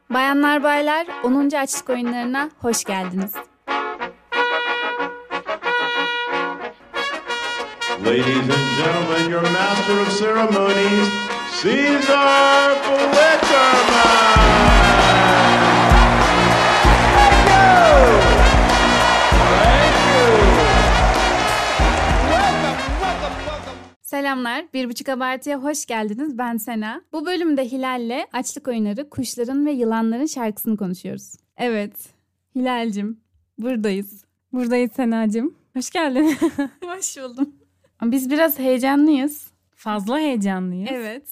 Bayanlar baylar 10. Açlık Oyunlarına hoş geldiniz. Ladies and gentlemen, your master of ceremonies, Caesar Flickerman! Selamlar, 1,5 Abartı'ya hoş geldiniz. Ben Sena. Bu bölümde Hilal'le Açlık Oyunları, kuşların ve yılanların şarkısını konuşuyoruz. Evet, Hilal'cim buradayız. Buradayız Sena'cığım. Hoş geldin. Hoş buldum. Biz biraz heyecanlıyız. Fazla heyecanlıyız. Evet.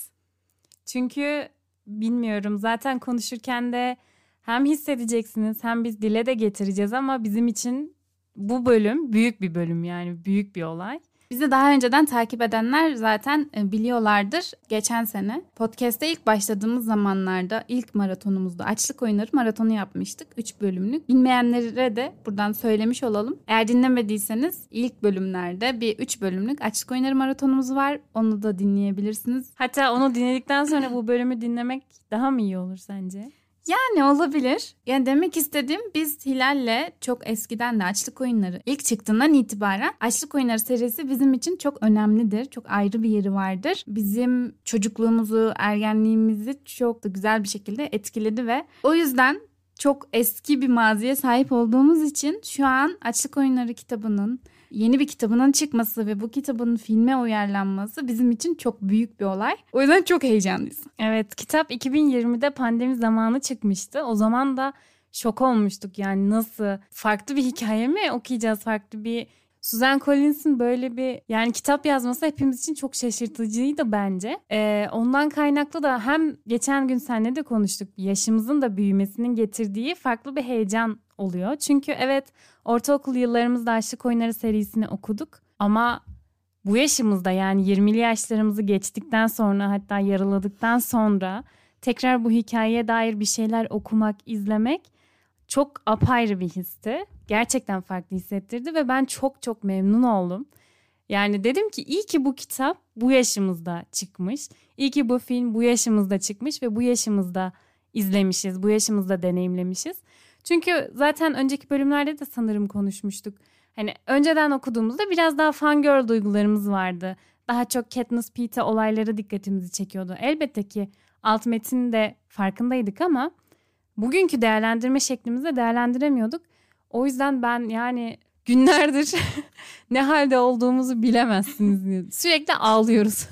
Çünkü bilmiyorum, zaten konuşurken de hem hissedeceksiniz hem biz dile de getireceğiz ama bizim için bu bölüm büyük bir bölüm, yani büyük bir olay. Bizi daha önceden takip edenler zaten biliyorlardır. Geçen sene podcast'te ilk başladığımız zamanlarda ilk maratonumuzda Açlık Oyunları maratonu yapmıştık. 3 bölümlük. Bilmeyenlere de buradan söylemiş olalım. Eğer dinlemediyseniz ilk bölümlerde bir 3 bölümlük Açlık Oyunları maratonumuz var. Onu da dinleyebilirsiniz. Hatta onu dinledikten sonra bu bölümü dinlemek daha mı iyi olur sence? Yani olabilir. Yani demek istediğim, biz Hilal'le çok eskiden de Açlık Oyunları ilk çıktığından itibaren Açlık Oyunları serisi bizim için çok önemlidir. Çok ayrı bir yeri vardır. Bizim çocukluğumuzu, ergenliğimizi çok da güzel bir şekilde etkiledi ve o yüzden çok eski bir maziye sahip olduğumuz için şu an Açlık Oyunları kitabının yeni bir kitabının çıkması ve bu kitabın filme uyarlanması bizim için çok büyük bir olay. O yüzden çok heyecanlıyız. Evet, kitap 2020'de pandemi zamanı çıkmıştı. O zaman da şok olmuştuk, yani nasıl, farklı bir hikaye mi okuyacağız, farklı bir... Suzanne Collins'in böyle bir kitap yazması hepimiz için çok şaşırtıcıydı bence. Ondan kaynaklı da hem geçen gün seninle de konuştuk, yaşımızın da büyümesinin getirdiği farklı bir heyecan oluyor. Çünkü evet, ortaokul yıllarımızda Açlık Oyunları serisini okuduk ama bu yaşımızda, yani 20'li yaşlarımızı geçtikten sonra, hatta yarıladıktan sonra tekrar bu hikayeye dair bir şeyler okumak, izlemek çok apayrı bir histi. Gerçekten farklı hissettirdi ve ben çok çok memnun oldum. Yani dedim ki iyi ki bu kitap bu yaşımızda çıkmış. İyi ki bu film bu yaşımızda çıkmış ve bu yaşımızda izlemişiz, bu yaşımızda deneyimlemişiz. Çünkü zaten önceki bölümlerde de sanırım konuşmuştuk. Hani önceden okuduğumuzda biraz daha fangirl duygularımız vardı. Daha çok Katniss Pete olayları dikkatimizi çekiyordu. Elbette ki alt metin de farkındaydık ama bugünkü değerlendirme şeklimizle değerlendiremiyorduk. O yüzden ben günlerdir ne halde olduğumuzu bilemezsiniz. Sürekli ağlıyoruz.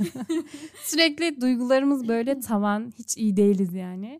Sürekli duygularımız böyle tavan. Hiç iyi değiliz yani.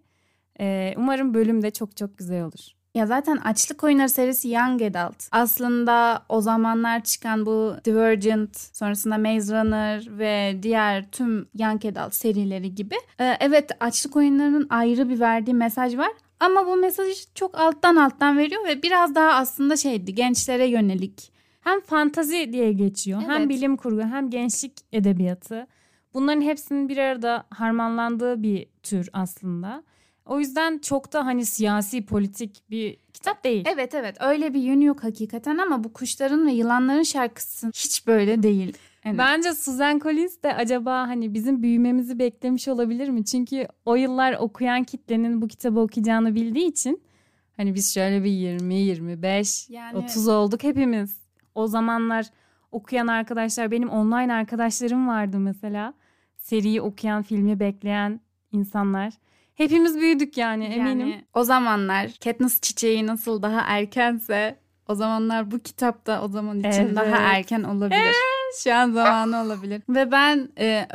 Umarım bölüm de çok çok güzel olur. Ya zaten Açlık Oyunları serisi Young Adult. Aslında o zamanlar çıkan bu Divergent, sonrasında Maze Runner ve diğer tüm Young Adult serileri gibi. Evet, Açlık Oyunları'nın ayrı bir verdiği mesaj var. Ama bu mesajı çok alttan veriyor ve biraz daha aslında gençlere yönelik. Hem fantazi diye geçiyor, evet, hem bilim kurgu, hem gençlik edebiyatı. Bunların hepsinin bir arada harmanlandığı bir tür aslında. O yüzden çok da siyasi, politik bir kitap değil. Evet, öyle bir yönü yok hakikaten ama bu kuşların ve yılanların şarkısı hiç böyle değil. Evet. Bence Suzanne Collins de acaba bizim büyümemizi beklemiş olabilir mi? Çünkü o yıllar okuyan kitlenin bu kitabı okuyacağını bildiği için biz şöyle bir 20, 25, 30 olduk hepimiz. O zamanlar okuyan arkadaşlar, benim online arkadaşlarım vardı mesela. Seriyi okuyan, filmi bekleyen insanlar. Hepimiz büyüdük eminim. O zamanlar Katniss çiçeği nasıl daha erkense o zamanlar bu kitap da o zaman için daha erken olabilir. Evet. Şu an zamanı olabilir. Ve ben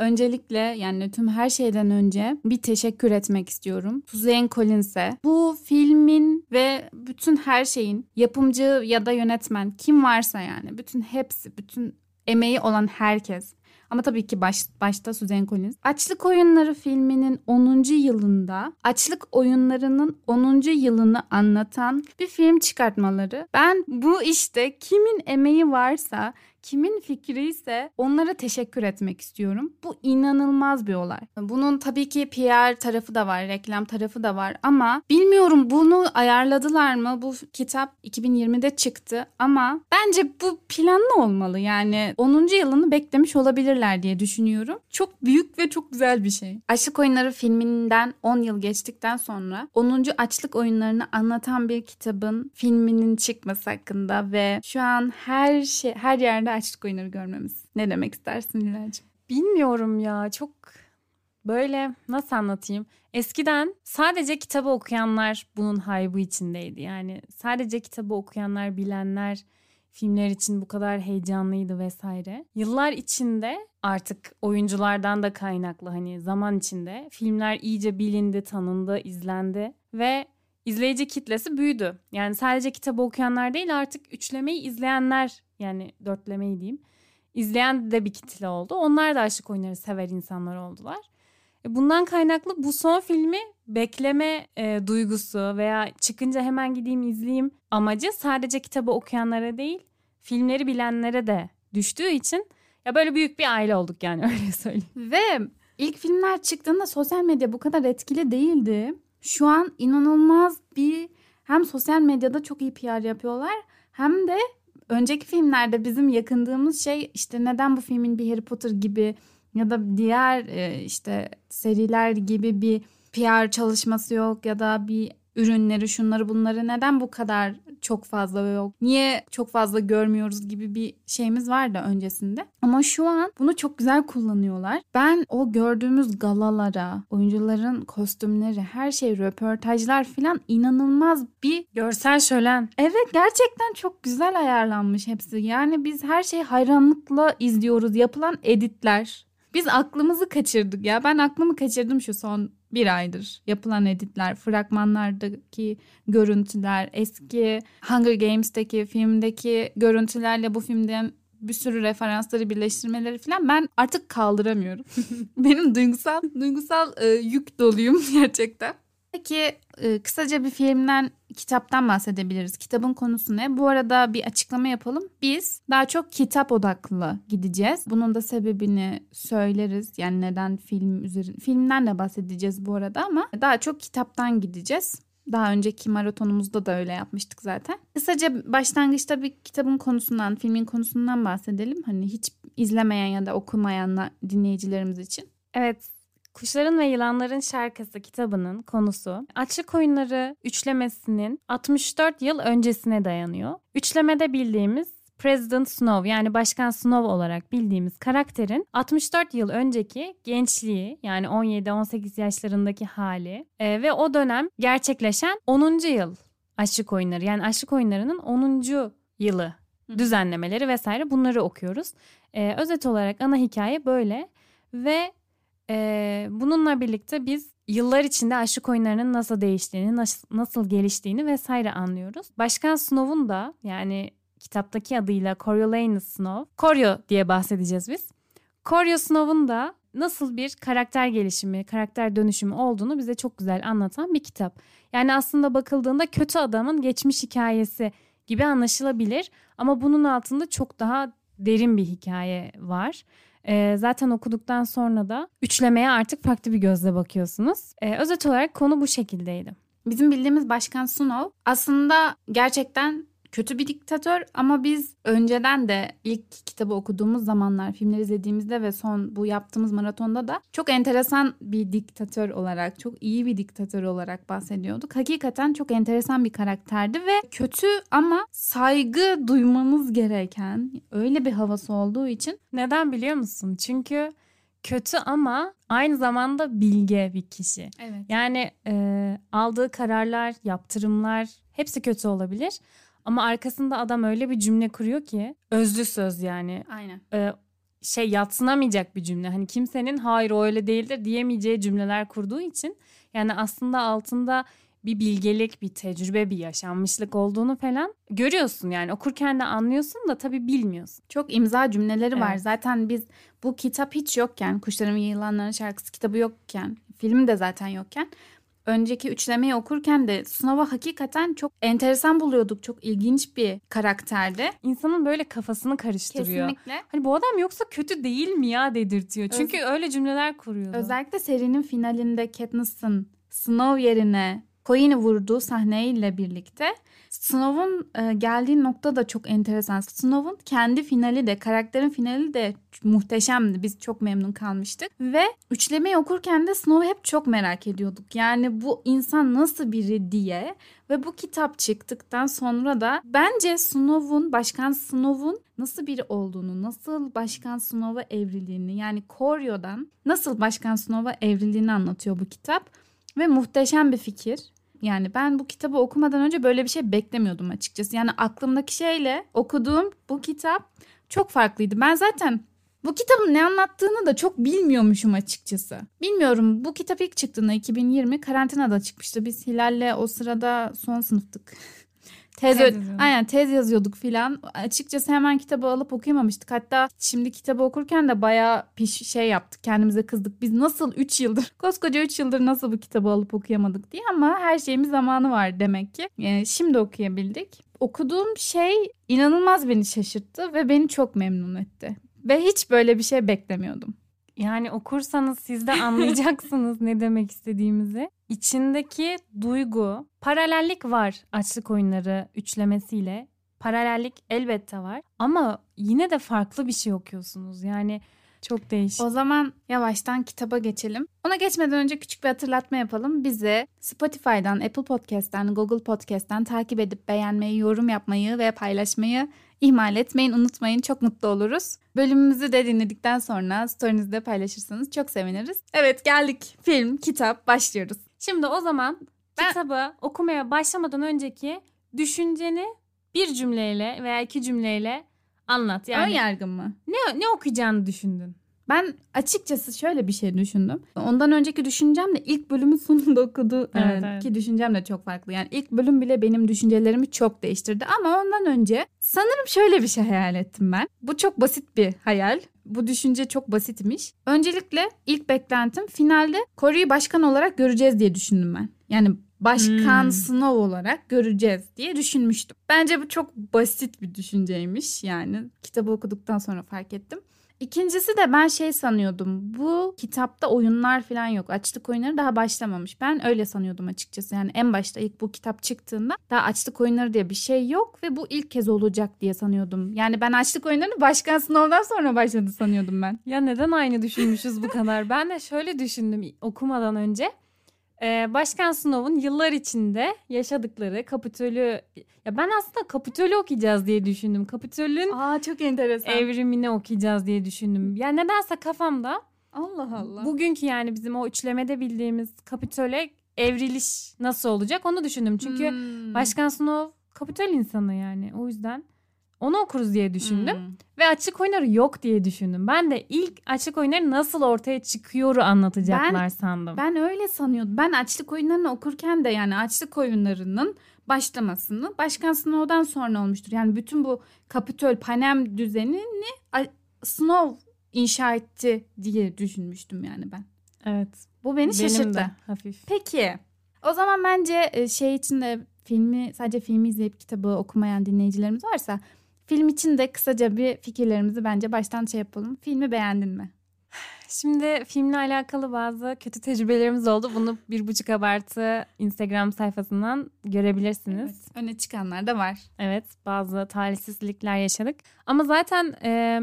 öncelikle tüm her şeyden önce bir teşekkür etmek istiyorum Suzanne Collins'e. Bu filmin ve bütün her şeyin yapımcı ya da yönetmen kim varsa bütün hepsi, bütün emeği olan herkes. Ama tabii ki başta Suzanne Collins. Açlık Oyunları filminin 10. yılında Açlık Oyunları'nın 10. yılını anlatan bir film çıkartmaları. Ben bu işte kimin emeği varsa, kimin fikri ise onlara teşekkür etmek istiyorum. Bu inanılmaz bir olay. Bunun tabii ki PR tarafı da var, reklam tarafı da var ama bilmiyorum bunu ayarladılar mı? Bu kitap 2020'de çıktı ama bence bu planlı olmalı. 10. yılını beklemiş olabilir. yapabilirler diye düşünüyorum. Çok büyük ve çok güzel bir şey. Açlık Oyunları filminden 10 yıl geçtikten sonra 10. Açlık Oyunlarını anlatan bir kitabın filminin çıkması hakkında ve şu an her yerde Açlık Oyunları görmemiz. Ne demek istersin Hilal'cığım? Bilmiyorum ya, çok böyle nasıl anlatayım? Eskiden sadece kitabı okuyanlar bunun hype'ı içindeydi. Yani sadece kitabı okuyanlar, bilenler filmler için bu kadar heyecanlıydı vesaire. Yıllar içinde artık oyunculardan da kaynaklı hani zaman içinde filmler iyice bilindi, tanındı, izlendi ve izleyici kitlesi büyüdü. Yani sadece kitabı okuyanlar değil, artık üçlemeyi izleyenler, yani dörtlemeyi diyeyim, izleyen de bir kitle oldu. Onlar da Açlık Oyunları sever insanlar oldular. Bundan kaynaklı bu son filmi bekleme duygusu veya çıkınca hemen gideyim izleyeyim amacı sadece kitabı okuyanlara değil, filmleri bilenlere de düştüğü için ya böyle büyük bir aile olduk yani, öyle söyleyeyim. Ve ilk filmler çıktığında sosyal medya bu kadar etkili değildi. Şu an inanılmaz bir, hem sosyal medyada çok iyi PR yapıyorlar hem de önceki filmlerde bizim yakındığımız şey işte neden bu filmin bir Harry Potter gibi ya da diğer işte seriler gibi bir PR çalışması yok ya da bir ürünleri şunları bunları neden bu kadar çok fazla yok? Niye çok fazla görmüyoruz gibi bir şeyimiz vardı öncesinde. Ama şu an bunu çok güzel kullanıyorlar. Ben o gördüğümüz galalara, oyuncuların kostümleri, her şey, röportajlar falan inanılmaz bir görsel şölen. Evet, gerçekten çok güzel ayarlanmış hepsi. Yani biz her şeyi hayranlıkla izliyoruz. Yapılan editler. Biz aklımızı kaçırdık ya. Ben aklımı kaçırdım şu son bir aydır. Yapılan editler, fragmanlardaki görüntüler, eski Hunger Games'teki filmdeki görüntülerle bu filmden bir sürü referansları birleştirmeleri falan ben artık kaldıramıyorum. Benim duygusal yük doluyum gerçekten. Peki kısaca bir filmden, kitaptan bahsedebiliriz. Kitabın konusu ne? Bu arada bir açıklama yapalım. Biz daha çok kitap odaklı gideceğiz. Bunun da sebebini söyleriz. Yani neden filmden de bahsedeceğiz bu arada ama daha çok kitaptan gideceğiz. Daha önceki maratonumuzda da öyle yapmıştık zaten. Kısaca başlangıçta bir kitabın konusundan, filmin konusundan bahsedelim. Hani hiç izlemeyen ya da okumayan dinleyicilerimiz için. Evet. Kuşların ve Yılanların Şarkısı kitabının konusu Açlık Oyunları üçlemesinin 64 yıl öncesine dayanıyor. Üçlemede bildiğimiz President Snow, yani Başkan Snow olarak bildiğimiz karakterin 64 yıl önceki gençliği, yani 17-18 yaşlarındaki hali ve o dönem gerçekleşen 10. yıl Açlık Oyunları, yani Açlık Oyunları'nın 10. yılı düzenlemeleri vesaire, bunları okuyoruz. Özet olarak ana hikaye böyle ve bununla birlikte biz yıllar içinde Açlık Oyunları'nın nasıl değiştiğini, nasıl geliştiğini vesaire anlıyoruz. Başkan Snow'un da, yani kitaptaki adıyla Coriolanus Snow, Corio diye bahsedeceğiz biz. Corio Snow'un da nasıl bir karakter gelişimi, karakter dönüşümü olduğunu bize çok güzel anlatan bir kitap. Yani aslında bakıldığında kötü adamın geçmiş hikayesi gibi anlaşılabilir ama bunun altında çok daha derin bir hikaye var. Zaten okuduktan sonra da üçlemeye artık farklı bir gözle bakıyorsunuz. Özet olarak konu bu şekildeydi. Bizim bildiğimiz Başkan Snow aslında gerçekten kötü bir diktatör ama biz önceden de ilk kitabı okuduğumuz zamanlar, filmleri izlediğimizde ve son bu yaptığımız maratonda da çok enteresan bir diktatör olarak, çok iyi bir diktatör olarak bahsediyorduk. Hakikaten çok enteresan bir karakterdi ve kötü ama saygı duymanız gereken öyle bir havası olduğu için. Neden biliyor musun? Çünkü kötü ama aynı zamanda bilge bir kişi. Evet. Yani aldığı kararlar, yaptırımlar hepsi kötü olabilir. Ama arkasında adam öyle bir cümle kuruyor ki, özlü söz yani. Aynen. Yadsınamayacak bir cümle. Hani kimsenin hayır o öyle değildir diyemeyeceği cümleler kurduğu için, yani aslında altında bir bilgelik, bir tecrübe, bir yaşanmışlık olduğunu falan görüyorsun. Yani okurken de anlıyorsun da tabii bilmiyorsun. Çok imza cümleleri var. Evet. Zaten biz bu kitap hiç yokken, Kuşların ve Yılanların Şarkısı kitabı yokken, film de zaten yokken, önceki üçlemeyi okurken de Snow'a hakikaten çok enteresan buluyorduk. Çok ilginç bir karakterdi. İnsanın böyle kafasını karıştırıyor. Kesinlikle. Hani bu adam yoksa kötü değil mi ya dedirtiyor. Çünkü öyle cümleler kuruyordu. Özellikle serinin finalinde Katniss'ın Snow yerine Coin'i vurduğu sahneyle birlikte Snow'un geldiği nokta da çok enteresan. Snow'un kendi finali de, karakterin finali de muhteşemdi. Biz çok memnun kalmıştık. Ve üçlemeyi okurken de Snow'u hep çok merak ediyorduk. Yani bu insan nasıl biri diye. Ve bu kitap çıktıktan sonra da bence Başkan Snow'un nasıl biri olduğunu, nasıl Başkan Snow'a evrildiğini, yani Koryo'dan nasıl Başkan Snow'a evrildiğini anlatıyor bu kitap. Ve muhteşem bir fikir. Yani ben bu kitabı okumadan önce böyle bir şey beklemiyordum açıkçası. Yani aklımdaki şeyle okuduğum bu kitap çok farklıydı. Ben zaten bu kitabın ne anlattığını da çok bilmiyormuşum açıkçası. Bilmiyorum, bu kitap ilk çıktığında 2020 karantinada çıkmıştı. Biz Hilal'le o sırada son sınıftık. Tez yazıyorduk filan. Açıkçası hemen kitabı alıp okuyamamıştık. Hatta şimdi kitabı okurken de bayağı yaptık. Kendimize kızdık. Biz nasıl 3 yıldır, koskoca 3 yıldır nasıl bu kitabı alıp okuyamadık diye, ama her şeyin bir zamanı var demek ki. Yani şimdi okuyabildik. Okuduğum şey inanılmaz beni şaşırttı ve beni çok memnun etti. Ve hiç böyle bir şey beklemiyordum. Yani okursanız siz de anlayacaksınız ne demek istediğimizi. İçindeki duygu, paralellik var Açlık Oyunları üçlemesiyle. Paralellik elbette var ama yine de farklı bir şey okuyorsunuz. Yani çok değişik. O zaman yavaştan kitaba geçelim. Ona geçmeden önce küçük bir hatırlatma yapalım. Bizi Spotify'dan, Apple Podcast'ten, Google Podcast'ten takip edip beğenmeyi, yorum yapmayı ve paylaşmayı ihmal etmeyin, unutmayın. Çok mutlu oluruz. Bölümümüzü de dinledikten sonra story'nizde paylaşırsanız çok seviniriz. Evet, geldik. Film, kitap, başlıyoruz. Şimdi o zaman kitabı okumaya başlamadan önceki düşünceni bir cümleyle veya 2 cümleyle anlat. Yani ön yargın mı? Ne okuyacağını düşündün? Ben açıkçası şöyle bir şey düşündüm. Ondan önceki düşüncem de ilk bölümün sonunda ki düşüncem de çok farklı. Yani ilk bölüm bile benim düşüncelerimi çok değiştirdi. Ama ondan önce sanırım şöyle bir şey hayal ettim ben. Bu çok basit bir hayal. Bu düşünce çok basitmiş. Öncelikle ilk beklentim finalde Koryo'yu başkan olarak göreceğiz diye düşündüm ben. Yani Başkan Snow olarak göreceğiz diye düşünmüştüm. Bence bu çok basit bir düşünceymiş. Yani kitabı okuduktan sonra fark ettim. İkincisi de ben sanıyordum. Bu kitapta oyunlar falan yok. Açlık Oyunları daha başlamamış. Ben öyle sanıyordum açıkçası. Yani en başta ilk bu kitap çıktığında daha Açlık Oyunları diye bir şey yok ve bu ilk kez olacak diye sanıyordum. Yani ben Açlık Oyunları'nı Başkan Snow'dan sonra başladı sanıyordum ben. Ya neden aynı düşünmüşüz bu kadar? Ben de şöyle düşündüm okumadan önce. Başkan Snow'un yıllar içinde yaşadıkları Kapitol'ü... Ya ben aslında Kapitol'ü okuyacağız diye düşündüm. Kapitol'ün çok enteresan. evrimini okuyacağız diye düşündüm. Ya nedense kafamda Allah Allah. Bugünkü yani bizim o üçlemede bildiğimiz Kapitol'e evriliş nasıl olacak onu düşündüm. Çünkü Başkan Snow Kapitol insanı yani. O yüzden onu okuruz diye düşündüm. Ve Açlık Oyunları yok diye düşündüm. Ben de ilk Açlık Oyunları nasıl ortaya çıkıyoru anlatacaklar sandım. Ben öyle sanıyordum. Ben Açlık Oyunları'nı okurken de yani Açlık Oyunları'nın başlamasını Başkan Snow'dan sonra olmuştur. Yani bütün bu Kapitol Panem düzenini Snow inşa etti diye düşünmüştüm yani ben. Evet. Bu beni şaşırttı. Benim de hafif. Peki. O zaman bence için de sadece filmi izleyip kitabı okumayan dinleyicilerimiz varsa film için de kısaca bir fikirlerimizi bence baştan yapalım. Filmi beğendin mi? Şimdi filmle alakalı bazı kötü tecrübelerimiz oldu. Bunu 1.5 Abartı Instagram sayfasından görebilirsiniz. Evet, öne çıkanlar da var. Evet, bazı talihsizlikler yaşadık. Ama zaten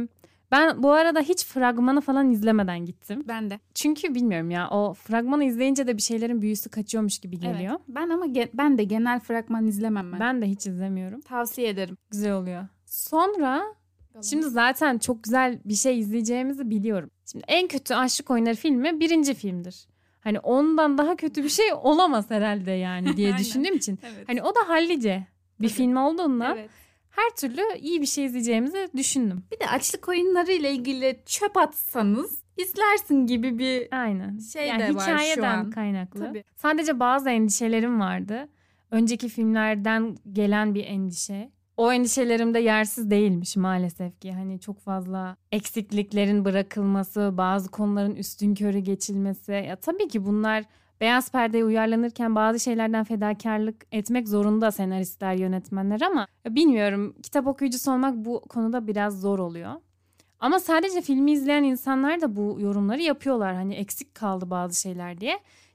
ben bu arada hiç fragmanı falan izlemeden gittim. Ben de. Çünkü bilmiyorum ya, o fragmanı izleyince de bir şeylerin büyüsü kaçıyormuş gibi geliyor. Evet. Ben de genel fragman izlemem ben. Ben de hiç izlemiyorum. Tavsiye ederim. Güzel oluyor. Sonra şimdi zaten çok güzel bir şey izleyeceğimizi biliyorum. Şimdi en kötü Açlık Oyunları filmi 1. filmdir. Hani ondan daha kötü bir şey olamaz herhalde yani diye düşündüğüm için. Evet. Hani o da hallice bir film olduğundan her türlü iyi bir şey izleyeceğimizi düşündüm. Bir de Açlık Oyunları ile ilgili çöp atsanız izlersin gibi bir şey yani de var şu an. Hikayeden kaynaklı. Tabii. Sadece bazı endişelerim vardı. Önceki filmlerden gelen bir endişe. O endişelerim de yersiz değilmiş maalesef ki. Hani çok fazla eksikliklerin bırakılması, bazı konuların üstünkörü geçilmesi. Ya tabii ki bunlar beyaz perdeye uyarlanırken bazı şeylerden fedakarlık etmek zorunda senaristler, yönetmenler ama bilmiyorum, kitap okuyucusu olmak bu konuda biraz zor oluyor. Ama sadece filmi izleyen insanlar da bu yorumları yapıyorlar. Hani eksik kaldı bazı şeyler diye.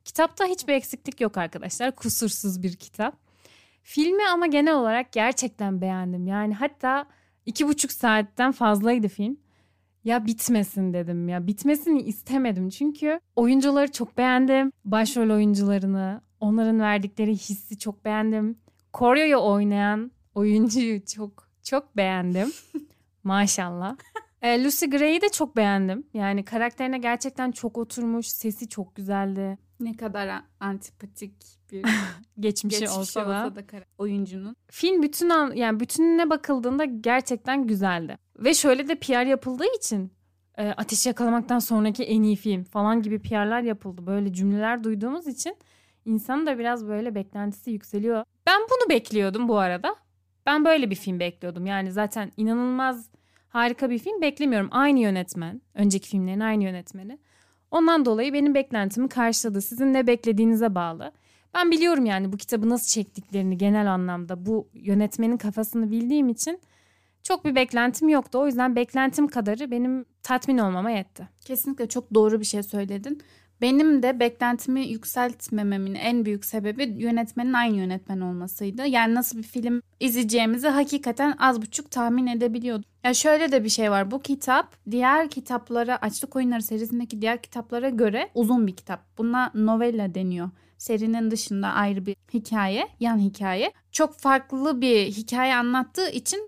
Kitapta hiçbir eksiklik yok arkadaşlar. Kusursuz bir kitap. Filmi ama genel olarak gerçekten beğendim. Yani hatta 2,5 saatten fazlaydı film. Ya bitmesin dedim ya. Bitmesini istemedim. Çünkü oyuncuları çok beğendim. Başrol oyuncularını, onların verdikleri hissi çok beğendim. Koryo'yu oynayan oyuncuyu çok beğendim. Maşallah. Lucy Gray'i de çok beğendim. Yani karakterine gerçekten çok oturmuş. Sesi çok güzeldi. Ne kadar antipatik bir geçmişi olsa da oyuncunun. Film bütününe bakıldığında gerçekten güzeldi. Ve şöyle de PR yapıldığı için Ateşi Yakalamaktan sonraki en iyi film falan gibi PR'lar yapıldı. Böyle cümleler duyduğumuz için insanın da biraz böyle beklentisi yükseliyor. Ben bunu bekliyordum bu arada. Ben böyle bir film bekliyordum. Yani zaten inanılmaz harika bir film beklemiyorum. Aynı yönetmen. Önceki filmlerin aynı yönetmeni. Ondan dolayı benim beklentimi karşıladı. Sizin ne beklediğinize bağlı. Ben biliyorum yani bu kitabı nasıl çektiklerini genel anlamda. Bu yönetmenin kafasını bildiğim için çok bir beklentim yoktu. O yüzden beklentim kadarı benim tatmin olmama yetti. Kesinlikle çok doğru bir şey söyledin. Benim de beklentimi yükseltmememin en büyük sebebi yönetmenin aynı yönetmen olmasıydı. Yani nasıl bir film izleyeceğimizi hakikaten az buçuk tahmin edebiliyordum. Ya şöyle de bir şey var. Bu kitap diğer kitaplara, Açlık Oyunları serisindeki diğer kitaplara göre uzun bir kitap. Buna novella deniyor. Serinin dışında ayrı bir hikaye, yan hikaye. Çok farklı bir hikaye anlattığı için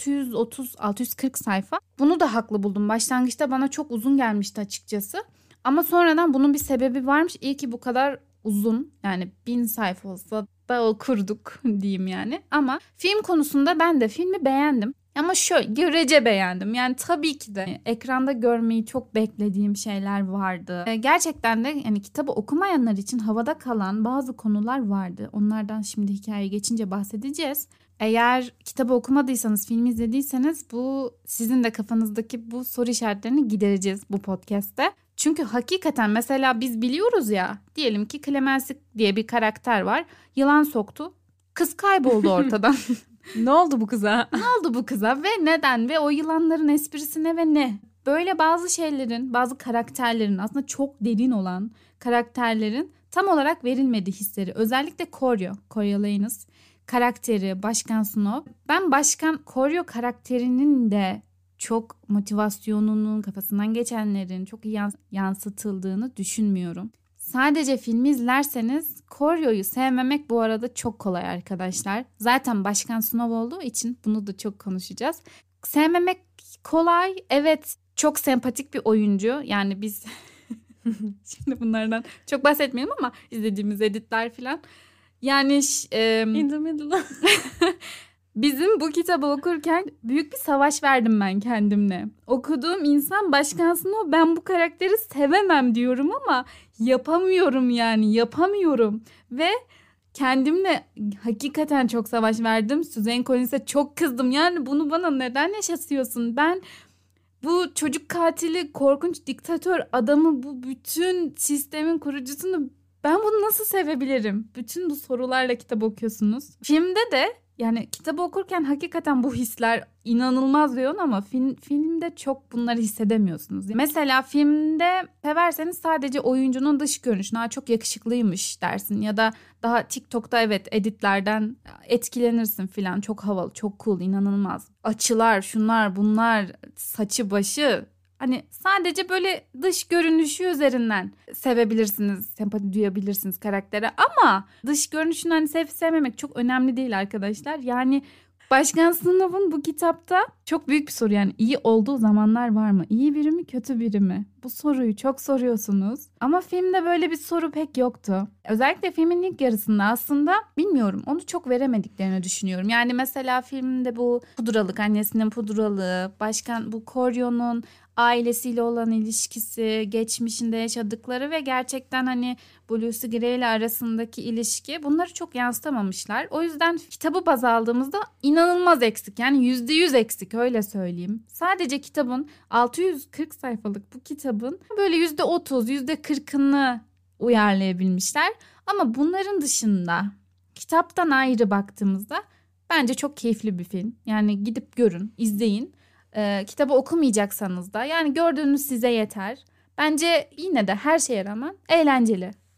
630-640 sayfa. Bunu da haklı buldum. Başlangıçta bana çok uzun gelmişti açıkçası. Ama sonradan bunun bir sebebi varmış. İyi ki bu kadar uzun, yani 1000 sayfa olsa da okurduk diyeyim yani. Ama film konusunda ben de filmi beğendim. Ama görece beğendim. Yani tabii ki de ekranda görmeyi çok beklediğim şeyler vardı. Gerçekten de yani kitabı okumayanlar için havada kalan bazı konular vardı. Onlardan şimdi hikayeye geçince bahsedeceğiz. Eğer kitabı okumadıysanız, filmi izlediyseniz bu sizin de kafanızdaki bu soru işaretlerini gidereceğiz bu podcast'te. Çünkü hakikaten mesela biz biliyoruz ya, diyelim ki Clemency diye bir karakter var. Yılan soktu. Kız kayboldu ortadan. Ne oldu bu kıza? Ne oldu bu kıza ve neden ve o yılanların esprisi ne ve ne? Böyle bazı şeylerin, bazı karakterlerin, aslında çok derin olan karakterlerin tam olarak verilmediği hisleri. Özellikle Coriolanus karakteri, Başkan Snow. Ben Başkan Coryo karakterinin de çok motivasyonunun, kafasından geçenlerin çok iyi yansıtıldığını düşünmüyorum. Sadece filmi izlerseniz Corio'yu sevmemek bu arada çok kolay arkadaşlar. Zaten Başkan Snow olduğu için bunu da çok konuşacağız. Sevmemek kolay. Evet, çok sempatik bir oyuncu. Yani biz şimdi bunlardan çok bahsetmeyelim ama izlediğimiz editler falan. Yani In the middle. Bizim bu kitabı okurken büyük bir savaş verdim ben kendimle. Okuduğum insan Başkan Snow, ben bu karakteri sevemem diyorum ama yapamıyorum yani yapamıyorum. Ve kendimle hakikaten çok savaş verdim. Suzanne Collins'e çok kızdım. Yani bunu bana neden yaşatıyorsun? Ben bu çocuk katili, korkunç diktatör adamı, bu bütün sistemin kurucusunu ben bunu nasıl sevebilirim? Bütün bu sorularla kitap okuyorsunuz. Filmde de yani kitabı okurken hakikaten bu hisler inanılmaz diyorsun ama filmde çok bunları hissedemiyorsunuz. Mesela filmde severseniz sadece oyuncunun dış görünüşüne çok yakışıklıymış dersin ya da daha TikTok'ta evet editlerden etkilenirsin falan, çok havalı, çok cool, inanılmaz. Açılar, şunlar, bunlar, saçı, başı. Hani sadece böyle dış görünüşü üzerinden sevebilirsiniz, sempati duyabilirsiniz karaktere ama dış görünüşünü hani sevip sevmemek çok önemli değil arkadaşlar. Yani Başkan Snow'un bu kitapta çok büyük bir soru, yani iyi olduğu zamanlar var mı? İyi biri mi, kötü biri mi? Bu soruyu çok soruyorsunuz ama filmde böyle bir soru pek yoktu. Özellikle filmin ilk yarısında aslında bilmiyorum, onu çok veremediklerini düşünüyorum. Yani mesela filmde bu pudralık, annesinin pudralığı, bu Corio'nun ailesiyle olan ilişkisi, geçmişinde yaşadıkları ve gerçekten hani bu Lucy Gray ile arasındaki ilişki, bunları çok yansıtamamışlar. O yüzden kitabı baz aldığımızda inanılmaz eksik, yani %100 eksik, öyle söyleyeyim. Sadece kitabın 640 sayfalık bu kitabın böyle %30, %40'ını uyarlayabilmişler. Ama bunların dışında kitaptan ayrı baktığımızda bence çok keyifli bir film. Yani gidip görün, izleyin. Kitabı okumayacaksanız da yani gördüğünüz size yeter. Bence yine de her şeye rağmen eğlenceli.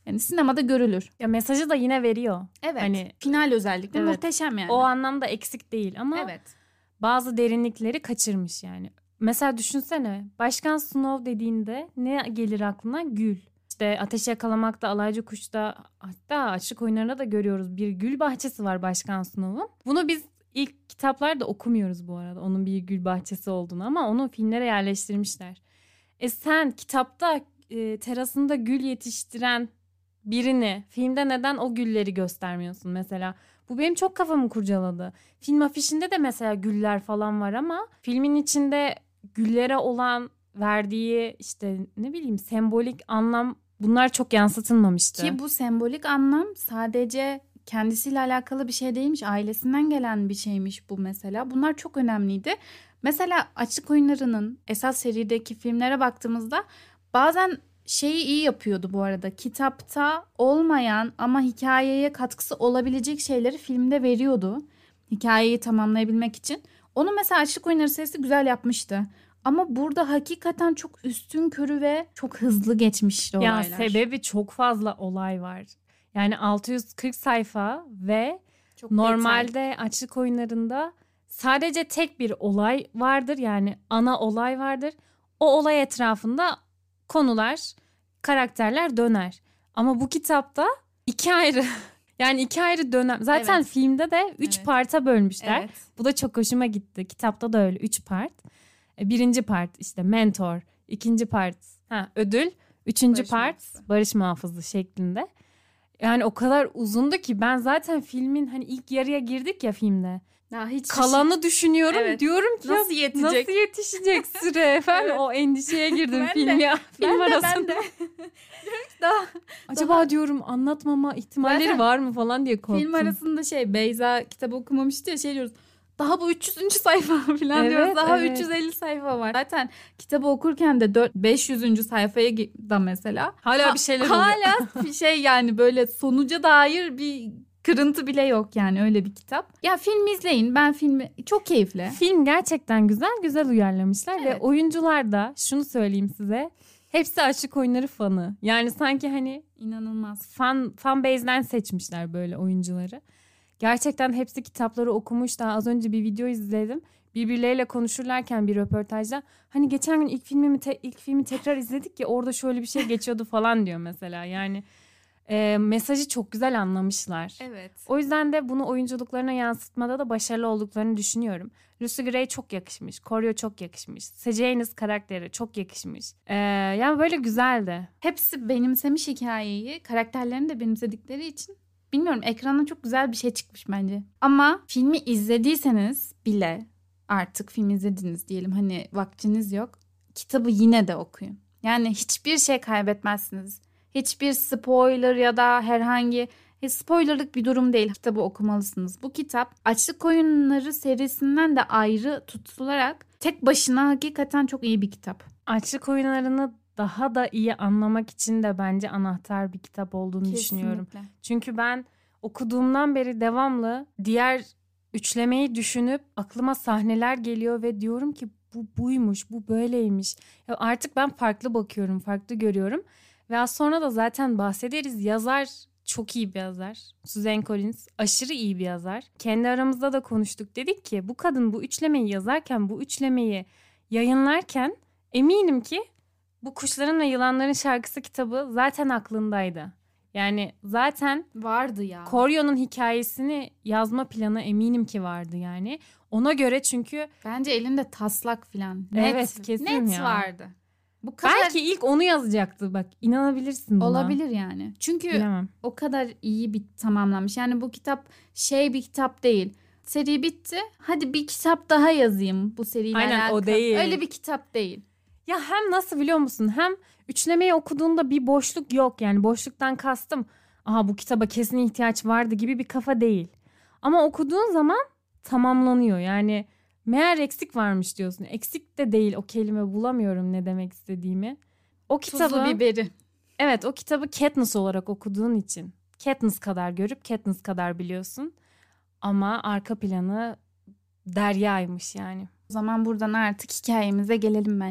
Yani sinemada görülür. Ya mesajı da yine veriyor. Evet. Hani, final özellikle evet, muhteşem yani. O anlamda eksik değil ama evet. bazı derinlikleri kaçırmış yani. Mesela düşünsene, Başkan Snow dediğinde ne gelir aklına? Gül. İşte Ateşi Yakalamak'ta, Alaycı Kuş'ta, hatta Açlık Oyunları'nda da görüyoruz. Bir gül bahçesi var Başkan Snow'un. Bunu biz ilk kitaplarda okumuyoruz bu arada. Onun bir gül bahçesi olduğunu, ama onu filmlere yerleştirmişler. Sen kitapta terasında gül yetiştiren birini filmde neden o gülleri göstermiyorsun mesela? Bu benim çok kafamı kurcaladı. Film afişinde de mesela güller falan var ama filmin içinde güllere olan verdiği işte ne bileyim sembolik anlam, bunlar çok yansıtılmamıştı. Ki bu sembolik anlam sadece kendisiyle alakalı bir şey değilmiş. Ailesinden gelen bir şeymiş bu mesela. Bunlar çok önemliydi. Mesela Açlık Oyunları'nın esas serideki filmlere baktığımızda bazen şeyi iyi yapıyordu bu arada. Kitapta olmayan ama hikayeye katkısı olabilecek şeyleri filmde veriyordu. Hikayeyi tamamlayabilmek için. Onu mesela Açlık Oyunları serisi güzel yapmıştı. Ama burada hakikaten çok üstünkörü ve çok hızlı geçmişti olaylar. Ya sebebi çok fazla olay var. Yani 640 sayfa ve çok normalde detay. Açlık Oyunları'nda sadece tek bir olay vardır. Yani ana olay vardır. O olay etrafında konular, karakterler döner. Ama bu kitapta iki ayrı yani iki ayrı dönem. Zaten Evet. filmde de 3 Evet. parta bölmüşler. Evet. Bu da çok hoşuma gitti. Kitapta da öyle 3 part. Birinci part işte mentor, ikinci part ödül, üçüncü Barış part muhafızı. barış muhafızı şeklinde. Yani o kadar uzundu ki ben zaten filmin hani ilk yarıya girdik ya filmde. Daha hiç Kalanı düşünüyorum. Evet. Diyorum ki Nasıl yetecek? Nasıl yetişecek süre? Ben Evet. o endişeye girdim Ben film de. ya. Film arasında. Ben de. Daha Acaba diyorum anlatmama ihtimalleri Zaten var mı falan diye korktum. film arasında Beyza kitabı okumamıştı ya diyoruz. Daha bu 300. sayfa falan Evet, diyoruz. Daha evet. 350 sayfa var. Zaten kitabı okurken de 500. sayfaya da mesela. Hala bir şeyler oluyor. Hala bir yani böyle sonuca dair bir kırıntı bile yok yani, öyle bir kitap. Ya film izleyin. Ben filmi çok keyifli. Film gerçekten güzel uyarlamışlar ve Evet. oyuncular da şunu söyleyeyim size. Hepsi Açlık Oyunları fanı. Yani sanki hani İnanılmaz. fan base'den seçmişler böyle oyuncuları. Gerçekten hepsi kitapları okumuş. Daha az önce bir video izledim. Birbirleriyle konuşurlarken bir röportajda hani geçen gün ilk filmi tekrar izledik ya, orada şöyle bir şey geçiyordu falan diyor mesela. Yani mesajı çok güzel anlamışlar. Evet. O yüzden de bunu oyunculuklarına yansıtmada da başarılı olduklarını düşünüyorum. Lucy Gray çok yakışmış. Koryo çok yakışmış. Sejanus karakteri çok yakışmış. Yani böyle güzeldi. Hepsi benimsemiş hikayeyi. Karakterlerini de benimsedikleri için. Bilmiyorum, ekrana çok güzel bir şey çıkmış bence. Ama filmi izlediyseniz bile, artık film izlediniz diyelim, hani vaktiniz yok. Kitabı yine de okuyun. Yani hiçbir şey kaybetmezsiniz. Hiçbir spoiler ya da herhangi spoilerlık bir durum değil. Kitabı okumalısınız. Bu kitap Açlık Oyunları serisinden de ayrı tutularak tek başına hakikaten çok iyi bir kitap. Açlık Oyunları'nı daha da iyi anlamak için de bence anahtar bir kitap olduğunu düşünüyorum. Çünkü ben okuduğumdan beri devamlı diğer üçlemeyi düşünüp aklıma sahneler geliyor ve diyorum ki bu buymuş, bu böyleymiş. Ya artık ben farklı bakıyorum, farklı görüyorum. Ve az sonra da zaten bahsederiz. Yazar çok iyi bir yazar. Suzanne Collins aşırı iyi bir yazar. Kendi aramızda da konuştuk. Dedik ki bu kadın bu üçlemeyi yazarken, bu üçlemeyi yayınlarken eminim ki bu Kuşların ve Yılanların Şarkısı kitabı zaten aklındaydı. Yani zaten vardı ya. Koryo'nun hikayesini yazma planı eminim ki vardı yani. Ona göre çünkü bence elinde taslak falan. Evet, kesin net ya. vardı. Bu kadar belki ilk onu yazacaktı, bak inanabilirsin buna. olabilir yani. Çünkü Bilemem. o kadar iyi bir tamamlanmış. Yani bu kitap bir kitap değil. Seri bitti. Hadi bir kitap daha yazayım bu seriyle Aynen, alakalı. o değil. Öyle bir kitap değil. Ya hem nasıl biliyor musun? Hem üçlemeyi okuduğunda bir boşluk yok. Yani boşluktan kastım, aha bu kitaba kesin ihtiyaç vardı gibi bir kafa değil. Ama okuduğun zaman tamamlanıyor. Yani meğer eksik varmış diyorsun. Eksik de değil, o kelime bulamıyorum ne demek istediğimi. O kitabı, Tuzlu biberi. evet, o kitabı Katniss olarak okuduğun için Katniss kadar görüp Katniss kadar biliyorsun. Ama arka planı deryaymış yani. O zaman buradan artık hikayemize gelelim bence.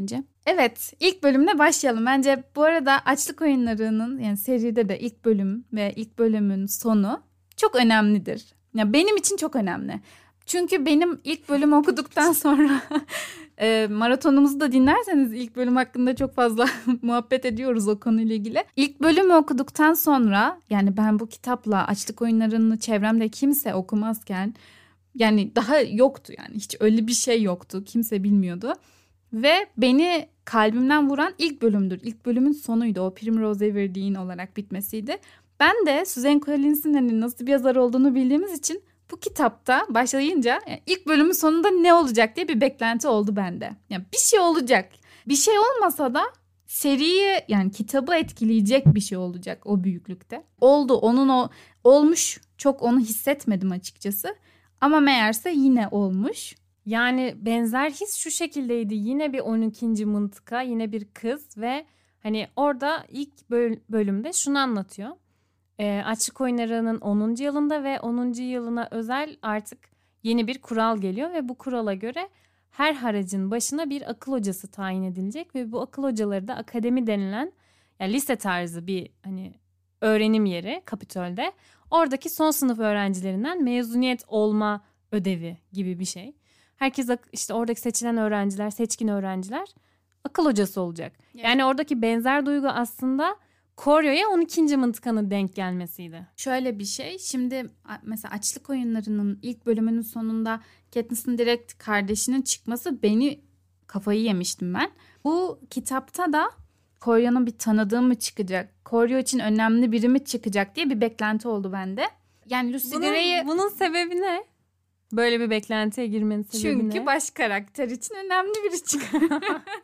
Evet, ilk bölümle başlayalım. Bence bu arada Açlık Oyunları'nın yani seride de ilk bölüm ve ilk bölümün sonu çok önemlidir. Ya benim için çok önemli. Çünkü benim ilk bölümü okuduktan sonra maratonumuzu da dinlerseniz ilk bölüm hakkında çok fazla muhabbet ediyoruz o konuyla ilgili. İlk bölümü okuduktan sonra yani ben bu kitapla Açlık Oyunları'nı çevremde kimse okumazken yani daha yoktu yani hiç öyle bir şey yoktu. Kimse bilmiyordu. Ve beni kalbimden vuran ilk bölümdür. İlk bölümün sonuydu. O Primrose Everdeen olarak bitmesiydi. Ben de Suzanne Collins'in hani nasıl bir yazar olduğunu bildiğimiz için bu kitapta başlayınca yani ilk bölümün sonunda ne olacak diye bir beklenti oldu bende. Yani bir şey olacak. Bir şey olmasa da seriyi yani kitabı etkileyecek bir şey olacak o büyüklükte. Oldu. Olmuş. Çok onu hissetmedim açıkçası. Ama meğerse yine olmuş. Yani benzer his şu şekildeydi. Yine bir 12. mıntıka, yine bir kız ve hani orada ilk bölümde şunu anlatıyor. Açlık Oyunları'nın 10. yılında ve 10. yılına özel artık yeni bir kural geliyor ve bu kurala göre her haracın başına bir akıl hocası tayin edilecek ve bu akıl hocaları da akademi denilen yani lise tarzı bir hani öğrenim yeri Kapitol'de. Oradaki son sınıf öğrencilerinden mezuniyet olma ödevi gibi bir şey. Herkes işte oradaki seçilen öğrenciler, seçkin öğrenciler akıl hocası olacak. Yani oradaki benzer duygu aslında Koryo'ya 12. mıntıkanın denk gelmesiydi. Şöyle bir şey. Şimdi mesela Açlık Oyunları'nın ilk bölümünün sonunda Katniss'in direkt kardeşinin çıkması beni kafayı yemiştim ben. Bu kitapta da Koryo'nun bir tanıdığı mı çıkacak? Koryo için önemli biri mi çıkacak diye bir beklenti oldu bende. Yani Lucy Gray'i... Bunun sebebi ne? Böyle bir beklentiye girmenin sebebi ne? Çünkü baş karakter için önemli biri çıkıyor.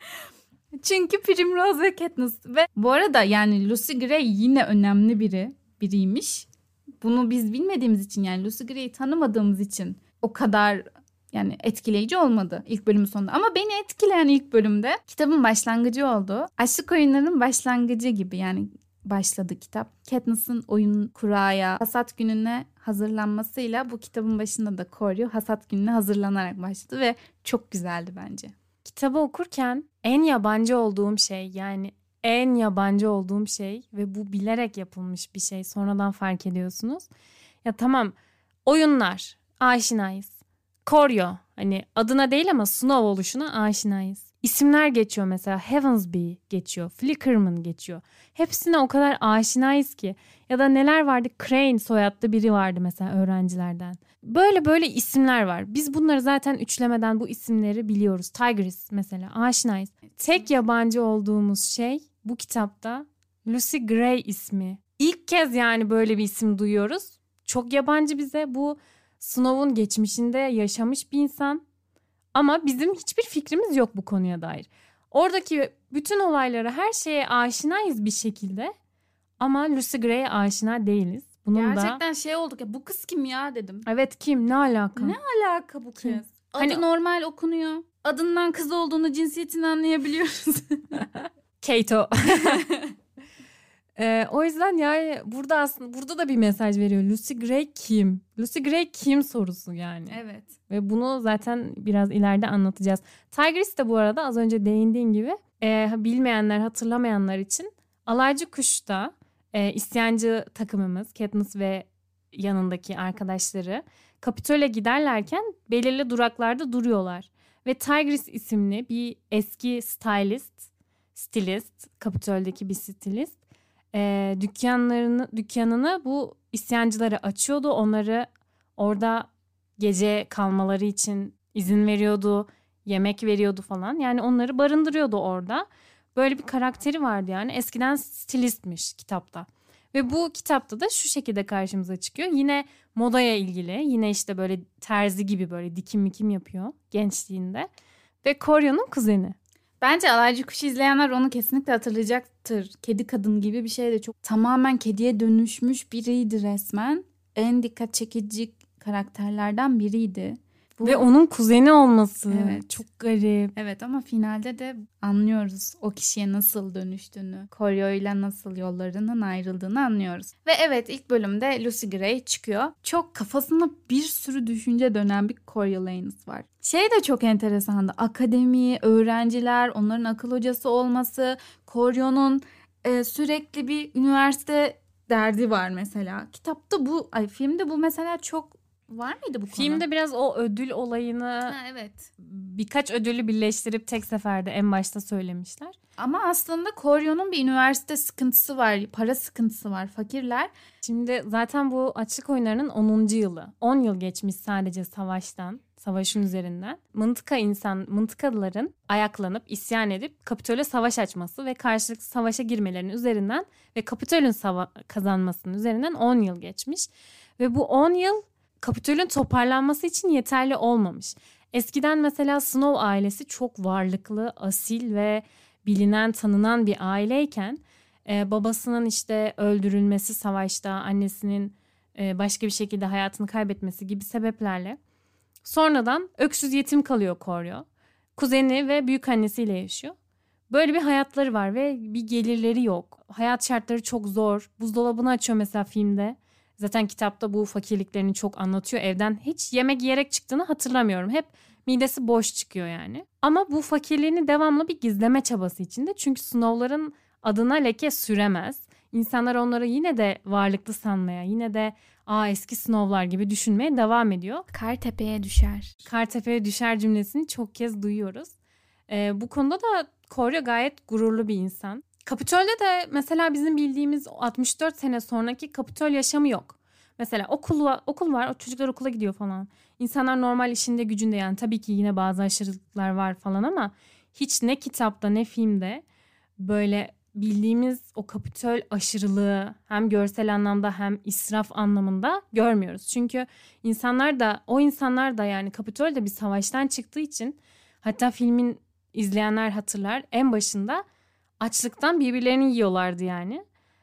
Çünkü Primrose ve Katniss ve bu arada yani Lucy Gray yine önemli biriymiş. Bunu biz bilmediğimiz için yani Lucy Gray'i tanımadığımız için o kadar yani etkileyici olmadı ilk bölümün sonunda. Ama beni etkileyen ilk bölümde kitabın başlangıcı oldu. Açlık Oyunları'nın başlangıcı gibi yani başladı kitap. Katniss'in oyun kuraya hasat gününe hazırlanmasıyla bu kitabın başında da Koryo hasat gününe hazırlanarak başladı ve çok güzeldi bence. Kitabı okurken en yabancı olduğum şey ve bu bilerek yapılmış bir şey sonradan fark ediyorsunuz. Ya tamam oyunlar aşinayız. Koryo hani adına değil ama Snow oluşuna aşinayız. İsimler geçiyor mesela Heavensby geçiyor, Flickerman geçiyor. Hepsine o kadar aşinayız ki. Ya da neler vardı? Crane soyadlı biri vardı mesela öğrencilerden. Böyle isimler var. Biz bunları zaten üçlemeden bu isimleri biliyoruz. Tigris mesela aşinayız. Tek yabancı olduğumuz şey bu kitapta Lucy Gray ismi. İlk kez yani böyle bir isim duyuyoruz. Çok yabancı bize. Bu Snow'un geçmişinde yaşamış bir insan. Ama bizim hiçbir fikrimiz yok bu konuya dair. Oradaki bütün olaylara, her şeye aşinayız bir şekilde. Ama Lucy Gray'e aşina değiliz. Bunun gerçekten şey olduk ya bu kız kim ya dedim. Evet kim? Ne alaka? Ne alaka bu kız? Kim? Adı Hani normal okunuyor. Adından kız olduğunu, cinsiyetini anlayabiliyoruz. Kato. O yüzden yani burada da bir mesaj veriyor. Lucy Gray kim? Lucy Gray kim sorusu yani. Evet. Ve bunu zaten biraz ileride anlatacağız. Tigris de bu arada az önce değindiğin gibi bilmeyenler, hatırlamayanlar için Alaycı Kuş'ta isyancı takımımız Katniss ve yanındaki arkadaşları Kapitol'e giderlerken belirli duraklarda duruyorlar. Ve Tigris isimli bir eski stilist, Kapitol'deki bir stilist dükkanını bu isyancılara açıyordu. Onları orada gece kalmaları için izin veriyordu, yemek veriyordu falan. Yani onları barındırıyordu orada. Böyle bir karakteri vardı yani. Eskiden stilistmiş kitapta. Ve bu kitapta da şu şekilde karşımıza çıkıyor. Yine modaya ilgili. Yine işte böyle terzi gibi böyle dikim yapıyor gençliğinde. Ve Koryo'nun kuzeni. Bence Alaycı Kuş'u izleyenler onu kesinlikle hatırlayacaktır. Kedi kadın gibi bir şey de çok tamamen kediye dönüşmüş biriydi resmen. En dikkat çekici karakterlerden biriydi. Ve onun kuzeni olması. Evet. Çok garip. Evet ama finalde de anlıyoruz o kişiye nasıl dönüştüğünü. Koryo ile nasıl yollarının ayrıldığını anlıyoruz. Ve evet, ilk bölümde Lucy Gray çıkıyor. Çok kafasında bir sürü düşünce dönen bir Coriolanus var. Şey de çok enteresandı. Akademi, öğrenciler, onların akıl hocası olması, Koryo'nun sürekli bir üniversite derdi var mesela. Kitapta bu, filmde bu mesela çok var mıydı bu konu? Filmde biraz o ödül olayını evet. birkaç ödülü birleştirip tek seferde en başta söylemişler. Ama aslında Koryo'nun bir üniversite sıkıntısı var, para sıkıntısı var, fakirler. Şimdi zaten bu açlık oyunlarının 10. yılı. 10 yıl geçmiş sadece savaşın üzerinden. Mıntıkalıların ayaklanıp, isyan edip Kapitol'e savaş açması ve karşılıklı savaşa girmelerinin üzerinden ve Kapitol'ün kazanmasının üzerinden 10 yıl geçmiş. Ve bu 10 yıl Kapitol'ün toparlanması için yeterli olmamış. Eskiden mesela Snow ailesi çok varlıklı, asil ve bilinen, tanınan bir aileyken babasının işte öldürülmesi savaşta, annesinin başka bir şekilde hayatını kaybetmesi gibi sebeplerle sonradan öksüz yetim kalıyor Koryo. Kuzeni ve büyükannesiyle yaşıyor. Böyle bir hayatları var ve bir gelirleri yok. Hayat şartları çok zor. Buzdolabını açıyor mesela filmde. Zaten kitapta bu fakirliklerini çok anlatıyor. Evden hiç yemek yiyerek çıktığını hatırlamıyorum. Hep midesi boş çıkıyor yani. Ama bu fakirliğini devamlı bir gizleme çabası içinde. Çünkü Snow'ların adına leke süremez. İnsanlar onları yine de varlıklı sanmaya, yine de eski Snow'lar gibi düşünmeye devam ediyor. Kar tepeye düşer. Kar tepeye düşer cümlesini çok kez duyuyoruz. Bu konuda da Koryo gayet gururlu bir insan. Kapitol'de de mesela bizim bildiğimiz 64 sene sonraki Kapitol yaşamı yok. Mesela okul var, o çocuklar okula gidiyor falan. İnsanlar normal işinde gücünde, yani tabii ki yine bazı aşırılıklar var falan ama hiç ne kitapta ne filmde böyle bildiğimiz o Kapitol aşırılığı hem görsel anlamda hem israf anlamında görmüyoruz. Çünkü o insanlar da yani Kapitol'de bir savaştan çıktığı için, hatta filmin izleyenler hatırlar, en başında açlıktan birbirlerini yiyorlardı yani.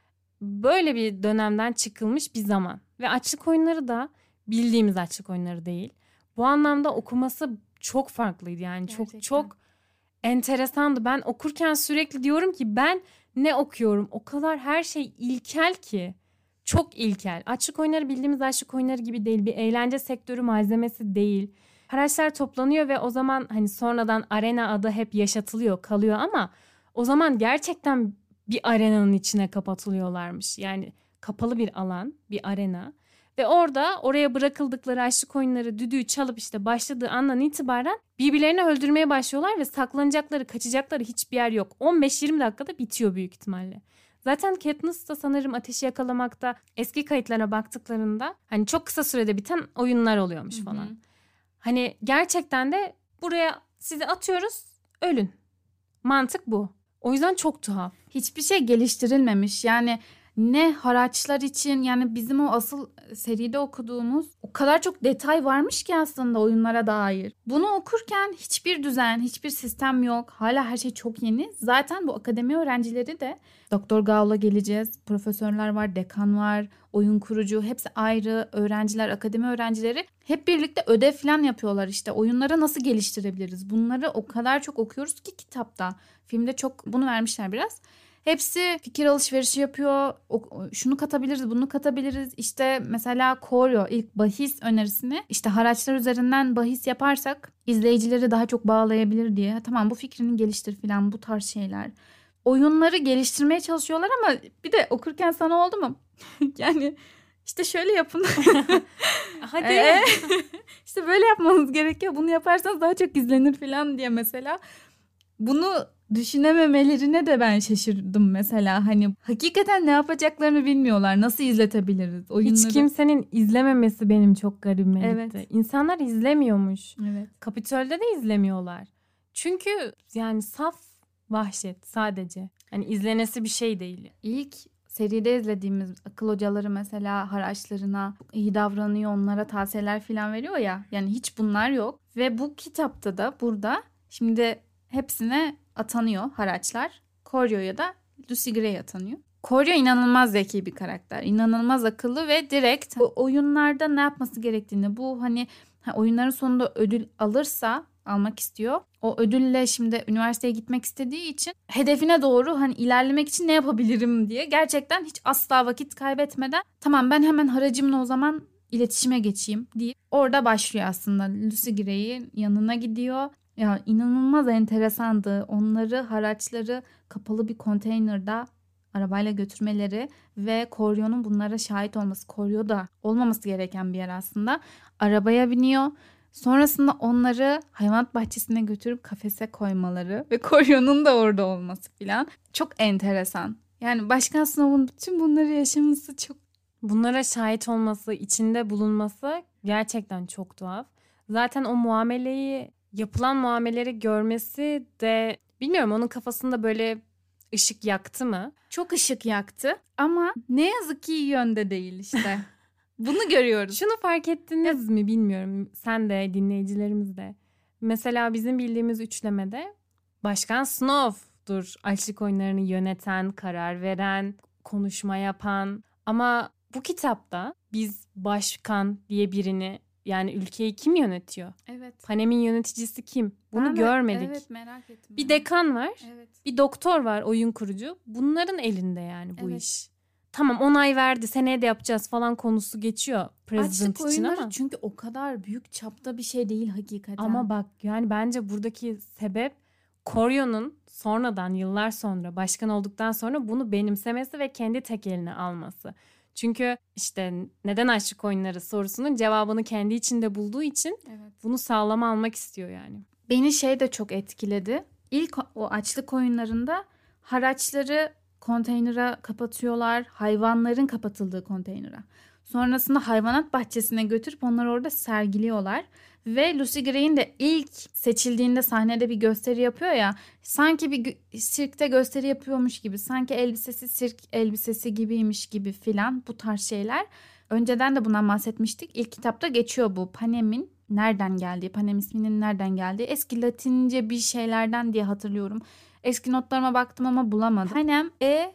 Böyle bir dönemden çıkılmış bir zaman. Ve açlık oyunları da bildiğimiz açlık oyunları değil. Bu anlamda okuması çok farklıydı yani. Gerçekten. Çok enteresandı. Ben okurken sürekli diyorum ki ben ne okuyorum? O kadar her şey ilkel ki. Çok ilkel. Açlık oyunları bildiğimiz açlık oyunları gibi değil. Bir eğlence sektörü malzemesi değil. Araçlar toplanıyor ve o zaman hani sonradan arena adı hep yaşatılıyor, kalıyor ama o zaman gerçekten bir arenanın içine kapatılıyorlarmış. Yani kapalı bir alan, bir arena. Ve oraya bırakıldıkları açlık oyunları düdüğü çalıp işte başladığı andan itibaren birbirlerini öldürmeye başlıyorlar ve saklanacakları, kaçacakları hiçbir yer yok. 15-20 dakikada bitiyor büyük ihtimalle. Zaten Katniss da sanırım ateşi yakalamakta eski kayıtlara baktıklarında hani çok kısa sürede biten oyunlar oluyormuş falan. Hani gerçekten de buraya sizi atıyoruz, ölün. Mantık bu. O yüzden çok tuhaf. Hiçbir şey geliştirilmemiş. Yani ne haraçlar için, yani bizim o asıl seride okuduğumuz o kadar çok detay varmış ki aslında oyunlara dair. Bunu okurken hiçbir düzen, hiçbir sistem yok. Hala her şey çok yeni. Zaten bu akademi öğrencileri de Doktor Gaull'a geleceğiz. Profesörler var, dekan var, oyun kurucu. Hepsi ayrı öğrenciler, akademi öğrencileri. Hep birlikte ödev falan yapıyorlar işte. Oyunları nasıl geliştirebiliriz? Bunları o kadar çok okuyoruz ki kitapta. Filmde çok bunu vermişler biraz. Hepsi fikir alışverişi yapıyor. Şunu katabiliriz, bunu katabiliriz. İşte mesela Koryo ilk bahis önerisini işte haraçlar üzerinden bahis yaparsak izleyicileri daha çok bağlayabilir diye. Tamam, bu fikrini geliştir falan, bu tarz şeyler. Oyunları geliştirmeye çalışıyorlar ama bir de okurken sana oldu mu? Yani işte şöyle yapın. Hadi. İşte böyle yapmanız gerekiyor. Bunu yaparsanız daha çok izlenir falan diye mesela. Bunu düşünememelerine de ben şaşırdım mesela. Hani hakikaten ne yapacaklarını bilmiyorlar. Nasıl izletebiliriz oyunları? Hiç kimsenin izlememesi benim çok garibime gitti. Evet. İnsanlar izlemiyormuş. Evet. Kapitol'de de izlemiyorlar. Çünkü yani saf vahşet sadece. Hani izlenesi bir şey değil. İlk seride izlediğimiz akıl hocaları mesela haraçlarına iyi davranıyor, onlara tavsiyeler falan veriyor ya. Yani hiç bunlar yok. Ve bu kitapta da burada şimdi hepsine atanıyor haraçlar. Koryo'ya da Lucy Gray atanıyor. Koryo inanılmaz zeki bir karakter. İnanılmaz akıllı ve direkt oyunlarda ne yapması gerektiğini, bu hani oyunların sonunda ödül almak istiyor. O ödülle şimdi üniversiteye gitmek istediği için hedefine doğru hani ilerlemek için ne yapabilirim diye gerçekten hiç asla vakit kaybetmeden tamam ben hemen haracımla o zaman iletişime geçeyim deyip orada başlıyor aslında. Lucy Gray'in yanına gidiyor. Ya inanılmaz enteresandı. Onları, haraçları kapalı bir konteynerda arabayla götürmeleri ve Koryo'nun bunlara şahit olması. Koryo da olmaması gereken bir yer aslında. Arabaya biniyor. Sonrasında onları hayvanat bahçesine götürüp kafese koymaları ve Koryo'nun da orada olması falan çok enteresan. Yani Başkan Snow'un bütün bunları yaşaması çok... Bunlara şahit olması, içinde bulunması gerçekten çok tuhaf. Zaten o yapılan muameleleri görmesi de bilmiyorum onun kafasında böyle ışık yaktı mı? Çok ışık yaktı ama ne yazık ki iyi yönde değil işte. Bunu görüyoruz. Şunu fark ettiniz mi bilmiyorum. Sen de dinleyicilerimiz de. Mesela bizim bildiğimiz üçlemede Başkan Snow'dur açlık oyunlarını yöneten, karar veren, konuşma yapan. Ama bu kitapta biz başkan diye birini yani ülkeyi kim yönetiyor? Evet. Panem'in yöneticisi kim? Bunu görmedik. Evet merak ettim. Bir dekan var. Evet. Bir doktor var oyun kurucu. Bunların elinde yani bu Evet. iş. Tamam onay verdi seneye de yapacağız falan konusu geçiyor president Açlık için oyunları ama. çünkü o kadar büyük çapta bir şey değil hakikaten. Ama bak yani bence buradaki sebep Koryo'nun sonradan yıllar sonra başkan olduktan sonra bunu benimsemesi ve kendi tek eline alması. Çünkü işte neden açlık oyunları sorusunun cevabını kendi içinde bulduğu için bunu sağlama almak istiyor yani. Beni de çok etkiledi. İlk o açlık oyunlarında haraçları konteynere kapatıyorlar. Hayvanların kapatıldığı konteynere. Sonrasında hayvanat bahçesine götürüp onları orada sergiliyorlar. Ve Lucy Gray'in de ilk seçildiğinde sahnede bir gösteri yapıyor ya. Sanki bir sirkte gösteri yapıyormuş gibi. Sanki elbisesi sirk elbisesi gibiymiş gibi filan bu tarz şeyler. Önceden de bundan bahsetmiştik. İlk kitapta geçiyor bu Panem'in nereden geldiği, Panem isminin nereden geldiği. Eski Latince bir şeylerden diye hatırlıyorum. Eski notlarıma baktım ama bulamadım. Panem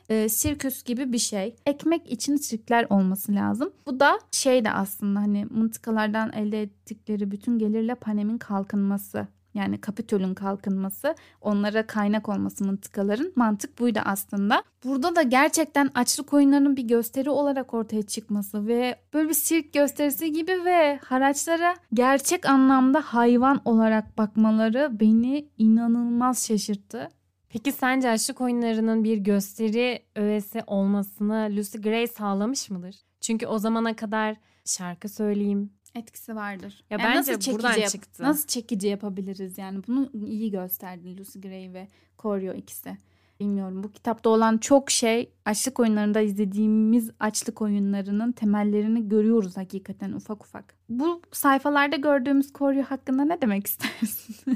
sirküs gibi bir şey. Ekmek için sirkler olması lazım. Bu da de aslında hani mıntıkalardan elde ettikleri bütün gelirle Panem'in kalkınması. Yani Kapitol'ün kalkınması, onlara kaynak olması mıntıkaların. Mantık buydu aslında. Burada da gerçekten açlık oyunlarının bir gösteri olarak ortaya çıkması ve böyle bir sirk gösterisi gibi ve haraçlara gerçek anlamda hayvan olarak bakmaları beni inanılmaz şaşırttı. Peki sence açlık oyunlarının bir gösteri öğesi olmasını Lucy Gray sağlamış mıdır? Çünkü o zamana kadar şarkı söyleyeyim, etkisi vardır. Ya yani bence buradan çıktı. Nasıl çekici yapabiliriz yani bunu iyi gösterdi Lucy Gray ve Koryo ikisi. Bilmiyorum bu kitapta olan çok şey açlık oyunlarında izlediğimiz açlık oyunlarının temellerini görüyoruz hakikaten ufak ufak. Bu sayfalarda gördüğümüz Koryo hakkında ne demek istersin?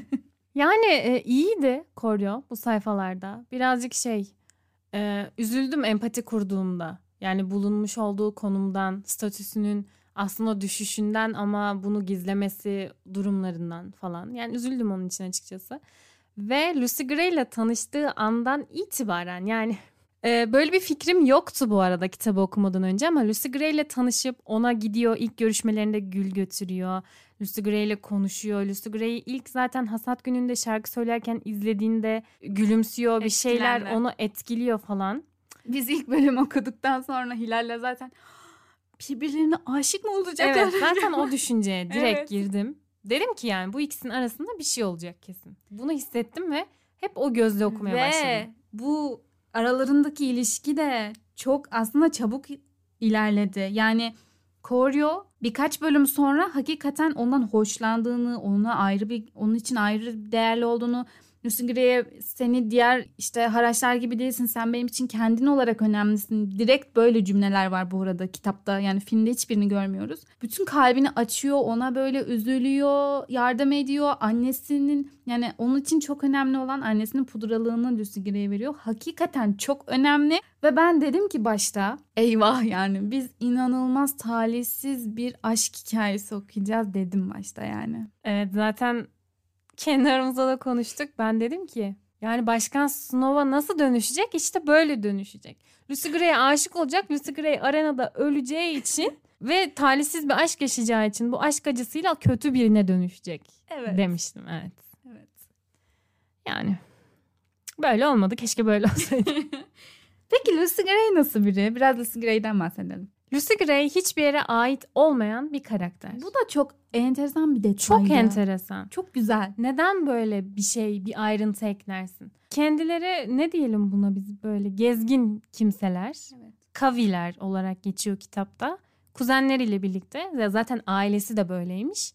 Yani iyiydi Koryo bu sayfalarda. Birazcık üzüldüm empati kurduğumda. Yani bulunmuş olduğu konumdan, statüsünün aslında düşüşünden ama bunu gizlemesi durumlarından falan. Yani üzüldüm onun için açıkçası. Ve Lucy Gray ile tanıştığı andan itibaren yani böyle bir fikrim yoktu bu arada kitabı okumadan önce ama Lucy Gray ile tanışıp ona gidiyor ilk görüşmelerinde gül götürüyor. Lucy Gray ile konuşuyor. Lucy Gray'i ilk zaten hasat gününde şarkı söylerken izlediğinde gülümsüyor bir şeyler onu etkiliyor falan. Biz ilk bölüm okuduktan sonra Hilal'le zaten birbirlerine aşık mı olacaklar? Evet zaten o düşünceye direkt girdim. Dedim ki yani bu ikisinin arasında bir şey olacak kesin. Bunu hissettim ve hep o gözle okumaya başladım. Ve bu aralarındaki ilişki de çok aslında çabuk ilerledi. Yani Koryo birkaç bölüm sonra hakikaten ondan hoşlandığını, onun için ayrı değerli olduğunu, Lucy Gray'e seni diğer haraçlar gibi değilsin, sen benim için kendin olarak önemlisin. Direkt böyle cümleler var bu arada kitapta. Yani filmde hiçbirini görmüyoruz. Bütün kalbini açıyor, ona böyle üzülüyor, yardım ediyor. Annesinin yani onun için çok önemli olan annesinin pudralığını Lucy Gray'e veriyor. Hakikaten çok önemli ve ben dedim ki başta eyvah yani biz inanılmaz talihsiz bir aşk hikayesi okuyacağız dedim başta yani. Evet zaten kendi aramızda da konuştuk. Ben dedim ki yani Başkan Snow'a nasıl dönüşecek? İşte böyle dönüşecek. Lucy Gray'e aşık olacak. Lucy Gray arenada öleceği için Ve talihsiz bir aşk yaşayacağı için bu aşk acısıyla kötü birine dönüşecek demiştim. Evet. Yani böyle olmadı. Keşke böyle olsaydı. Peki Lucy Gray nasıl biri? Biraz Lucy Gray'den bahsedelim. Lucy Gray hiçbir yere ait olmayan bir karakter. Bu da çok enteresan bir detay. Çok enteresan. Çok güzel. Neden böyle bir ayrıntı eklersin? Kendileri ne diyelim buna, biz böyle gezgin kimseler. Evet. Kaviler olarak geçiyor kitapta. Kuzenleriyle birlikte, zaten ailesi de böyleymiş.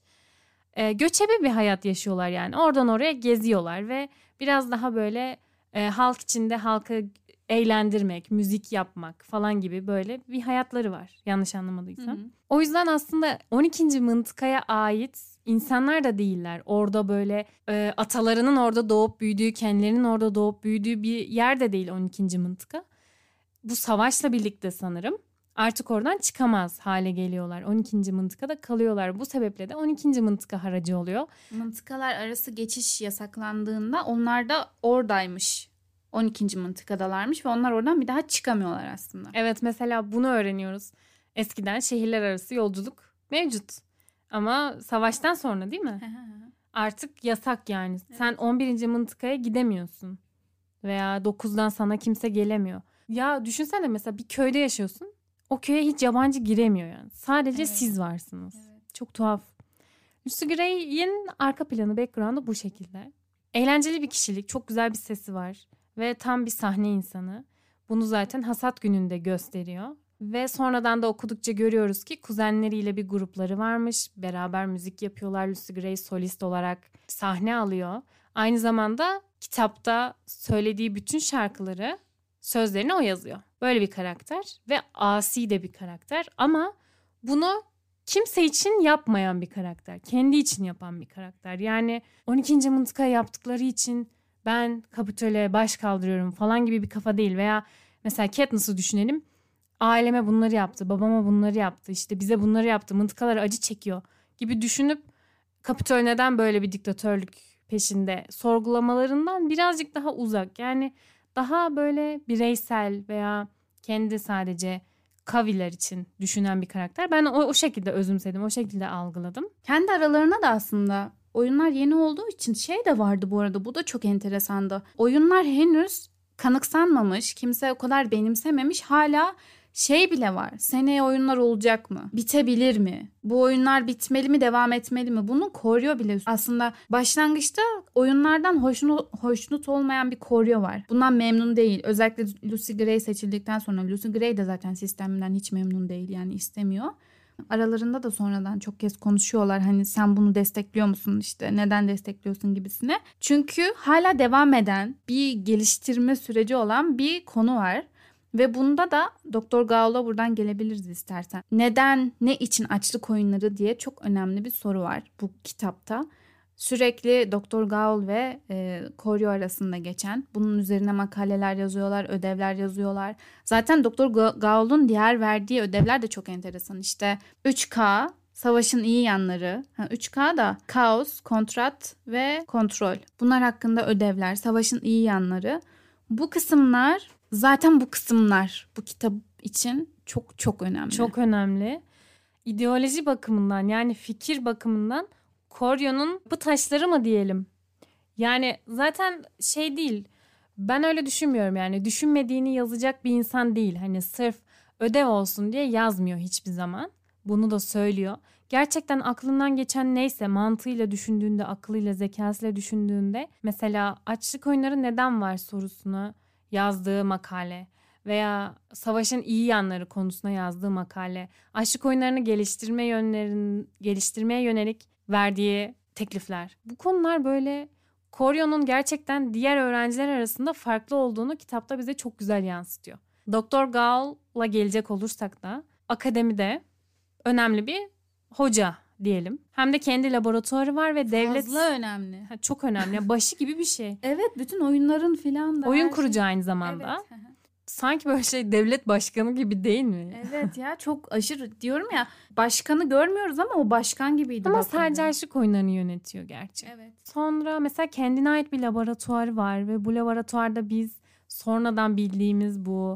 Göçebe bir hayat yaşıyorlar yani. Oradan oraya geziyorlar ve biraz daha böyle halk içinde halkı eğlendirmek, müzik yapmak falan gibi böyle bir hayatları var. Yanlış anlamadıysam. Hı hı. O yüzden aslında 12. mıntıkaya ait insanlar da değiller. Orada böyle atalarının orada doğup büyüdüğü, kendilerinin orada doğup büyüdüğü bir yer de değil 12. mıntıka. Bu savaşla birlikte sanırım artık oradan çıkamaz hale geliyorlar. 12. mıntıkada kalıyorlar. Bu sebeple de 12. mıntıka haracı oluyor. Mıntıkalar arası geçiş yasaklandığında onlar da oradaymış. 12. mıntıkadalarmış ve onlar oradan bir daha çıkamıyorlar aslında. Evet, mesela bunu öğreniyoruz. Eskiden şehirler arası yolculuk mevcut. Ama savaştan sonra değil mi? Artık yasak yani. Evet. Sen 11. mıntıkaya gidemiyorsun. Veya 9'dan sana kimse gelemiyor. Ya düşünsene, mesela bir köyde yaşıyorsun. O köye hiç yabancı giremiyor yani. Sadece siz varsınız. Evet. Çok tuhaf. Lucy Gray'in arka planı, background'u bu şekilde. Eğlenceli bir kişilik. Çok güzel bir sesi var. Ve tam bir sahne insanı. Bunu zaten hasat gününde gösteriyor. Ve sonradan da okudukça görüyoruz ki kuzenleriyle bir grupları varmış. Beraber müzik yapıyorlar. Lucy Gray solist olarak sahne alıyor. Aynı zamanda kitapta söylediği bütün şarkıları, sözlerini o yazıyor. Böyle bir karakter ve asi de bir karakter ama bunu kimse için yapmayan bir karakter. Kendi için yapan bir karakter. Yani 12. mıntıka yaptıkları için ben Kapitol'e baş kaldırıyorum falan gibi bir kafa değil. Veya mesela Katniss'ı düşünelim. Aileme bunları yaptı, babama bunları yaptı, işte bize bunları yaptı, mıntıkalara acı çekiyor gibi düşünüp Kapitol neden böyle bir diktatörlük peşinde sorgulamalarından birazcık daha uzak. Yani daha böyle bireysel veya kendi sadece kaviler için düşünen bir karakter. Ben o şekilde özümsedim, o şekilde algıladım. Kendi aralarına da aslında oyunlar yeni olduğu için şey de vardı bu arada. Bu da çok enteresandı. Oyunlar henüz kanıksanmamış, kimse o kadar benimsememiş. Hala şey bile var. Seneye oyunlar olacak mı? Bitebilir mi? Bu oyunlar bitmeli mi, devam etmeli mi? Bunu koryo bile aslında başlangıçta oyunlardan hoşnut olmayan bir koryo var. Bundan memnun değil. Özellikle Lucy Gray seçildikten sonra. Lucy Gray de zaten sistemden hiç memnun değil, yani istemiyor. Aralarında da sonradan çok kez konuşuyorlar. Hani sen bunu destekliyor musun, işte neden destekliyorsun gibisine. Çünkü hala devam eden bir geliştirme süreci olan bir konu var. Ve bunda da Doktor Gowl'a buradan gelebiliriz istersen. Neden, ne için açlık oyunları diye çok önemli bir soru var bu kitapta. Sürekli Doktor Gowl ve Koryo arasında geçen, bunun üzerine makaleler yazıyorlar, ödevler yazıyorlar. Zaten Doktor Gowl'un diğer verdiği ödevler de çok enteresan. İşte 3K, savaşın iyi yanları. 3K da kaos, kontrat ve kontrol. Bunlar hakkında ödevler, savaşın iyi yanları. Bu kısımlar, zaten bu kısımlar bu kitap için çok çok önemli. Çok önemli. İdeoloji bakımından, yani fikir bakımından Koryo'nun bu taşları mı diyelim? Yani zaten şey değil. Ben öyle düşünmüyorum yani. Düşünmediğini yazacak bir insan değil. Hani sırf ödev olsun diye yazmıyor hiçbir zaman. Bunu da söylüyor. Gerçekten aklından geçen neyse, mantığıyla düşündüğünde, aklıyla, zekasıyla düşündüğünde, mesela açlık oyunları neden var sorusuna yazdığı makale veya savaşın iyi yanları konusuna yazdığı makale, açlık oyunlarını geliştirmeye yönelik verdiği teklifler. Bu konular böyle Koryo'nun gerçekten diğer öğrenciler arasında farklı olduğunu kitapta bize çok güzel yansıtıyor. Doktor Gowl'a gelecek olursak da akademide önemli bir hoca diyelim. Hem de kendi laboratuvarı var ve devlet... Fazla önemli. Çok önemli. Başı gibi bir şey. Evet, bütün oyunların filan da. Oyun kurucu aynı zamanda. Evet. Sanki böyle devlet başkanı gibi değil mi? Evet ya, çok aşırı diyorum ya, başkanı görmüyoruz ama o başkan gibiydi. Ama sadece açlık oyunlarını yönetiyor gerçi. Evet. Sonra mesela kendine ait bir laboratuvarı var ve bu laboratuvarda biz sonradan bildiğimiz bu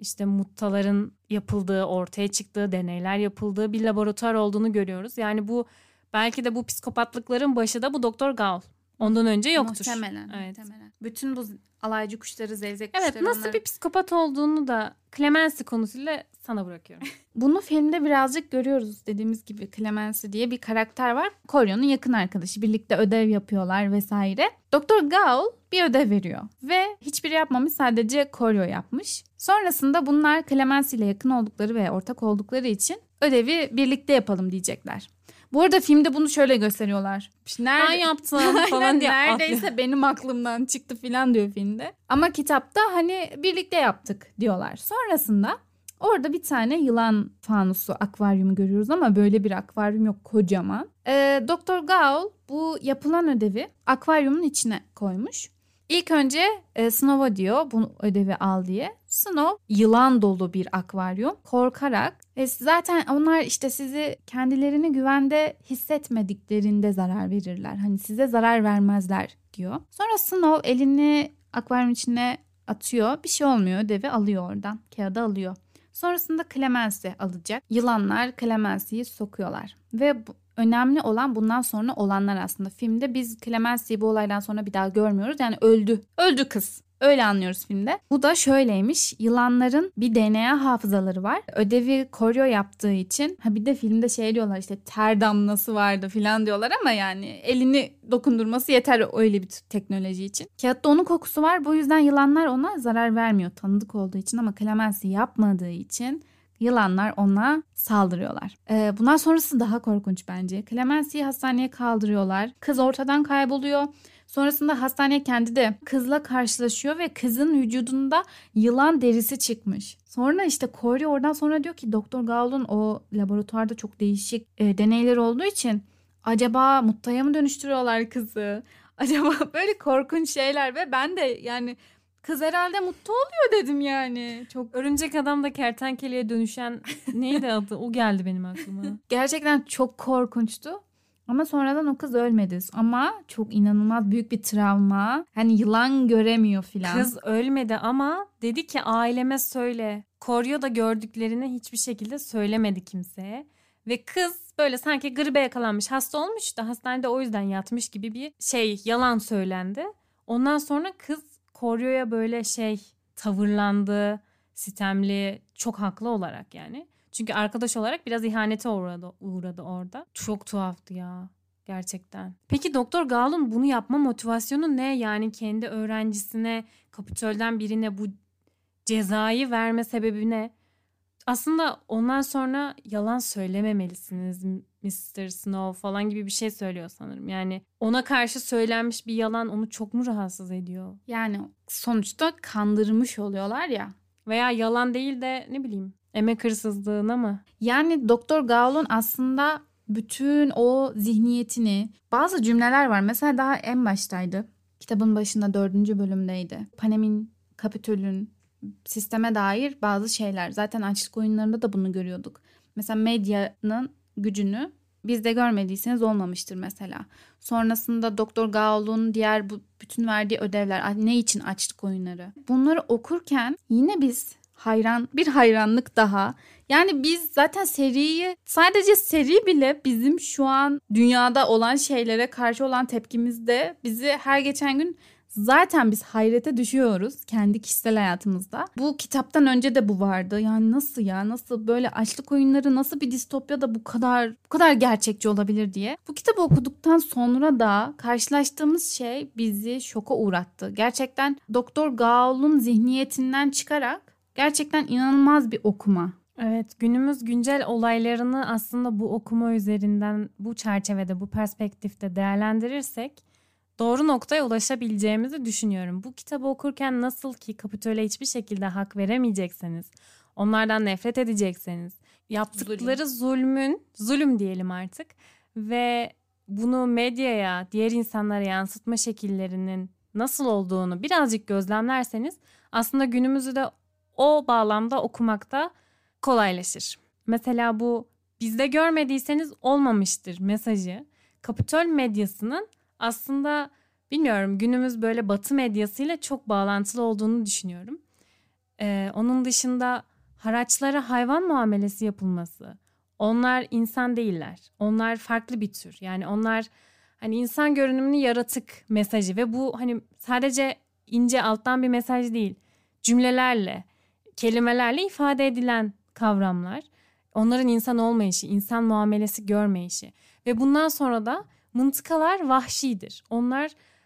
işte muttaların yapıldığı, ortaya çıktığı, deneyler yapıldığı bir laboratuvar olduğunu görüyoruz. Yani bu belki de bu psikopatlıkların başı da bu Doktor Gao. Ondan önce yoktur. Muhtemelen. Evet. Muhtemelen. Bütün bu alaycı kuşları, zevzek Evet, kuşları. nasıl bir psikopat olduğunu da Clemency konusuyla sana bırakıyorum. Bunu filmde birazcık görüyoruz. Dediğimiz gibi Clemency diye bir karakter var. Koryo'nun yakın arkadaşı. Birlikte ödev yapıyorlar vesaire. Doktor Gao bir ödev veriyor. Ve hiçbiri yapmamış, sadece Koryo yapmış. Sonrasında bunlar Clemency ile yakın oldukları ve ortak oldukları için ödevi birlikte yapalım diyecekler. Bu arada filmde bunu şöyle gösteriyorlar. Ben yaptım falan diye neredeyse benim aklımdan çıktı falan diyor filmde. Ama kitapta hani birlikte yaptık diyorlar. Sonrasında orada bir tane yılan fanusu akvaryumu görüyoruz ama böyle bir akvaryum yok, kocaman. Doktor Gao bu yapılan ödevi akvaryumun içine koymuş. İlk önce Snow'a diyor bu ödevi al diye. Snow yılan dolu bir akvaryum, korkarak zaten onlar işte sizi kendilerini güvende hissetmediklerinde zarar verirler. Hani size zarar vermezler diyor. Sonra Snow elini akvaryum içine atıyor. Bir şey olmuyor, ödevi alıyor oradan. Kağıdı alıyor. Sonrasında Clemency alacak. Yılanlar Clemency'yi sokuyorlar. Ve önemli olan bundan sonra olanlar aslında. Filmde biz Clemency'yi bu olaydan sonra bir daha görmüyoruz. Yani öldü. Öldü kız. Öyle anlıyoruz filmde. Bu da şöyleymiş. Yılanların bir DNA hafızaları var. Ödevi Koryo yaptığı için. Bir de filmde şey diyorlar işte ter damlası vardı falan diyorlar ama yani elini dokundurması yeter öyle bir teknoloji için. Kağıtta onun kokusu var. Bu yüzden yılanlar ona zarar vermiyor. Tanıdık olduğu için ama Clemency yapmadığı için yılanlar ona saldırıyorlar. Bundan sonrası daha korkunç bence. Clemency'yi hastaneye kaldırıyorlar. Kız ortadan kayboluyor. Sonrasında hastaneye kendi de kızla karşılaşıyor ve kızın vücudunda yılan derisi çıkmış. Sonra işte Koryo oradan sonra diyor ki Doktor Gao'nun o laboratuvarda çok değişik deneyler olduğu için acaba muttaya mı dönüştürüyorlar kızı? Acaba böyle korkunç şeyler ve ben de yani kız herhalde mutlu oluyor dedim yani. Çok Örümcek Adam'da kertenkeleye dönüşen neydi adı? O geldi benim aklıma. Gerçekten çok korkunçtu. Ama sonradan o kız ölmedi. Ama çok inanılmaz büyük bir travma. Hani yılan göremiyor filan. Kız ölmedi ama dedi ki aileme söyle. Koryo da gördüklerini hiçbir şekilde söylemedi kimseye. Ve kız böyle sanki gribe yakalanmış, hasta olmuş da hastanede o yüzden yatmış gibi bir yalan söylendi. Ondan sonra kız Koryo'ya böyle tavırlandı, sitemli, çok haklı olarak yani. Çünkü arkadaş olarak biraz ihanete uğradı orada. Çok tuhaftı ya gerçekten. Peki Doktor Gao'nun bunu yapma motivasyonu ne? Yani kendi öğrencisine, Kapitol'den birine bu cezayı verme sebebi ne? Aslında ondan sonra yalan söylememelisiniz Mr. Snow falan gibi bir şey söylüyor sanırım. Yani ona karşı söylenmiş bir yalan onu çok mu rahatsız ediyor? Yani sonuçta kandırmış oluyorlar ya. Veya yalan değil de ne bileyim emek hırsızlığına mı? Yani Doktor Gao'nun aslında bütün o zihniyetini, bazı cümleler var. Mesela daha en baştaydı. Kitabın başında 4. bölümdeydi. Panem'in, Kapitol'ün sisteme dair bazı şeyler. Zaten açlık oyunlarında da bunu görüyorduk. Mesela medyanın gücünü bizde görmediyseniz olmamıştır mesela. Sonrasında Doktor Gao'nun diğer bu bütün verdiği ödevler, ne için açlık oyunları. Bunları okurken yine biz bir hayranlık daha. Yani biz zaten sadece seri bile bizim şu an dünyada olan şeylere karşı olan tepkimizde bizi her geçen gün zaten biz hayrete düşüyoruz kendi kişisel hayatımızda. Bu kitaptan önce de bu vardı. Yani nasıl böyle açlık oyunları nasıl bir distopyada bu kadar gerçekçi olabilir diye. Bu kitabı okuduktan sonra da karşılaştığımız şey bizi şoka uğrattı. Gerçekten Doktor Gao'nun zihniyetinden çıkarak gerçekten inanılmaz bir okuma. Evet, günümüz güncel olaylarını aslında bu okuma üzerinden, bu çerçevede, bu perspektifte değerlendirirsek doğru noktaya ulaşabileceğimizi düşünüyorum. Bu kitabı okurken nasıl ki Kapitol'e hiçbir şekilde hak veremeyecekseniz, onlardan nefret edecekseniz, yaptıkları zulüm diyelim artık ve bunu medyaya, diğer insanlara yansıtma şekillerinin nasıl olduğunu birazcık gözlemlerseniz aslında günümüzü de o bağlamda okumakta kolaylaşır. Mesela bu bizde görmediyseniz olmamıştır mesajı Kapitol medyasının aslında bilmiyorum günümüz böyle Batı medyasıyla çok bağlantılı olduğunu düşünüyorum. Onun dışında haraçlara hayvan muamelesi yapılması. Onlar insan değiller. Onlar farklı bir tür. Yani onlar hani insan görünümlü yaratık mesajı ve bu hani sadece ince alttan bir mesaj değil. Cümlelerle, kelimelerle ifade edilen kavramlar. Onların insan olmayışı, insan muamelesi görmeyişi. Ve bundan sonra da mıntıkalar vahşidir. Onlar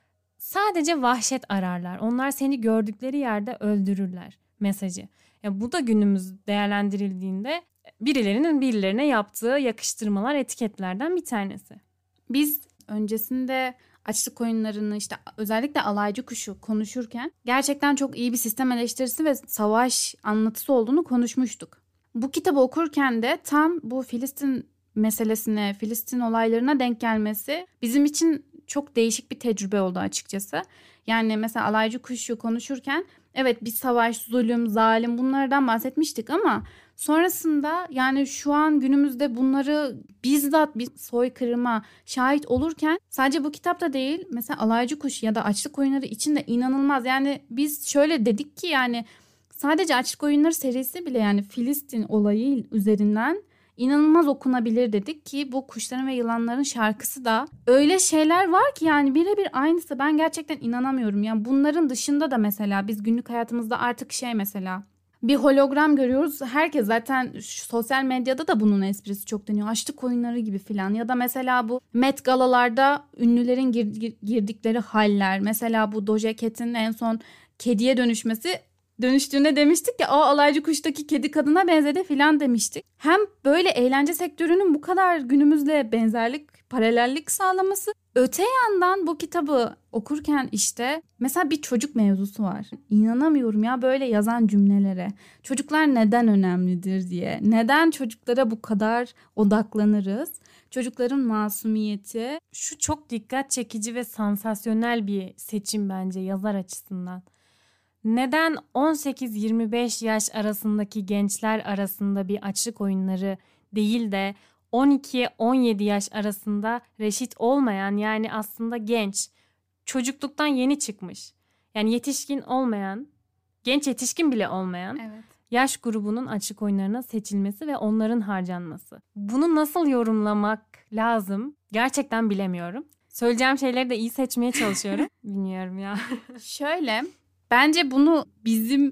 sadece vahşet ararlar. Onlar seni gördükleri yerde öldürürler mesajı. Yani bu da günümüz değerlendirildiğinde birilerinin birilerine yaptığı yakıştırmalar, etiketlerden bir tanesi. Biz öncesinde açlık oyunlarını işte özellikle alaycı kuşu konuşurken gerçekten çok iyi bir sistem eleştirisi ve savaş anlatısı olduğunu konuşmuştuk. Bu kitabı okurken de tam bu Filistin meselesine, Filistin olaylarına denk gelmesi bizim için çok değişik bir tecrübe oldu açıkçası. Yani mesela alaycı kuşu konuşurken evet bir savaş, zulüm, zalim bunlardan bahsetmiştik ama sonrasında yani şu an günümüzde bunları bizzat bir soykırıma şahit olurken sadece bu kitapta değil mesela alaycı kuş ya da açlık oyunları için de inanılmaz. Yani biz şöyle dedik ki yani sadece açlık oyunları serisi bile yani Filistin olayı üzerinden İnanılmaz okunabilir dedik ki bu kuşların ve yılanların şarkısı da öyle şeyler var ki yani birebir aynısı. Ben gerçekten inanamıyorum. Yani bunların dışında da mesela biz günlük hayatımızda artık mesela bir hologram görüyoruz. Herkes zaten sosyal medyada da bunun esprisi çok dönüyor. Açlık oyunları gibi filan ya da mesela bu Met Galalarda ünlülerin girdikleri haller. Mesela bu Doja Cat'in en son kediye dönüştüğünde demiştik ya alaycı kuştaki kedi kadına benzedi filan demiştik. Hem böyle eğlence sektörünün bu kadar günümüzle benzerlik, paralellik sağlaması. Öte yandan bu kitabı okurken işte mesela bir çocuk mevzusu var. İnanamıyorum ya böyle yazan cümlelere. Çocuklar neden önemlidir diye. Neden çocuklara bu kadar odaklanırız? Çocukların masumiyeti. Şu çok dikkat çekici ve sansasyonel bir seçim bence yazar açısından. Neden 18-25 yaş arasındaki gençler arasında bir açlık oyunları değil de 12-17 yaş arasında reşit olmayan yani aslında genç, çocukluktan yeni çıkmış. Yani yetişkin olmayan, genç yetişkin bile olmayan yaş grubunun açlık oyunlarına seçilmesi ve onların harcanması. Bunu nasıl yorumlamak lazım? Gerçekten bilemiyorum. Söyleyeceğim şeyleri de iyi seçmeye çalışıyorum. Bilmiyorum ya. Şöyle... Bence bunu bizim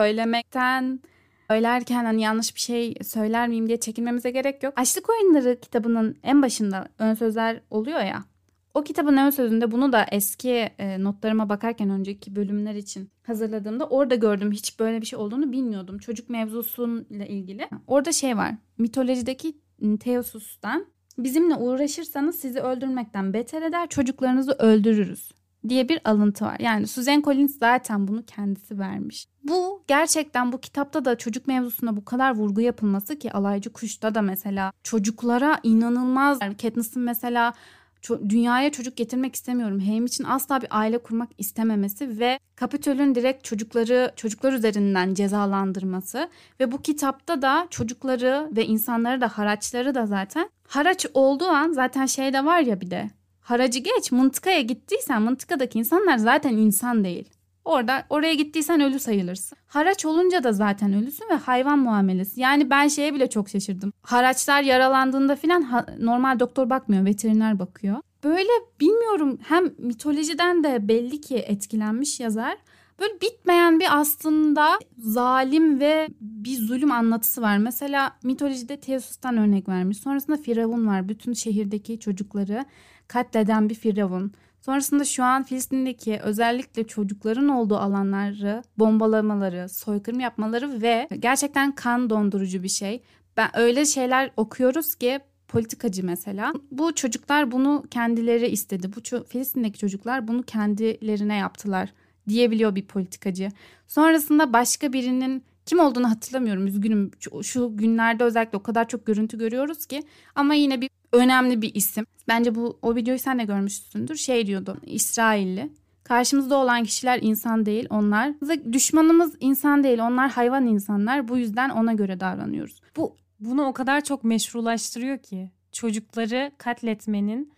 söylerken hani yanlış bir şey söyler miyim diye çekinmemize gerek yok. Açlık Oyunları kitabının en başında ön sözler oluyor ya. O kitabın ön sözünde bunu da eski notlarıma bakarken önceki bölümler için hazırladığımda orada gördüm. Hiç böyle bir şey olduğunu bilmiyordum. Çocuk mevzusuyla ilgili. Orada var. Mitolojideki Theosos'tan bizimle uğraşırsanız sizi öldürmekten beter eder, çocuklarınızı öldürürüz diye bir alıntı var. Yani Suzanne Collins zaten bunu kendisi vermiş. Bu gerçekten bu kitapta da çocuk mevzusuna bu kadar vurgu yapılması ki Alaycı Kuş'ta da mesela çocuklara inanılmaz. Katniss'in mesela dünyaya çocuk getirmek istemiyorum. Hayim için asla bir aile kurmak istememesi ve Kapitol'ün direkt çocuklar üzerinden cezalandırması ve bu kitapta da çocukları ve insanları da haraçları da zaten haraç olduğu an zaten de var ya bir de haracı geç mıntıkaya gittiysen mıntıkadaki insanlar zaten insan değil. Oraya gittiysen ölü sayılırsın. Haraç olunca da zaten ölüsün ve hayvan muamelesi. Yani ben bile çok şaşırdım. Haraçlar yaralandığında filan normal doktor bakmıyor, veteriner bakıyor. Böyle bilmiyorum hem mitolojiden de belli ki etkilenmiş yazar. Böyle bitmeyen bir aslında zalim ve bir zulüm anlatısı var. Mesela mitolojide Theosos'tan örnek vermiş. Sonrasında Firavun var. Bütün şehirdeki çocukları katleden bir Firavun. Sonrasında şu an Filistin'deki özellikle çocukların olduğu alanları bombalamaları, soykırım yapmaları ve gerçekten kan dondurucu bir şey. Ben öyle şeyler okuyoruz ki politikacı mesela. Bu çocuklar bunu kendileri istedi. Filistin'deki çocuklar bunu kendilerine yaptılar diyebiliyor bir politikacı. Sonrasında başka birinin kim olduğunu hatırlamıyorum. Üzgünüm. Şu günlerde özellikle o kadar çok görüntü görüyoruz ki ama yine bir önemli bir isim. Bence o videoyu sen de görmüşsündür. Diyordu. İsrailli. Karşımızda olan kişiler insan değil onlar. Düşmanımız insan değil onlar hayvan insanlar. Bu yüzden ona göre davranıyoruz. Bunu o kadar çok meşrulaştırıyor ki. Çocukları katletmenin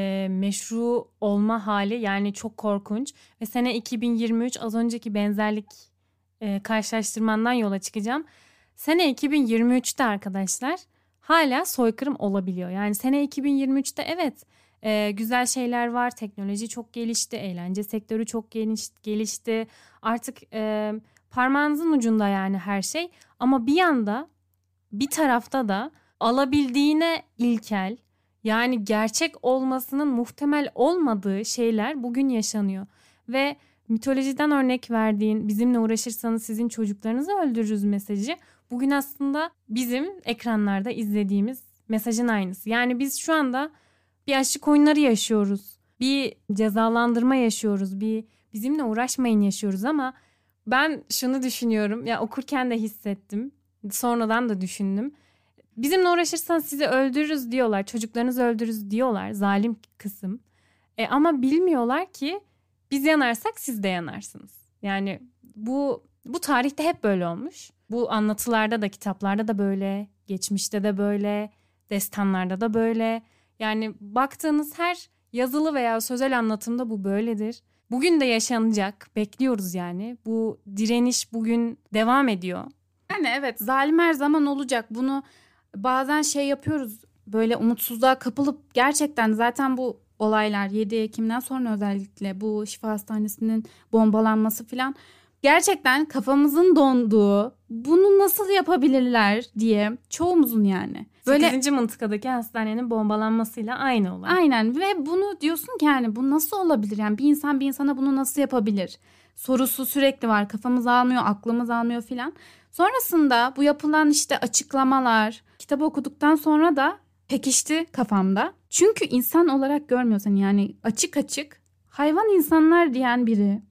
meşru olma hali yani çok korkunç. Ve sene 2023 az önceki benzerlik karşılaştırmandan yola çıkacağım. Sene 2023'te arkadaşlar hala soykırım olabiliyor. Yani sene 2023'te evet güzel şeyler var. Teknoloji çok gelişti. Eğlence sektörü çok gelişti. Artık parmağınızın ucunda yani her şey. Ama bir yanda bir tarafta da alabildiğine ilkel, yani gerçek olmasının muhtemel olmadığı şeyler bugün yaşanıyor. Ve mitolojiden örnek verdiğin bizimle uğraşırsanız sizin çocuklarınızı öldürürüz mesajı bugün aslında bizim ekranlarda izlediğimiz mesajın aynısı. Yani biz şu anda bir açlık oyunları yaşıyoruz. Bir cezalandırma yaşıyoruz. Bir bizimle uğraşmayın yaşıyoruz ama ben şunu düşünüyorum. Ya okurken de hissettim. Sonradan da düşündüm. Bizimle uğraşırsan sizi öldürürüz diyorlar. Çocuklarınızı öldürürüz diyorlar. Zalim kısım. Ama bilmiyorlar ki biz yanarsak siz de yanarsınız. Yani bu tarihte hep böyle olmuş. Bu anlatılarda da, kitaplarda da böyle, geçmişte de böyle, destanlarda da böyle. Yani baktığınız her yazılı veya sözel anlatımda bu böyledir. Bugün de yaşanacak. Bekliyoruz yani. Bu direniş bugün devam ediyor. Yani evet, zalim her zaman olacak. Bunu bazen yapıyoruz. Böyle umutsuzluğa kapılıp gerçekten zaten bu olaylar 7 Ekim'den sonra özellikle bu Şifa Hastanesi'nin bombalanması falan gerçekten kafamızın donduğu, bunu nasıl yapabilirler diye çoğumuzun yani. Böyle 8. mıntıkadaki hastanenin bombalanmasıyla aynı olay. Aynen ve bunu diyorsun ki yani bu nasıl olabilir? Yani bir insan bir insana bunu nasıl yapabilir? Sorusu sürekli var. Kafamız almıyor, aklımız almıyor filan. Sonrasında bu yapılan açıklamalar, kitabı okuduktan sonra da pekişti kafamda. Çünkü insan olarak görmüyorsun yani açık açık hayvan insanlar diyen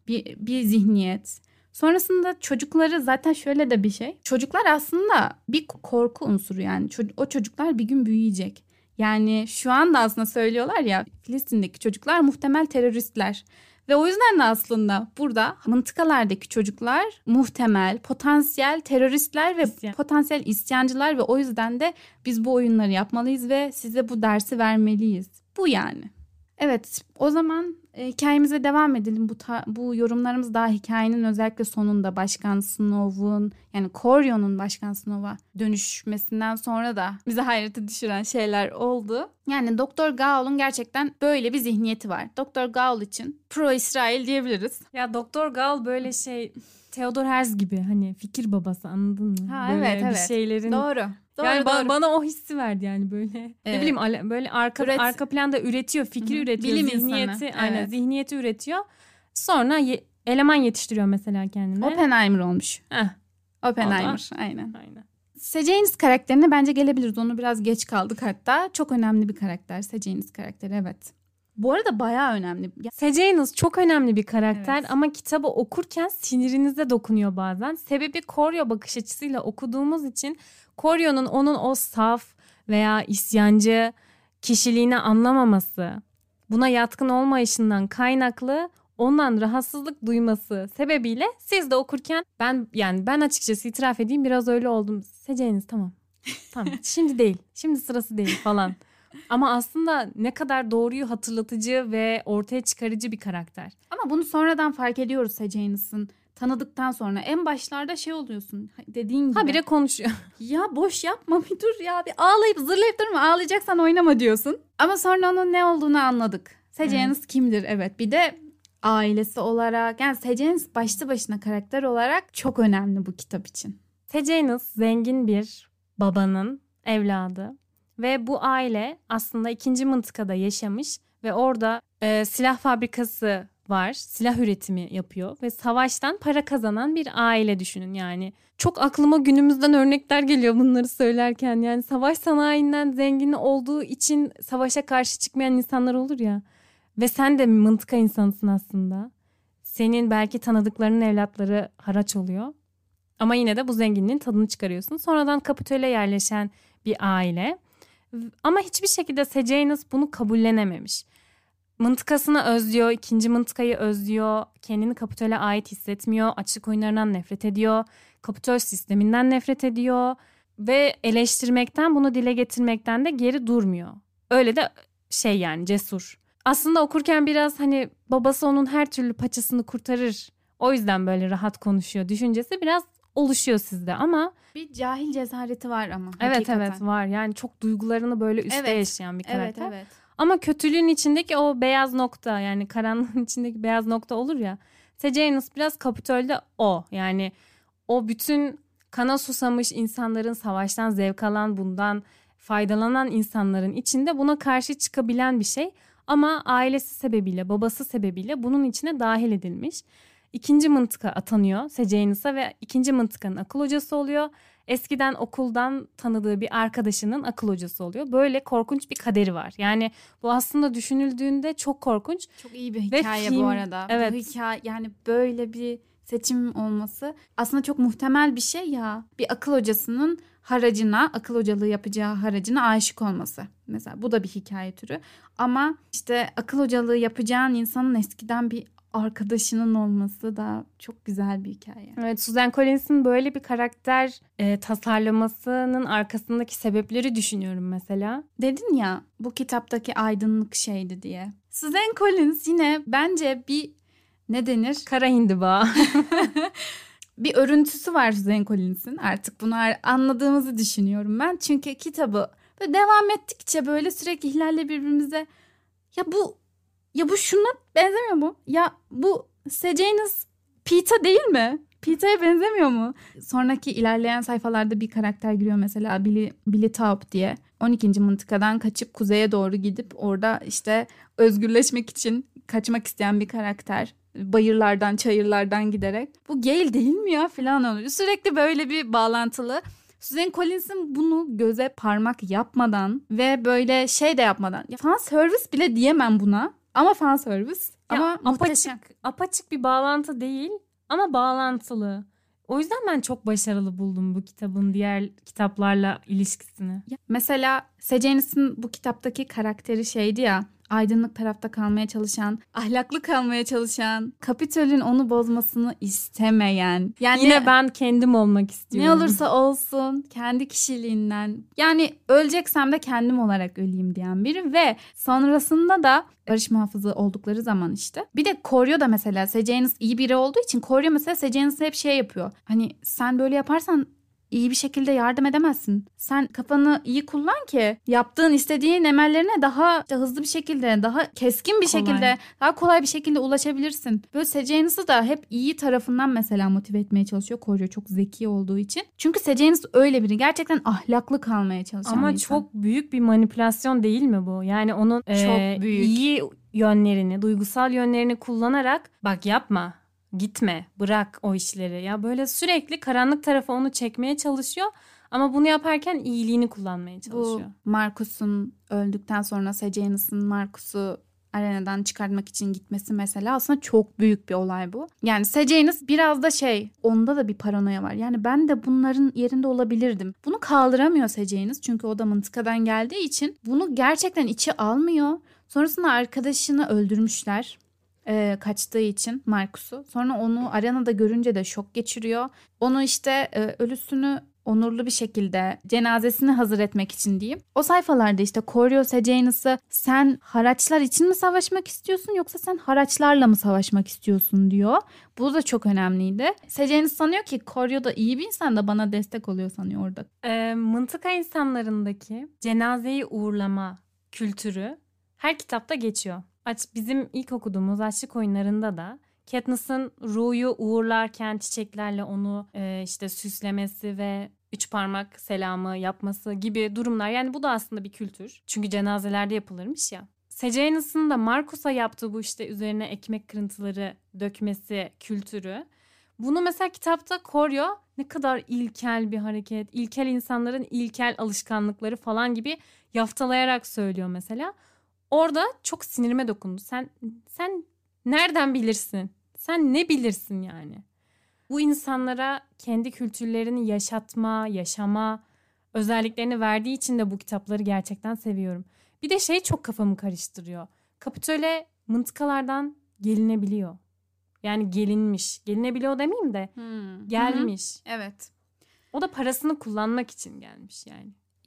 bir zihniyet. Sonrasında çocukları zaten şöyle de bir şey. Çocuklar aslında bir korku unsuru yani. O çocuklar bir gün büyüyecek. Yani şu anda aslında söylüyorlar ya Filistin'deki çocuklar muhtemel teröristler. Ve o yüzden de aslında burada mıntıkalardaki çocuklar muhtemel, potansiyel teröristler ve potansiyel isyancılar ve o yüzden de biz bu oyunları yapmalıyız ve size bu dersi vermeliyiz. Bu yani. Evet, o zaman hikayemize devam edelim. Bu yorumlarımız daha hikayenin özellikle sonunda Başkan Snow'un yani Corio'nun Başkan Snow'a dönüşmesinden sonra da bize hayrete düşüren şeyler oldu. Yani Doktor Gaul'un gerçekten böyle bir zihniyeti var. Doktor Gaul için pro-İsrail diyebiliriz. Ya Doktor Gaul böyle Theodor Herz gibi hani fikir babası, anladın mı? Ha, böyle evet. bir şeylerin. Doğru. Yani bana o hissi verdi yani böyle. Evet. Ne bileyim böyle arka planda üretiyor, fikir üretiyor, bilim zihniyeti, insanı. aynen Evet. Zihniyeti üretiyor. Sonra eleman yetiştiriyor mesela kendine. Oppenheimer olmuş. Oppenheimer, aynen. Sejanus karakterine bence gelebiliriz. Onu biraz geç kaldık hatta. Çok önemli bir karakter Sejanus karakteri, evet. Bu arada bayağı önemli. Sejanus çok önemli bir karakter, evet. Ama kitabı okurken sinirinize dokunuyor bazen. Sebebi Corio bakış açısıyla okuduğumuz için Corio'nun onun o saf veya isyancı kişiliğini anlamaması, buna yatkın olmayışından kaynaklı ondan rahatsızlık duyması sebebiyle siz de okurken ben açıkçası itiraf edeyim biraz öyle oldum. Sejanus tamam şimdi değil, şimdi sırası değil falan. Ama aslında ne kadar doğruyu hatırlatıcı ve ortaya çıkarıcı bir karakter. Ama bunu sonradan fark ediyoruz Sejanus'un. Tanıdıktan sonra en başlarda oluyorsun dediğin gibi. Habire konuşuyor. Ya boş yapma bir dur ya, bir ağlayıp zırlayıp durma, ağlayacaksan oynama diyorsun. Ama sonra onun ne olduğunu anladık. Sejanus kimdir? Evet, bir de ailesi olarak yani Sejanus başlı başına karakter olarak çok önemli bu kitap için. Sejanus zengin bir babanın evladı ve bu aile aslında 2. mıntıkada yaşamış ve orada silah fabrikası var. Silah üretimi yapıyor ve savaştan para kazanan bir aile düşünün yani. Çok aklıma günümüzden örnekler geliyor bunları söylerken. Yani savaş sanayinden zengin olduğu için savaşa karşı çıkmayan insanlar olur ya. Ve sen de mıntıka insansın aslında. Senin belki tanıdıklarının evlatları haraç oluyor. Ama yine de bu zenginliğin tadını çıkarıyorsun. Sonradan Kapitol'e yerleşen bir aile. Ama hiçbir şekilde Sejanus bunu kabullenememiş. Mıntıkasını özlüyor, 2. mıntıkayı özlüyor, kendini Kapitol'e ait hissetmiyor, açlık oyunlarından nefret ediyor, Kapitol sisteminden nefret ediyor ve eleştirmekten, bunu dile getirmekten de geri durmuyor. Öyle de yani cesur. Aslında okurken biraz babası onun her türlü paçasını kurtarır O yüzden böyle rahat konuşuyor düşüncesi biraz oluşuyor sizde ama bir cahil cesareti var ama. Evet hakikaten. evet var. Yani çok duygularını böyle üstte yaşayan bir karakter. Evet evet. Ama kötülüğün içindeki o beyaz nokta, yani karanlığın içindeki beyaz nokta olur ya. Sejanus biraz Kapitol'de o. Yani o bütün kana susamış insanların, savaştan zevk alan, bundan faydalanan insanların içinde buna karşı çıkabilen bir şey. Ama ailesi sebebiyle, babası sebebiyle bunun içine dahil edilmiş. İkinci mıntıka atanıyor Sejanus'a ve ikinci mıntıkanın akıl hocası oluyor. Eskiden okuldan tanıdığı bir arkadaşının akıl hocası oluyor. Böyle korkunç bir kaderi var. Yani bu aslında düşünüldüğünde çok korkunç. Çok iyi bir hikaye bu arada. Evet. Bu hikaye, yani böyle bir seçim olması aslında çok muhtemel bir şey ya. Bir akıl hocasının haracına, akıl hocalığı yapacağı haracına aşık olması. Mesela bu da bir hikaye türü. Ama işte akıl hocalığı yapacağın insanın eskiden bir arkadaşının olması da çok güzel bir hikaye. Evet, Suzanne Collins'in böyle bir karakter tasarlamasının arkasındaki sebepleri düşünüyorum mesela. Dedin ya bu kitaptaki aydınlık şeydi diye. Suzanne Collins yine bence bir ne denir? Kara hindiba. Bir örüntüsü var Suzanne Collins'in. Artık bunu anladığımızı düşünüyorum ben. Çünkü kitabı böyle devam ettikçe böyle sürekli Hilal'le birbirimize ya bu şuna benzemiyor mu? Ya bu Sejanus Peeta değil mi? Peeta'ya benzemiyor mu? Sonraki ilerleyen sayfalarda bir karakter giriyor mesela Billy Taub diye. 12. mıntıkadan kaçıp kuzeye doğru gidip orada işte özgürleşmek için kaçmak isteyen bir karakter. Bayırlardan, çayırlardan giderek. Bu Gale değil mi ya falan oluyor. Sürekli böyle bir bağlantılı. Suzanne Collins'in bunu göze parmak yapmadan ve böyle şey de yapmadan. Ya fan service bile diyemem buna. Ama fan service. Ama apaçık bir bağlantı değil ama bağlantılı. O yüzden ben çok başarılı buldum bu kitabın diğer kitaplarla ilişkisini. Mesela Sejanus'un bu kitaptaki karakteri şeydi ya. Aydınlık tarafta kalmaya çalışan, ahlaklı kalmaya çalışan, Kapitol'ün onu bozmasını istemeyen. Yani yine ben kendim olmak istiyorum. Ne olursa olsun kendi kişiliğinden, yani öleceksem de kendim olarak öleyim diyen biri ve sonrasında da barış muhafızı oldukları zaman işte. Bir de Koryo da mesela Sejanus iyi biri olduğu için Koryo mesela Sejanus'a hep şey yapıyor. Hani sen böyle yaparsan iyi bir şekilde yardım edemezsin. Sen kafanı iyi kullan ki yaptığın, istediğin emellerine daha hızlı bir şekilde, daha keskin bir şekilde, daha kolay bir şekilde ulaşabilirsin. Böyle Sejanus'u da hep iyi tarafından mesela motive etmeye çalışıyor. Koryo çok zeki olduğu için. Çünkü Sejanus öyle biri. Gerçekten ahlaklı kalmaya çalışan ama bir insan. çok büyük bir manipülasyon değil mi bu? Yani onun çok büyük. iyi yönlerini, duygusal yönlerini kullanarak bak yapma, gitme, bırak o işleri. Ya böyle sürekli karanlık tarafa onu çekmeye çalışıyor ama bunu yaparken iyiliğini kullanmaya çalışıyor. Bu Marcus'un öldükten sonra Sejanus'un Marcus'u arenadan çıkartmak için gitmesi mesela aslında çok büyük bir olay bu. Yani Sejanus biraz da onda da bir paranoya var. Yani ben de bunların yerinde olabilirdim. Bunu kaldıramıyor Sejanus çünkü o da mıntıkadan geldiği için bunu gerçekten içe almıyor. Sonrasında arkadaşını öldürmüşler. Kaçtığı için Marcus'u. Sonra onu arenada görünce de şok geçiriyor. Onu işte ölüsünü onurlu bir şekilde cenazesini hazır etmek için diyeyim. O sayfalarda işte Koryo Sejanus'u sen haraçlar için mi savaşmak istiyorsun yoksa sen haraçlarla mı savaşmak istiyorsun diyor. Bu da çok önemliydi. Sejanus sanıyor ki Koryo da iyi bir insan da bana destek oluyor sanıyor orada. Mıntıka insanlarındaki cenazeyi uğurlama kültürü her kitapta geçiyor. Bizim ilk okuduğumuz Açlık Oyunları'nda da Katniss'in Ru'yu uğurlarken çiçeklerle onu işte süslemesi ve 3 parmak selamı yapması gibi durumlar. Yani bu da aslında bir kültür. Çünkü cenazelerde yapılırmış ya. Sejanus'un da Marcus'a yaptığı bu işte üzerine ekmek kırıntıları dökmesi kültürü. Bunu mesela kitapta Koryo ne kadar ilkel bir hareket, ilkel insanların ilkel alışkanlıkları falan gibi yaftalayarak söylüyor mesela. Orada çok sinirime dokundu. Sen nereden bilirsin? Sen ne bilirsin yani? Bu insanlara kendi kültürlerini yaşatma, yaşama özelliklerini verdiği için de bu kitapları gerçekten seviyorum. Bir de çok kafamı karıştırıyor. Kapitol'e mıntıkalardan gelinebiliyor. Yani gelinmiş. Gelinebiliyor demeyeyim de gelmiş. Evet. O da parasını kullanmak için gelmiş yani.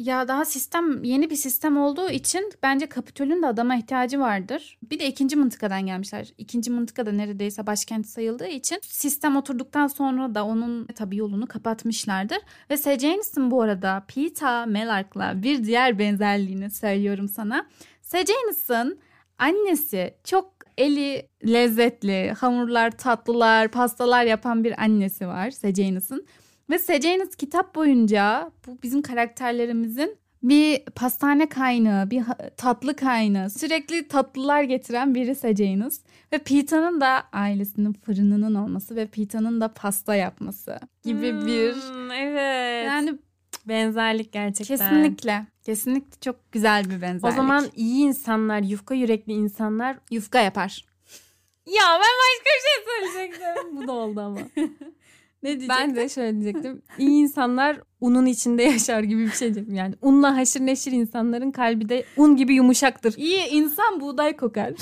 Ya daha yeni bir sistem olduğu için bence Kapitol'ün de adama ihtiyacı vardır. Bir de 2. mıntıkadan gelmişler. 2. mıntıka neredeyse başkent sayıldığı için sistem oturduktan sonra da onun tabii yolunu kapatmışlardır. Ve Sejanus'un bu arada Peeta Mellark'la bir diğer benzerliğini söylüyorum sana. Sejanus'un annesi çok eli lezzetli, hamurlar, tatlılar, pastalar yapan bir annesi var Sejanus'un. Ve Sejanus kitap boyunca bu bizim karakterlerimizin bir pastane kaynağı, bir tatlı kaynağı, sürekli tatlılar getiren biri Sejanus. Ve Peeta'nın da ailesinin fırınının olması ve Peeta'nın da pasta yapması gibi bir... Evet. Yani benzerlik gerçekten. Kesinlikle. Kesinlikle çok güzel bir benzerlik. O zaman iyi insanlar, yufka yürekli insanlar yufka yapar. Ya ben başka bir şey söyleyecektim. Bu da oldu ama. Ne diyecektin? Ben de şöyle diyecektim. İyi insanlar unun içinde yaşar gibi bir şey diyecektim. Yani unla haşır neşir insanların kalbi de un gibi yumuşaktır. İyi insan buğday kokar.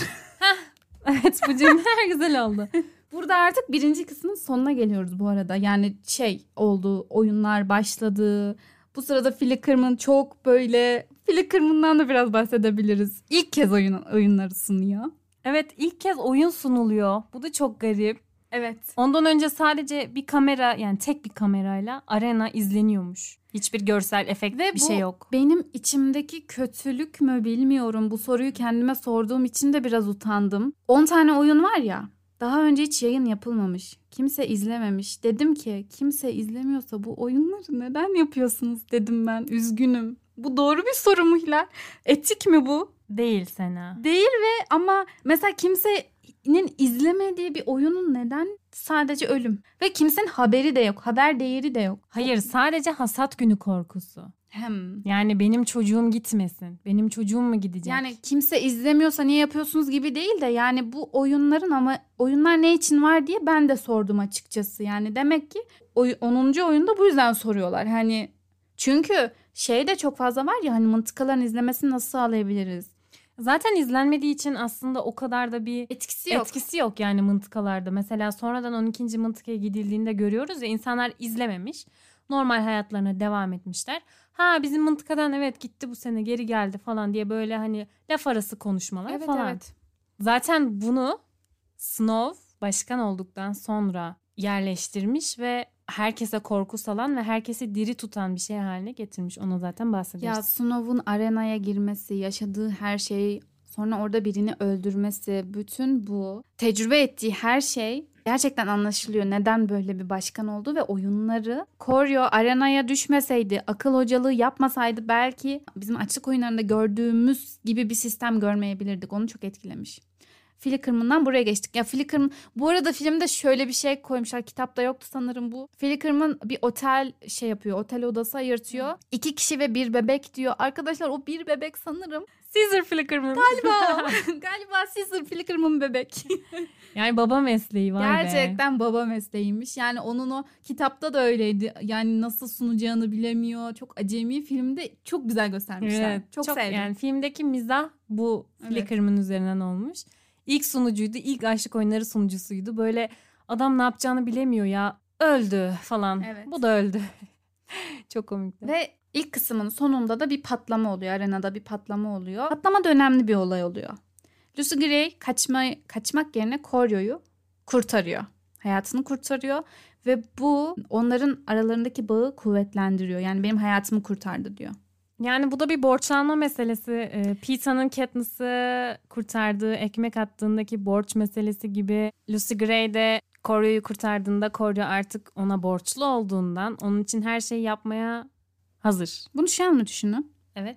Evet, bu cümleler güzel oldu. Burada artık 1. kısmın sonuna geliyoruz bu arada. Yani oldu, oyunlar başladı. Bu sırada Flickrman çok böyle... Flickrman'dan da biraz bahsedebiliriz. İlk kez oyunları sunuyor. Evet, ilk kez oyun sunuluyor. Bu da çok garip. Evet. Ondan önce sadece bir kamera, yani tek bir kamerayla arena izleniyormuş. Hiçbir görsel efekt ve bir şey yok. Benim içimdeki kötülük mü bilmiyorum. Bu soruyu kendime sorduğum için de biraz utandım. 10 tane oyun var ya. Daha önce hiç yayın yapılmamış. Kimse izlememiş. Dedim ki kimse izlemiyorsa bu oyunları neden yapıyorsunuz dedim ben. Üzgünüm. Bu doğru bir soru mu Hilal? Etik mi bu? Değil Sena. Değil ama mesela kimsenin izlemediği bir oyunun neden sadece ölüm? Ve kimsenin haberi de yok. Haber değeri de yok. Hayır, sadece hasat günü korkusu. Yani benim çocuğum gitmesin. Benim çocuğum mu gidecek? Yani kimse izlemiyorsa niye yapıyorsunuz gibi değil de yani bu oyunların ama oyunlar ne için var diye ben de sordum açıkçası. Yani demek ki 10. oyunda bu yüzden soruyorlar. Hani çünkü de çok fazla var ya hani mıntıkaların izlemesini nasıl sağlayabiliriz? Zaten izlenmediği için aslında o kadar da bir etkisi yok yani mıntıkalarda. Mesela sonradan 12. mıntıkaya gidildiğinde görüyoruz ya, insanlar izlememiş. Normal hayatlarına devam etmişler. Bizim mıntıkadan evet gitti bu sene, geri geldi falan diye böyle hani laf arası konuşmalar falan. Evet. Zaten bunu Snow başkan olduktan sonra yerleştirmiş ve herkese korku salan ve herkesi diri tutan bir şey haline getirmiş. Ona zaten bahsediyoruz. Ya Snow'un arenaya girmesi, yaşadığı her şey, sonra orada birini öldürmesi, bütün bu tecrübe ettiği her şey gerçekten anlaşılıyor. Neden böyle bir başkan oldu ve oyunları Koryo arenaya düşmeseydi, akıl hocalığı yapmasaydı belki bizim açlık oyunlarında gördüğümüz gibi bir sistem görmeyebilirdik. Onu çok etkilemiş. Flickrman'dan buraya geçtik. Ya Flickrman bu arada filmde şöyle bir şey koymuşlar. Kitapta yoktu sanırım bu. Flickrman bir otel yapıyor. Otel odası ayırtıyor. 2 kişi ve 1 bebek diyor. Arkadaşlar o 1 bebek sanırım Caesar Flickrman. Galiba Caesar Flickrman bebek. Yani baba mesleği var Gerçekten baba mesleğiymiş. Yani onun o kitapta da öyleydi. Yani nasıl sunacağını bilemiyor. Çok acemi, filmde çok güzel göstermişler. Evet, çok sevdim. Yani filmdeki mizah bu Flickrman üzerinden olmuş. İlk sunucuydu. İlk Aşık Oyunları sunucusuydu. Böyle adam ne yapacağını bilemiyor ya. Öldü falan. Evet. Bu da öldü. Çok komikti. Ve ilk kısmın sonunda da bir patlama oluyor. Arenada bir patlama oluyor. Patlama da önemli bir olay oluyor. Lucy Gray kaçmak yerine Koryo'yu kurtarıyor. Hayatını kurtarıyor. Ve bu onların aralarındaki bağı kuvvetlendiriyor. Yani benim hayatımı kurtardı diyor. Yani bu da bir borçlanma meselesi. Peeta'nın Katniss'ı kurtardığı, ekmek attığındaki borç meselesi gibi. Lucy Gray de Koryo'yu kurtardığında Koryo artık ona borçlu olduğundan onun için her şeyi yapmaya hazır. Bunu şu an mı düşünün? Evet.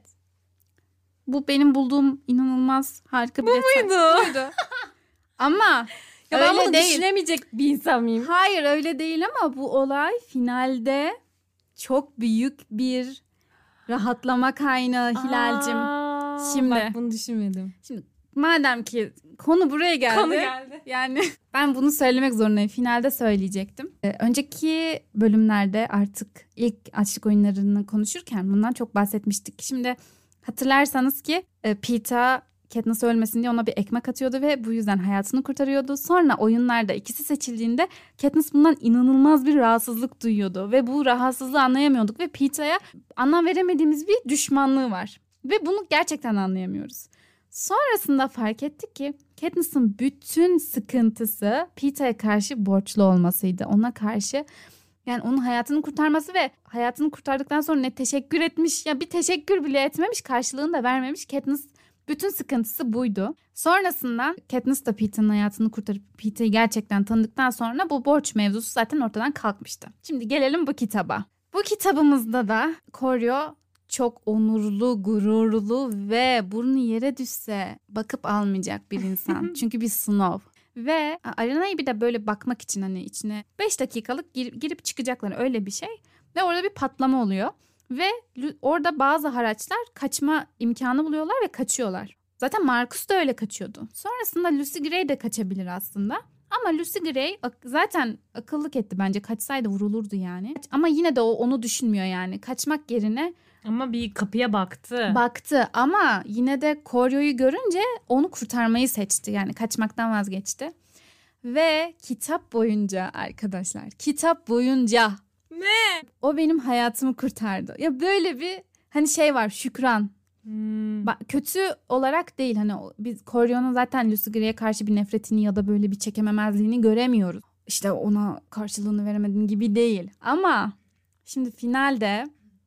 Bu benim bulduğum inanılmaz harika bir detay. Bu muydu? Ama ya ben bunu düşünemeyecek bir insan mıyım? Hayır öyle değil ama bu olay finalde çok büyük bir rahatlama kaynağı Hilal'cim. Şimdi bak bunu düşünmedim. Şimdi madem ki konu buraya geldi. Yani ben bunu söylemek zorundayım. Finalde söyleyecektim. Önceki bölümlerde artık ilk açlık oyunlarını konuşurken bundan çok bahsetmiştik. Şimdi hatırlarsanız ki Peeta Katniss ölmesin diye ona bir ekmek atıyordu ve bu yüzden hayatını kurtarıyordu. Sonra oyunlarda ikisi seçildiğinde Katniss bundan inanılmaz bir rahatsızlık duyuyordu ve bu rahatsızlığı anlayamıyorduk ve Peeta'ya anlam veremediğimiz bir düşmanlığı var ve bunu gerçekten anlayamıyoruz. Sonrasında fark ettik ki Katniss'ın bütün sıkıntısı Peeta'ya karşı borçlu olmasıydı. Ona karşı, yani onun hayatını kurtarması ve hayatını kurtardıktan sonra ne teşekkür etmiş, ya bir teşekkür bile etmemiş, karşılığını da vermemiş. Katniss bütün sıkıntısı buydu. Sonrasında Katniss da Peeta'nın hayatını kurtarıp Peeta'yı gerçekten tanıdıktan sonra bu borç mevzusu zaten ortadan kalkmıştı. Şimdi gelelim bu kitaba. Bu kitabımızda da Koryo çok onurlu, gururlu ve burnu yere düşse bakıp almayacak bir insan. Çünkü bir Snow. Ve arenayı bir de böyle bakmak için hani içine 5 dakikalık girip çıkacaklar, öyle bir şey. Ve orada bir patlama oluyor. Ve orada bazı haraçlar kaçma imkanı buluyorlar ve kaçıyorlar. Zaten Marcus da öyle kaçıyordu. Sonrasında Lucy Gray de kaçabilir aslında. Ama Lucy Gray zaten akıllık etti bence. Kaçsaydı vurulurdu yani. Ama yine de o onu düşünmüyor yani. Kaçmak yerine... Ama bir kapıya baktı. Baktı ama yine de Koryo'yu görünce onu kurtarmayı seçti. Yani kaçmaktan vazgeçti. Ve kitap boyunca arkadaşlar, kitap boyunca ne? O benim hayatımı kurtardı. Ya böyle bir hani şey var, şükran. Kötü olarak değil, hani biz Koryo'nun zaten Lucy Gray'e karşı bir nefretini ya da böyle bir çekememezliğini göremiyoruz. İşte ona karşılığını veremediğin gibi değil. Ama şimdi finalde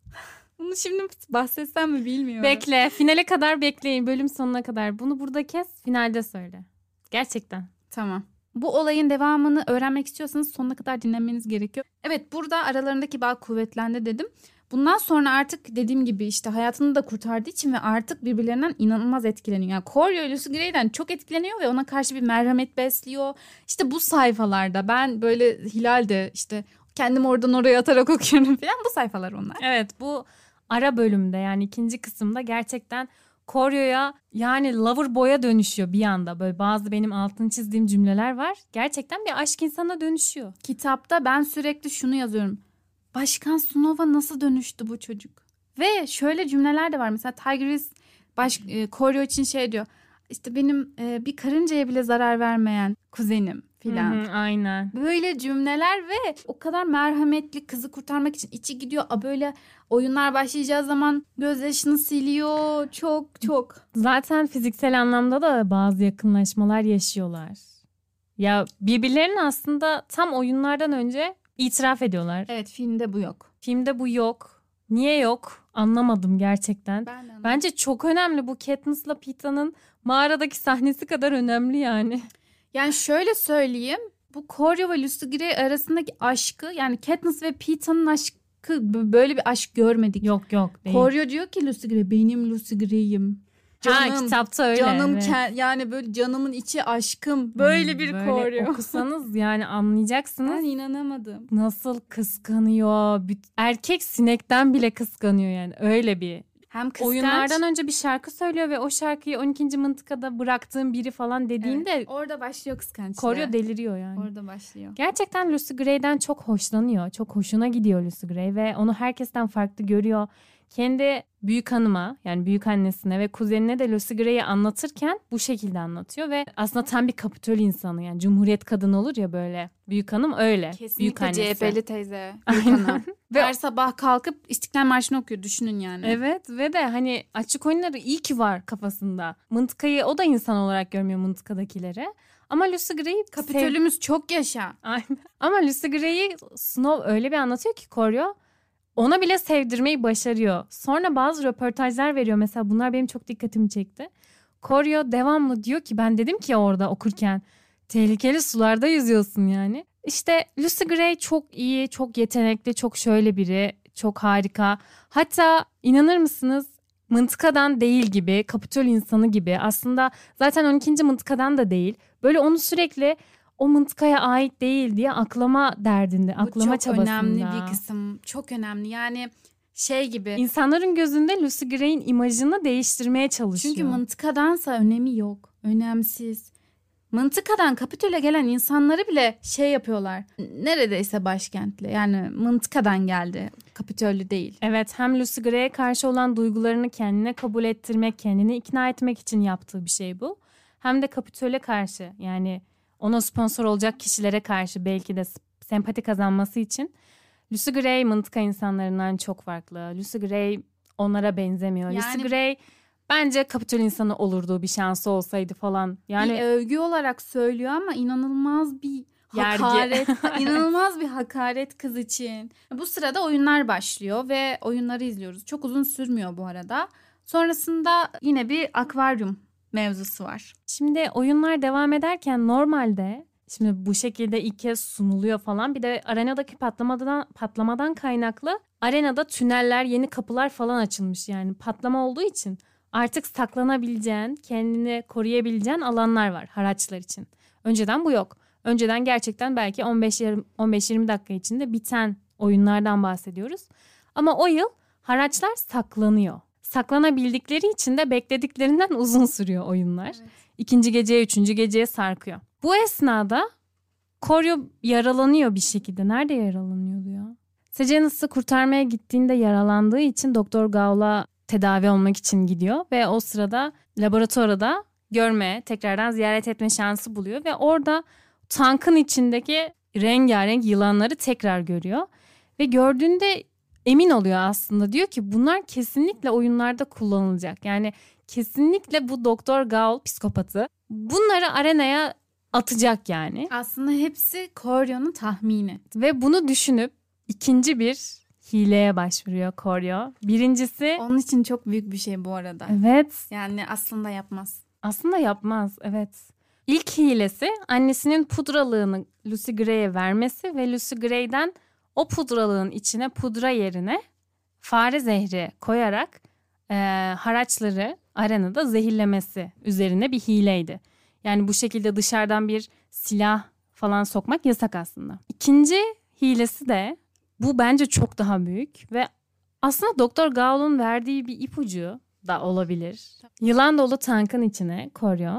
bunu şimdi bahsetsem mi bilmiyorum. Bekle, finale kadar bekleyin, bölüm sonuna kadar. Bunu burada kes, finalde söyle. Gerçekten. Tamam. Bu olayın devamını öğrenmek istiyorsanız sonuna kadar dinlemeniz gerekiyor. Evet, burada aralarındaki bağ kuvvetlendi dedim. Bundan sonra artık dediğim gibi işte hayatını da kurtardığı için ve artık birbirlerinden inanılmaz etkileniyor. Yani Koryo Lucy Gray'den çok etkileniyor ve ona karşı bir merhamet besliyor. İşte bu sayfalarda ben böyle Hilal'de işte kendimi oradan oraya atarak okuyorum falan, bu sayfalar onlar. Evet, bu ara bölümde yani ikinci kısımda gerçekten Koryo'ya yani lover boy'a dönüşüyor bir anda. Böyle bazı benim altını çizdiğim cümleler var. Gerçekten bir aşk insanına dönüşüyor. Kitapta ben sürekli şunu yazıyorum. Başkan Snow'a nasıl dönüştü bu çocuk? Ve şöyle cümleler de var. Mesela Tigris Koryo için şey diyor. İşte benim bir karıncaya bile zarar vermeyen kuzenim filan. Aynen. Böyle cümleler ve o kadar merhametli, kızı kurtarmak için içi gidiyor. Böyle oyunlar başlayacağı zaman gözyaşını siliyor. Çok. Zaten fiziksel anlamda da bazı yakınlaşmalar yaşıyorlar. Ya birbirlerinin aslında tam oyunlardan önce itiraf ediyorlar. Evet, filmde bu yok. Filmde bu yok. Niye yok? Anlamadım gerçekten. Ben de anlamadım. Bence çok önemli, bu Katniss'la Peeta'nın mağaradaki sahnesi kadar önemli yani. Yani şöyle söyleyeyim. Bu Koryo ve Lucy Gray arasındaki aşkı, yani Katniss ve Peeta'nın aşkı, böyle bir aşk görmedik. Yok değil. Koryo diyor ki Lucy Gray benim Lucy Gray'im. Canım, kitapta öyle. Canım evet. Yani böyle canımın içi aşkım. Böyle bir böyle Koryo. okusanız yani anlayacaksınız. Ben inanamadım. Nasıl kıskanıyor. Erkek sinekten bile kıskanıyor yani. Öyle bir. Hem kıskanç. Oyunlardan önce bir şarkı söylüyor ve o şarkıyı 12. mıntıkada bıraktığım biri falan dediğinde evet, orada başlıyor kıskançlığı. Koryo deliriyor yani. Orada başlıyor. Gerçekten Lucy Gray'den çok hoşlanıyor. Çok hoşuna gidiyor Lucy Gray ve onu herkesten farklı görüyor. Kendi büyük hanıma, yani büyük annesine ve kuzenine de Lucy Gray'i anlatırken bu şekilde anlatıyor ve aslında tam bir kapitol insanı, yani cumhuriyet kadını olur ya böyle. Büyük hanım öyle. Kesinlikle büyük annesi. CHP'li teyze. Büyük hanım. Ve her sabah kalkıp İstiklal Marşı'nı okuyor, düşünün yani. Evet, ve de hani açık oyunları iyi ki var kafasında. Mıntıkayı o da insan olarak görmüyor, mıntıkadakileri. Ama Lucy Gray'i... Kapitolümüz çok yaşa. Aynen. Ama Lucy Gray'i Snow öyle bir anlatıyor ki Koryo, ona bile sevdirmeyi başarıyor. Sonra bazı röportajlar veriyor. Mesela bunlar benim çok dikkatimi çekti. Koryo devamlı diyor ki, ben dedim ki orada okurken, tehlikeli sularda yüzüyorsun yani. İşte Lucy Gray çok iyi, çok yetenekli, çok şöyle biri, çok harika. Hatta inanır mısınız, mıntıkadan değil gibi, kapitol insanı gibi. Aslında zaten 12. mıntıkadan da değil. Böyle onu sürekli o mıntıkaya ait değil diye aklama derdinde, aklama çabasında. Bu çok önemli bir kısım. Çok önemli. Yani şey gibi. İnsanların gözünde Lucy Gray'in imajını değiştirmeye çalışıyor. Çünkü mıntıkadansa önemi yok. Önemsiz. mıntıkadan Kapitol'e gelen insanları bile şey yapıyorlar. Neredeyse başkentle. Yani mıntıkadan geldi. Kapitol'ü değil. Evet, hem Lucy Gray'e karşı olan duygularını kendine kabul ettirmek, kendini ikna etmek için yaptığı bir şey bu. Hem de Kapitol'e karşı, yani ona sponsor olacak kişilere karşı belki de sempati kazanması için. Lucy Gray mıntıka insanlarından çok farklı. Lucy Gray onlara benzemiyor. Yani, Lucy Gray bence Kapitol insanı olurdu bir şansı olsaydı falan. Yani bir övgü olarak söylüyor ama inanılmaz bir hakaret, inanılmaz bir hakaret kız için. Bu sırada oyunlar başlıyor ve oyunları izliyoruz. Çok uzun sürmüyor bu arada. Sonrasında yine bir akvaryum mevzusu var. Şimdi oyunlar devam ederken normalde şimdi bu şekilde ilk kez sunuluyor falan. Bir de arenadaki patlamadan kaynaklı arenada tüneller, yeni kapılar falan açılmış. Yani patlama olduğu için artık saklanabileceğin, kendini koruyabileceğin alanlar var haraçlar için. Önceden bu yok. Önceden gerçekten belki 15-20 dakika içinde biten oyunlardan bahsediyoruz. Ama o yıl haraçlar saklanıyor. Saklanabildikleri için de beklediklerinden uzun sürüyor oyunlar. Evet. 2. geceye, 3. geceye sarkıyor. Bu esnada Koryo yaralanıyor bir şekilde. Nerede yaralanıyordu ya? Sejanus'u kurtarmaya gittiğinde yaralandığı için Doktor Gaul'a tedavi olmak için gidiyor. Ve o sırada laboratuvara da tekrardan ziyaret etme şansı buluyor. Ve orada tankın içindeki rengarenk yılanları tekrar görüyor. Ve gördüğünde emin oluyor aslında. Diyor ki bunlar kesinlikle oyunlarda kullanılacak. Yani kesinlikle bu Doktor Gaul psikopatı bunları arenaya atacak yani. Aslında hepsi Koryo'nun tahmini. Ve bunu düşünüp ikinci bir hileye başvuruyor Koryo. Birincisi... Onun için çok büyük bir şey bu arada. Evet. Yani aslında yapmaz. Aslında yapmaz, evet. İlk hilesi annesinin pudralığını Lucy Gray'e vermesi ve Lucy Gray'den o pudralığın içine pudra yerine fare zehri koyarak haraçları arenada zehirlemesi üzerine bir hileydi. Yani bu şekilde dışarıdan bir silah falan sokmak yasak aslında. İkinci hilesi de bu bence çok daha büyük ve aslında Doktor Gaul'un verdiği bir ipucu da olabilir. Yılan dolu tankın içine Koryo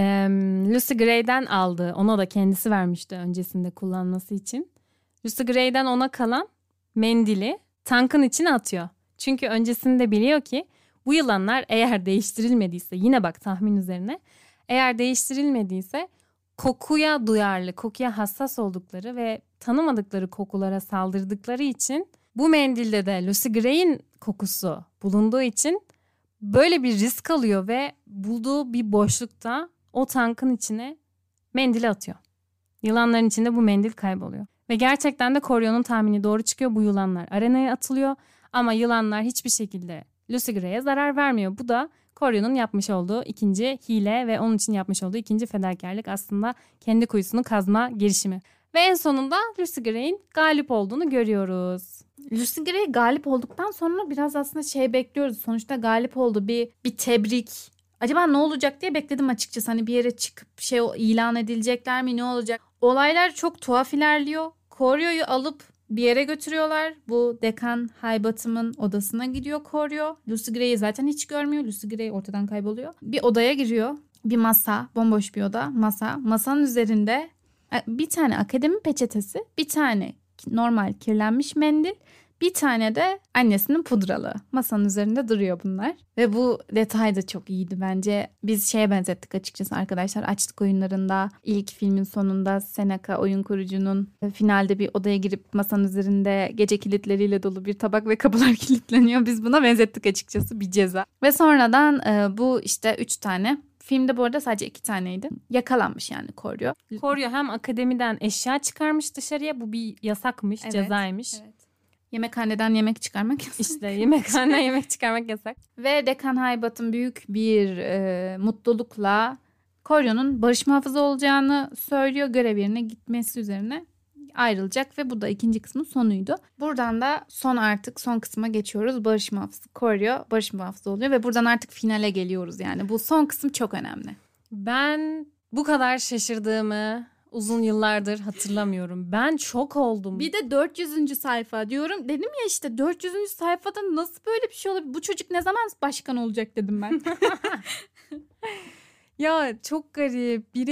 Lucy Gray'den aldığı, ona da kendisi vermişti öncesinde kullanması için. Lucy Gray'den ona kalan mendili tankın içine atıyor. Çünkü öncesinde biliyor ki bu yılanlar eğer değiştirilmediyse, yine bak tahmin üzerine, eğer değiştirilmediyse kokuya duyarlı, kokuya hassas oldukları ve tanımadıkları kokulara saldırdıkları için bu mendilde de Lucy Gray'in kokusu bulunduğu için böyle bir risk alıyor ve bulduğu bir boşlukta o tankın içine mendili atıyor. Yılanların içinde bu mendil kayboluyor. Ve gerçekten de Koryo'nun tahmini doğru çıkıyor. Bu yılanlar arenaya atılıyor ama yılanlar hiçbir şekilde Lucy Gray'e zarar vermiyor. Bu da Koryo'nun yapmış olduğu ikinci hile ve onun için yapmış olduğu ikinci fedakarlık, aslında kendi kuyusunu kazma girişimi. Ve en sonunda Lucy Gray'in galip olduğunu görüyoruz. Lucy Gray galip olduktan sonra biraz aslında bekliyoruz. Sonuçta galip oldu, bir tebrik. Acaba ne olacak diye bekledim açıkçası. Hani bir yere çıkıp ilan edilecekler mi, ne olacak? Olaylar çok tuhaf ilerliyor. Koryo'yu alıp bir yere götürüyorlar. Bu Dekan Haybatım'ın odasına gidiyor Koryo. Lucy Gray'i zaten hiç görmüyor. Lucy Gray ortadan kayboluyor. Bir odaya giriyor. Bir masa, bomboş bir oda. Masanın üzerinde bir tane akademi peçetesi, bir tane normal kirlenmiş mendil, bir tane de annesinin pudralığı. Masanın üzerinde duruyor bunlar. Ve bu detay da çok iyiydi bence. Biz benzettik açıkçası arkadaşlar. Açlık Oyunları'nda ilk filmin sonunda Seneca oyun kurucunun finalde bir odaya girip masanın üzerinde gece kilitleriyle dolu bir tabak ve kapılar kilitleniyor. Biz buna benzettik açıkçası, bir ceza. Ve sonradan bu 3 tane. Filmde bu arada sadece 2 taneydi. Yakalanmış yani Koryo. Koryo hem akademiden eşya çıkarmış dışarıya. Bu bir yasakmış, evet, cezaymış. Evet. Yemekhaneden yemek çıkarmak yasak. İşte yemekhaneden yemek çıkarmak yasak. Ve Dekan Haybat'ın büyük bir mutlulukla Koryo'nun barış muhafızı olacağını söylüyor. Görev yerine gitmesi üzerine ayrılacak ve bu da ikinci kısmın sonuydu. Buradan da son kısma geçiyoruz. Barış muhafızı Koryo barış muhafızı oluyor ve buradan artık finale geliyoruz yani. Bu son kısım çok önemli. Ben bu kadar şaşırdığımı uzun yıllardır hatırlamıyorum. Ben şok oldum. Bir de 400. sayfa diyorum. Dedim ya işte 400. sayfada nasıl böyle bir şey olabilir? Bu çocuk ne zaman başkan olacak dedim ben. Ya çok garip. Birinin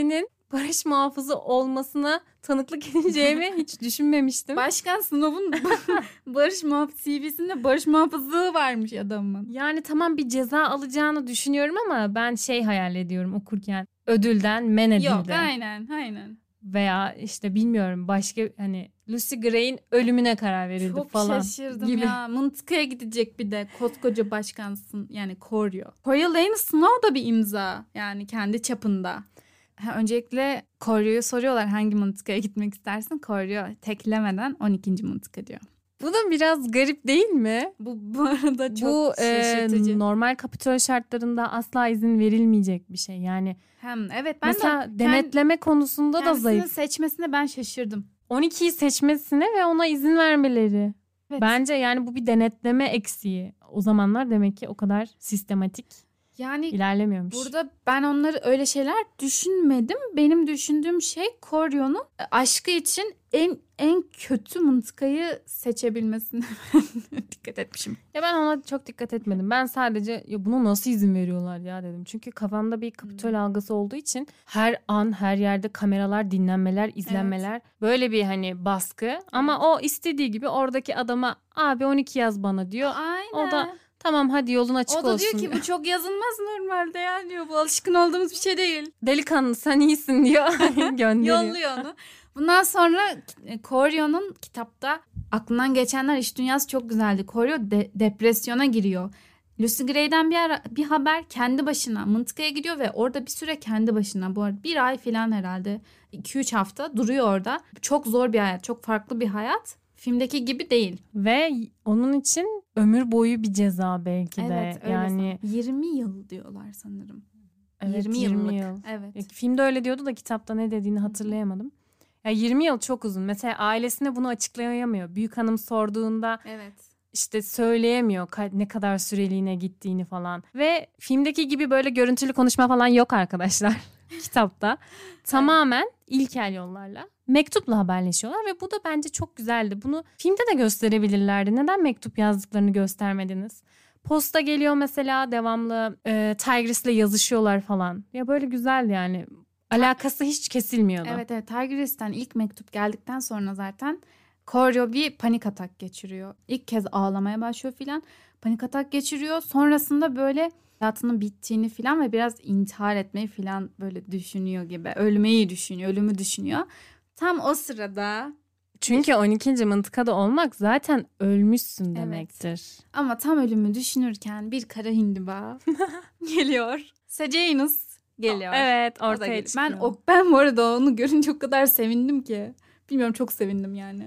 barış muhafızı olmasına tanıklık edeceğimi hiç düşünmemiştim. Başkan Snow'un barış muhafızı CV'sinde barış muhafızlığı varmış adamın. Yani tamam bir ceza alacağını düşünüyorum ama ben hayal ediyorum okurken. Ödülden men edildi. Yok aynen. Veya işte bilmiyorum başka hani Lucy Gray'in ölümüne karar verildi çok falan. Çok şaşırdım gibi. ya. Mıntıkaya gidecek bir de koskoca başkansın yani Coriolanus Snow da bir imza yani kendi çapında. Öncelikle Corio'yu soruyorlar hangi mıntıkaya gitmek istersin? Corio teklemeden 12. mıntıka diyor. Bu da biraz garip değil mi? Bu arada çok şaşırtıcı. Normal kapitol şartlarında asla izin verilmeyecek bir şey. Yani evet ben mesela de denetleme konusunda da zayıf. Kendisini seçmesine ben şaşırdım. 12'yi seçmesine ve ona izin vermeleri. Evet. Bence yani bu bir denetleme eksiği. O zamanlar demek ki o kadar sistematik yani ilerlemiyormuş. Burada ben onları öyle şeyler düşünmedim. Benim düşündüğüm şey Corio'nun aşkı için en kötü mıntıkayı seçebilmesine dikkat etmişim. Ya ben ona çok dikkat etmedim. Ben sadece ya buna nasıl izin veriyorlar ya dedim. Çünkü kafamda bir kapitol algısı olduğu için her an her yerde kameralar, dinlenmeler, izlenmeler. Evet. Böyle bir hani baskı. Evet. Ama o istediği gibi oradaki adama abi 12 yaz bana diyor. Aynen. O da tamam hadi yolun açık olsun. O da diyor ki bu çok yazılmaz normalde ya diyor. Bu alışkın olduğumuz bir şey değil. Delikanlı sen iyisin diyor. Gönderiyor. Yolluyor onu. Bundan sonra Corio'nun kitapta aklından geçenler iş dünyası çok güzeldi. Corio depresyona giriyor. Lucy Gray'den bir haber kendi başına mıntıkaya gidiyor ve orada bir süre kendi başına. Bu arada 1 ay falan herhalde 2-3 hafta duruyor orada. Çok zor bir hayat, çok farklı bir hayat. Filmdeki gibi değil. Ve onun için ömür boyu bir ceza belki de. Evet öyle yani 20 yıl diyorlar sanırım. Evet 20 yıl. Evet. Filmde öyle diyordu da kitapta ne dediğini hatırlayamadım. Ya 20 yıl çok uzun. Mesela ailesine bunu açıklayamıyor. Büyük hanım sorduğunda işte söyleyemiyor ne kadar süreliğine gittiğini falan. Ve filmdeki gibi böyle görüntülü konuşma falan yok arkadaşlar kitapta. Tamamen ilkel yollarla mektupla haberleşiyorlar ve bu da bence çok güzeldi. Bunu filmde de gösterebilirlerdi. Neden mektup yazdıklarını göstermediniz? Posta geliyor mesela devamlı Tigris'le yazışıyorlar falan. Ya böyle güzeldi yani. Alakası hiç kesilmiyordu. Evet. Tigris'ten ilk mektup geldikten sonra zaten Corio bir panik atak geçiriyor. İlk kez ağlamaya başlıyor filan. Panik atak geçiriyor. Sonrasında böyle hayatının bittiğini filan ve biraz intihar etmeyi filan böyle düşünüyor gibi. Ölümü düşünüyor. Tam o sırada... Çünkü 12. mıntıkada olmak zaten ölmüşsün demektir. Evet. Ama tam ölümü düşünürken bir kara hindiba geliyor. Sejanus geliyor. Evet ortaya çıkıyor. Ben bu arada onu görünce o kadar sevindim ki. Bilmiyorum çok sevindim yani.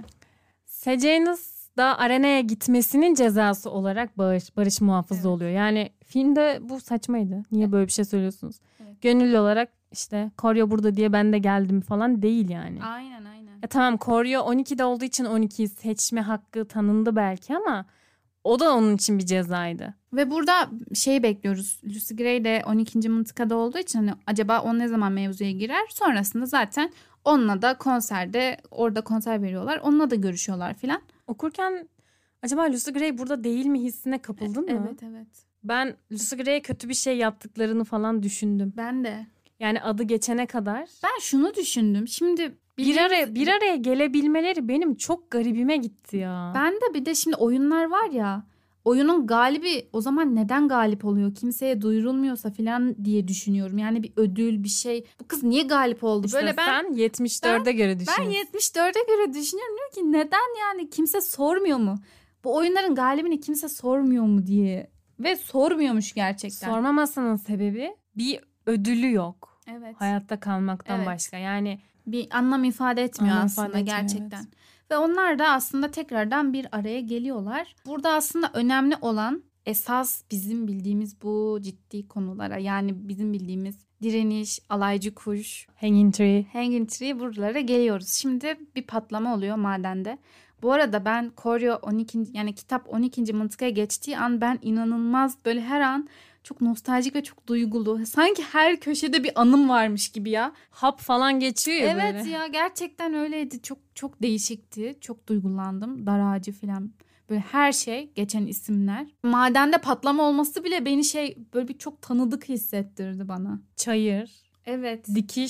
Sejanus da arenaya gitmesinin cezası olarak barış muhafızı oluyor. Yani filmde bu saçmaydı. Niye böyle bir şey söylüyorsunuz? Evet. Gönüllü olarak işte Corio burada diye ben de geldim falan değil yani. Aynen. Tamam Corio 12'de olduğu için 12'yi seçme hakkı tanındı belki ama o da onun için bir cezaydı. Ve burada bekliyoruz. Lucy Gray de 12. mıntıkada olduğu için hani acaba o ne zaman mevzuya girer? Sonrasında zaten onunla da orada konser veriyorlar. Onunla da görüşüyorlar filan. Okurken acaba Lucy Gray burada değil mi hissine kapıldın mı? Evet. Ben Lucy Gray'e kötü bir şey yaptıklarını falan düşündüm. Ben de. Yani adı geçene kadar. Ben şunu düşündüm. Şimdi bir araya gelebilmeleri benim çok garibime gitti ya. Ben de bir de şimdi oyunlar var ya. Oyunun galibi o zaman neden galip oluyor? Kimseye duyurulmuyorsa falan diye düşünüyorum. Yani bir ödül bir şey. Bu kız niye galip oldu? İşte böyle sen 74'e göre düşünüyorsun. Ben 74'e göre düşünüyorum. Diyor ki neden yani kimse sormuyor mu? Bu oyunların galibini kimse sormuyor mu diye. Ve sormuyormuş gerçekten. Sormamasının sebebi bir ödülü yok. Evet. Hayatta kalmaktan başka. Yani bir anlam ifade etmiyor aslında gerçekten. Evet. Ve onlar da aslında tekrardan bir araya geliyorlar. Burada aslında önemli olan esas bizim bildiğimiz bu ciddi konulara yani bizim bildiğimiz direniş, alaycı kuş, Hanging Tree buralara geliyoruz. Şimdi bir patlama oluyor madende. Bu arada ben Corio 12. yani kitap 12. mıntıkaya geçtiği an ben inanılmaz böyle her an çok nostaljik ve çok duygulu. Sanki her köşede bir anım varmış gibi ya. Hap falan geçiyor ya böyle. Evet ya gerçekten öyleydi. Çok değişikti. Çok duygulandım. Dar ağacı falan. Böyle her şey geçen isimler. Madende patlama olması bile beni böyle bir çok tanıdık hissettirdi bana. Çayır. Evet. Dikiş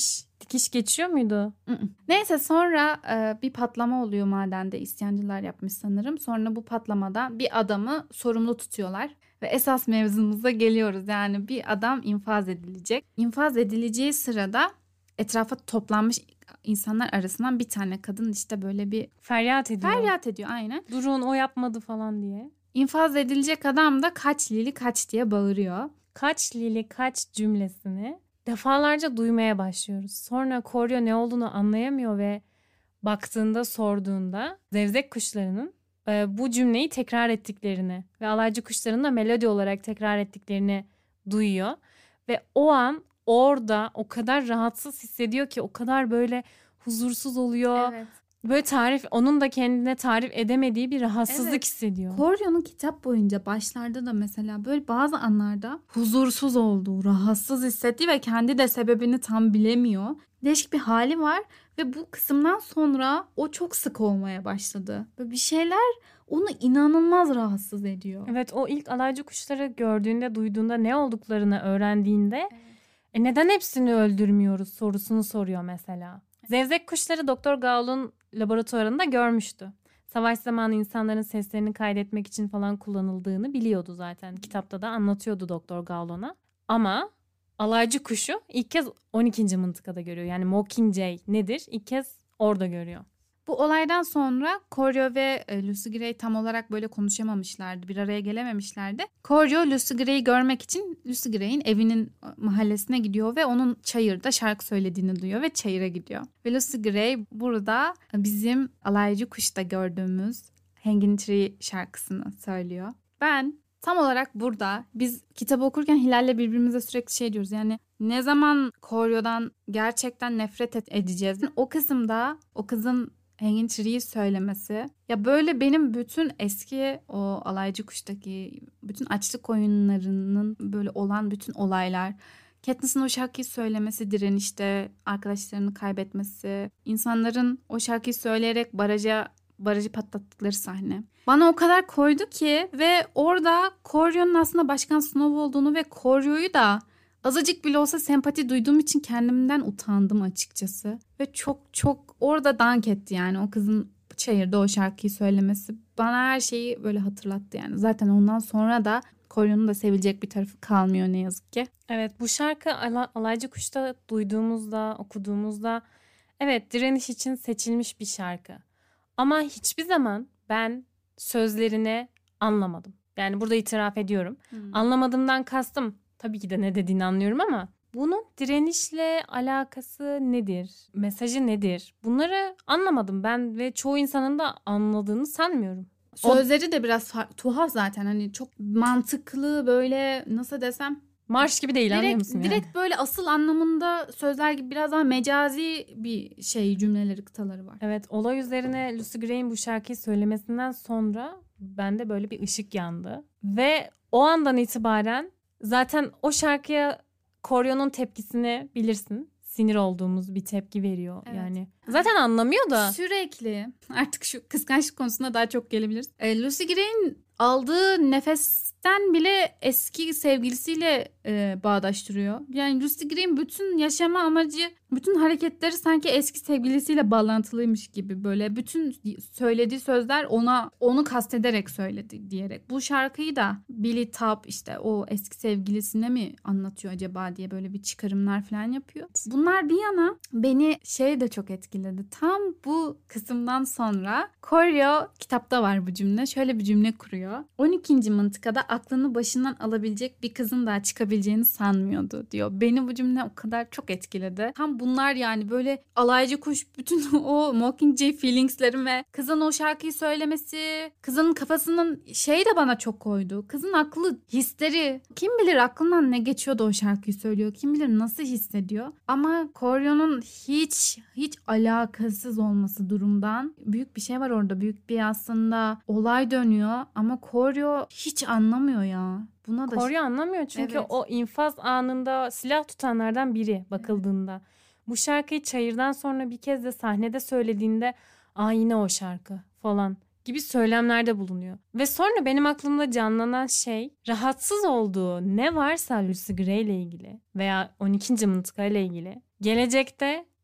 Dikiş geçiyor muydu? Neyse sonra bir patlama oluyor madende. İsyancılar yapmış sanırım. Sonra bu patlamadan bir adamı sorumlu tutuyorlar. Ve esas mevzumuza geliyoruz. Yani bir adam infaz edilecek. İnfaz edileceği sırada etrafa toplanmış insanlar arasından bir tane kadın işte böyle bir feryat ediyor. Feryat ediyor aynen. Durun o yapmadı falan diye. İnfaz edilecek adam da kaç Lili kaç diye bağırıyor. Kaç Lili kaç cümlesini defalarca duymaya başlıyoruz. Sonra Koryo ne olduğunu anlayamıyor ve baktığında sorduğunda zevzek kuşlarının bu cümleyi tekrar ettiklerini ve alaycı kuşların da melodi olarak tekrar ettiklerini duyuyor. Ve o an orada o kadar rahatsız hissediyor ki o kadar böyle huzursuz oluyor. Evet. Böyle onun da kendine tarif edemediği bir rahatsızlık hissediyor. Koryo'nun kitap boyunca başlarda da mesela böyle bazı anlarda huzursuz olduğu, rahatsız hissettiği ve kendi de sebebini tam bilemiyor. Değişik bir hali var ve bu kısımdan sonra o çok sık olmaya başladı. Böyle bir şeyler onu inanılmaz rahatsız ediyor. Evet, o ilk alaycı kuşları gördüğünde, duyduğunda, ne olduklarını öğrendiğinde neden hepsini öldürmüyoruz sorusunu soruyor mesela. Zevzek kuşları Doktor Gaul'un laboratuvarında görmüştü. Savaş zamanı insanların seslerini kaydetmek için falan kullanıldığını biliyordu zaten. Kitapta da anlatıyordu Doktor Gaul ona. Ama alaycı kuşu ilk kez 12. mıntıkada görüyor. Yani Mockingjay nedir? İlk kez orada görüyor. Bu olaydan sonra Koryo ve Lucy Gray tam olarak böyle konuşamamışlardı. Bir araya gelememişlerdi. Koryo Lucy Gray'i görmek için Lucy Gray'in evinin mahallesine gidiyor ve onun çayırda şarkı söylediğini duyuyor ve çayıra gidiyor. Ve Lucy Gray burada bizim alaycı kuşta gördüğümüz Hanging Tree şarkısını söylüyor. Ben tam olarak burada biz kitabı okurken Hilal'le birbirimize sürekli şey diyoruz. Yani ne zaman Koryo'dan gerçekten nefret edeceğiz? O kısımda o kızın Hanging Tree'yi söylemesi. Ya böyle benim bütün eski o alaycı kuştaki bütün açlık oyunlarının böyle olan bütün olaylar. Katniss'in o şarkıyı söylemesi, direnişte arkadaşlarını kaybetmesi, insanların o şarkıyı söyleyerek barajı patlattıkları sahne. Bana o kadar koydu ki ve orada Koryo'nun aslında Başkan Snow olduğunu ve Koryo'yu da azıcık bile olsa sempati duyduğum için kendimden utandım açıkçası. Ve çok orada dank etti yani o kızın çayırda o şarkıyı söylemesi. Bana her şeyi böyle hatırlattı yani. Zaten ondan sonra da Koryo'nun da sevilecek bir tarafı kalmıyor ne yazık ki. Evet, bu şarkı Alaycı Kuş'ta duyduğumuzda, okuduğumuzda evet direniş için seçilmiş bir şarkı. Ama hiçbir zaman ben sözlerini anlamadım. Yani burada itiraf ediyorum. Anlamadığımdan kastım tabii ki de ne dediğini anlıyorum ama bunun direnişle alakası nedir? Mesajı nedir? Bunları anlamadım ben ve çoğu insanın da anladığını sanmıyorum. Sözleri de biraz tuhaf zaten. Hani çok mantıklı böyle nasıl desem. Marş gibi değil, anlıyor musun? Direkt böyle asıl anlamında sözler gibi biraz daha mecazi bir cümleleri, kıtaları var. Evet, olay üzerine Lucy Gray'in bu şarkıyı söylemesinden sonra bende böyle bir ışık yandı. Ve o andan itibaren zaten o şarkıya Koryo'nun tepkisini bilirsin. Sinir olduğumuz bir tepki veriyor yani. Zaten anlamıyor da. Sürekli artık şu kıskançlık konusunda daha çok gelebiliriz. Lucy Gray'in aldığı nefesten bile eski sevgilisiyle bağdaştırıyor. Yani Lucy Gray'in bütün yaşama amacı, bütün hareketleri sanki eski sevgilisiyle bağlantılıymış gibi böyle. Bütün söylediği sözler onu kastederek söyledi diyerek. Bu şarkıyı da Billy Tapp işte o eski sevgilisine mi anlatıyor acaba diye böyle bir çıkarımlar falan yapıyor. Bunlar bir yana beni de çok etkiledi. Tam bu kısımdan sonra Koryo, kitapta var bu cümle. Şöyle bir cümle kuruyor. 12. mıntıkada aklını başından alabilecek bir kızın daha çıkabileceğini sanmıyordu diyor. Beni bu cümle o kadar çok etkiledi. Tam bunlar yani böyle alaycı kuş, bütün o Mockingjay feelingslerim ve kızın o şarkıyı söylemesi, kızın kafasının de bana çok koydu. Kızın aklı, hisleri. Kim bilir aklından ne geçiyordu o şarkıyı söylüyor. Kim bilir nasıl hissediyor. Ama Koryo'nun hiç alakasız olması durumdan büyük bir şey var orada. Büyük bir aslında olay dönüyor ama Koryo hiç anlamıyor ya. Buna da Koryo anlamıyor çünkü o infaz anında silah tutanlardan biri bakıldığında. Evet. Bu şarkıyı çayırdan sonra bir kez de sahnede söylediğinde yine o şarkı falan gibi söylemlerde bulunuyor. Ve sonra benim aklımda canlanan rahatsız olduğu ne varsa Lucy Gray ile ilgili veya 12. mıntıka ile ilgili gelecekte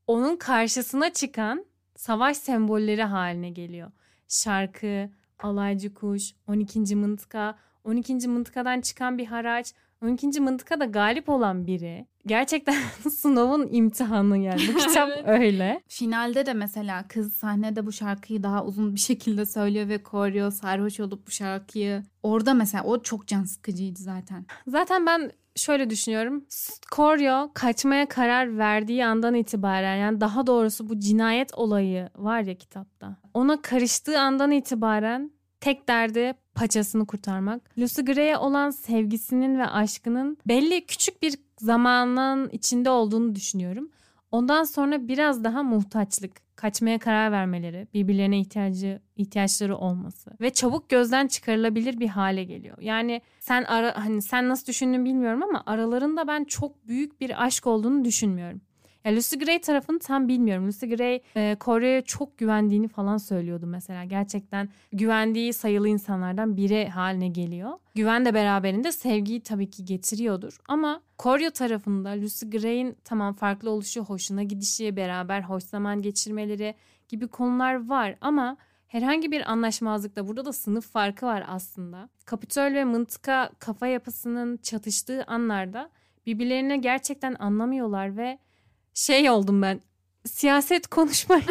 onun karşısına çıkan savaş sembolleri haline geliyor. Şarkı, alaycı kuş, 12. mıntıka, 12. mıntıkadan çıkan bir haraç, 12. mıntıkada galip olan biri. Gerçekten Snow'un imtihanı yani. Bu kitap evet. Öyle. Finalde de mesela kız sahnede bu şarkıyı daha uzun bir şekilde söylüyor ve Koryo sarhoş olup bu şarkıyı. Orada mesela o çok can sıkıcıydı zaten. Zaten ben şöyle düşünüyorum. Koryo kaçmaya karar verdiği andan itibaren, yani daha doğrusu bu cinayet olayı var ya kitapta. Ona karıştığı andan itibaren tek derdi paçasını kurtarmak. Lucy Gray'e olan sevgisinin ve aşkının belli küçük bir zamanın içinde olduğunu düşünüyorum. Ondan sonra biraz daha muhtaçlık, kaçmaya karar vermeleri, birbirlerine ihtiyaçları olması ve çabuk gözden çıkarılabilir bir hale geliyor. Yani sen nasıl düşündüğünü bilmiyorum ama aralarında ben çok büyük bir aşk olduğunu düşünmüyorum. Ya Lucy Gray tarafını tam bilmiyorum. Lucy Gray Koryo'ya çok güvendiğini falan söylüyordu mesela. Gerçekten güvendiği sayılı insanlardan biri haline geliyor. Güven de beraberinde sevgiyi tabii ki getiriyordur. Ama Koryo tarafında Lucy Gray'in tamam farklı oluşu, hoşuna gidişi, beraber hoş zaman geçirmeleri gibi konular var. Ama herhangi bir anlaşmazlıkta, burada da sınıf farkı var aslında. Kapitol ve mıntıka kafa yapısının çatıştığı anlarda birbirlerini gerçekten anlamıyorlar ve oldum ben. Siyaset konuşmayın.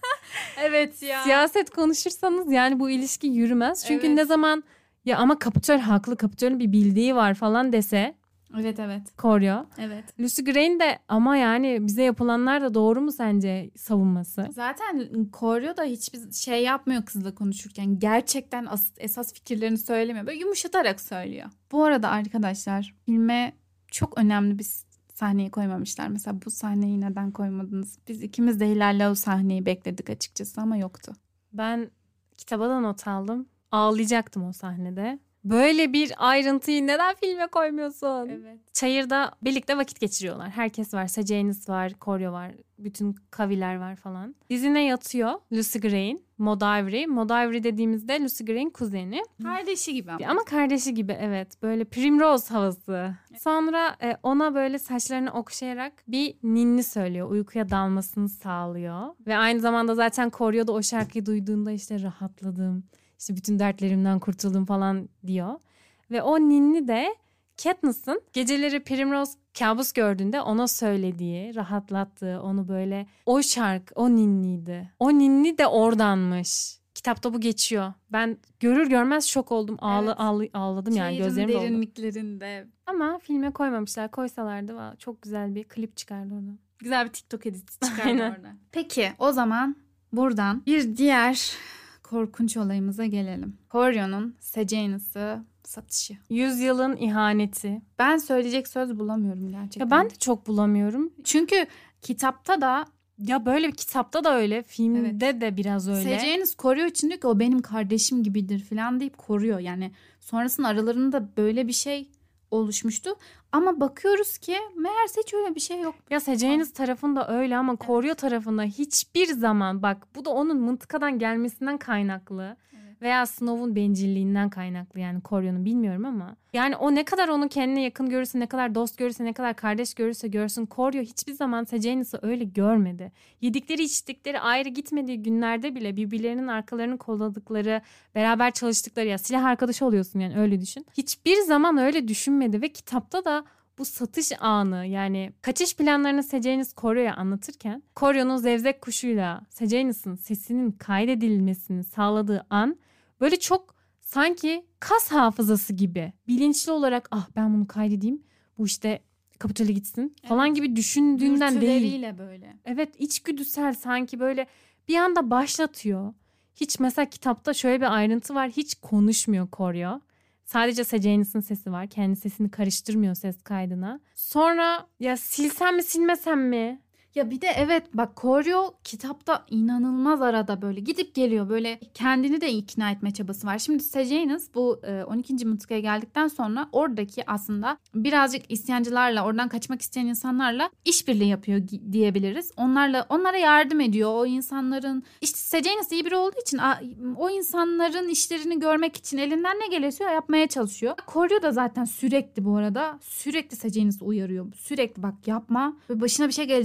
Evet ya. Siyaset konuşursanız yani bu ilişki yürümez. Çünkü ne zaman ya ama Kapitol haklı, Kapitol'ün bir bildiği var falan dese. Evet. Koryo. Evet. Lucy Gray'in de ama yani bize yapılanlar da doğru mu sence savunması? Zaten Koryo da hiçbir şey yapmıyor kızla konuşurken. Gerçekten esas fikirlerini söylemiyor. Böyle yumuşatarak söylüyor. Bu arada arkadaşlar filme çok önemli bir sahneyi koymamışlar. Mesela bu sahneyi neden koymadınız? Biz ikimiz de Hilal'le o sahneyi bekledik açıkçası ama yoktu. Ben kitaba da not aldım. Ağlayacaktım o sahnede. Böyle bir ayrıntıyı neden filme koymuyorsun? Evet. Çayırda birlikte vakit geçiriyorlar. Herkes var. Sejanus var, Koryo var. Bütün kaviler var falan. Dizine yatıyor Lucy Gray'in. Maud Avery. Maud Avery dediğimizde Lucy Gray'in kuzeni. Kardeşi gibi ama. Ama kardeşi gibi evet. Böyle Primrose havası. Evet. Sonra ona böyle saçlarını okşayarak bir ninni söylüyor. Uykuya dalmasını sağlıyor. Ve aynı zamanda zaten Koryo da o şarkıyı duyduğunda işte rahatladım. İşte bütün dertlerimden kurtuldum falan diyor. Ve o ninni de Katniss'ın geceleri Primrose kabus gördüğünde ona söylediği, rahatlattığı, onu böyle o şarkı, o ninniydi. O ninni de oradanmış. Kitapta bu geçiyor. Ben görür görmez şok oldum. Ağladım yani gözlerim doldu. Derinliklerinde. Ama filme koymamışlar. Koysalardı çok güzel bir klip çıkardı oradan. Güzel bir TikTok editi çıkardı orada. Peki o zaman buradan bir diğer korkunç olayımıza gelelim. Koryo'nun Sejanus'ı satışı. 100 yılın ihaneti. Ben söyleyecek söz bulamıyorum gerçekten. Ya ben de çok bulamıyorum. Çünkü kitapta da ya böyle bir kitapta da öyle, filmde de biraz öyle. Sejanus koruyor için diyor ki o benim kardeşim gibidir falan deyip koruyor. Yani sonrasında aralarında böyle bir şey oluşmuştu. Ama bakıyoruz ki meğerse hiç öyle bir şey yok. Ya Sejanus tarafında öyle ama Koryo tarafında hiçbir zaman, bak bu da onun mıntıkadan gelmesinden kaynaklı. Veya Snow'un bencilliğinden kaynaklı, yani Koryo'nun bilmiyorum ama. Yani o ne kadar onu kendine yakın görürse, ne kadar dost görürse, ne kadar kardeş görürse görsün, Koryo hiçbir zaman Sejanus'u öyle görmedi. Yedikleri içtikleri ayrı gitmediği günlerde bile birbirlerinin arkalarını kolladıkları, beraber çalıştıkları, ya silah arkadaşı oluyorsun yani öyle düşün. Hiçbir zaman öyle düşünmedi ve kitapta da bu satış anı, yani kaçış planlarını Sejanus Koryo'ya anlatırken Koryo'nun zevzek kuşuyla Sejanus'un sesinin kaydedilmesini sağladığı an böyle çok sanki kas hafızası gibi bilinçli olarak ben bunu kaydedeyim, bu işte Kapitol'e gitsin falan gibi düşündüğünden değil. Dürtüleriyle böyle. Evet, içgüdüsel sanki böyle bir anda başlatıyor. Hiç mesela kitapta şöyle bir ayrıntı var, hiç konuşmuyor Koryo. Sadece Sejanus'un sesi var. Kendi sesini karıştırmıyor ses kaydına. Sonra ya silsem mi silmesem mi? Ya bir de evet bak Koryo kitapta inanılmaz arada böyle gidip geliyor. Böyle kendini de ikna etme çabası var. Şimdi Sejanus bu 12. mıntıkaya geldikten sonra oradaki aslında birazcık isyancılarla, oradan kaçmak isteyen insanlarla işbirliği yapıyor diyebiliriz. Onlara yardım ediyor. O insanların işte Sejanus iyi biri olduğu için o insanların işlerini görmek için elinden ne geliyorsa yapmaya çalışıyor. Koryo da zaten sürekli bu arada sürekli Sejanus'u uyarıyor. Sürekli bak yapma ve başına bir şey gelecek yani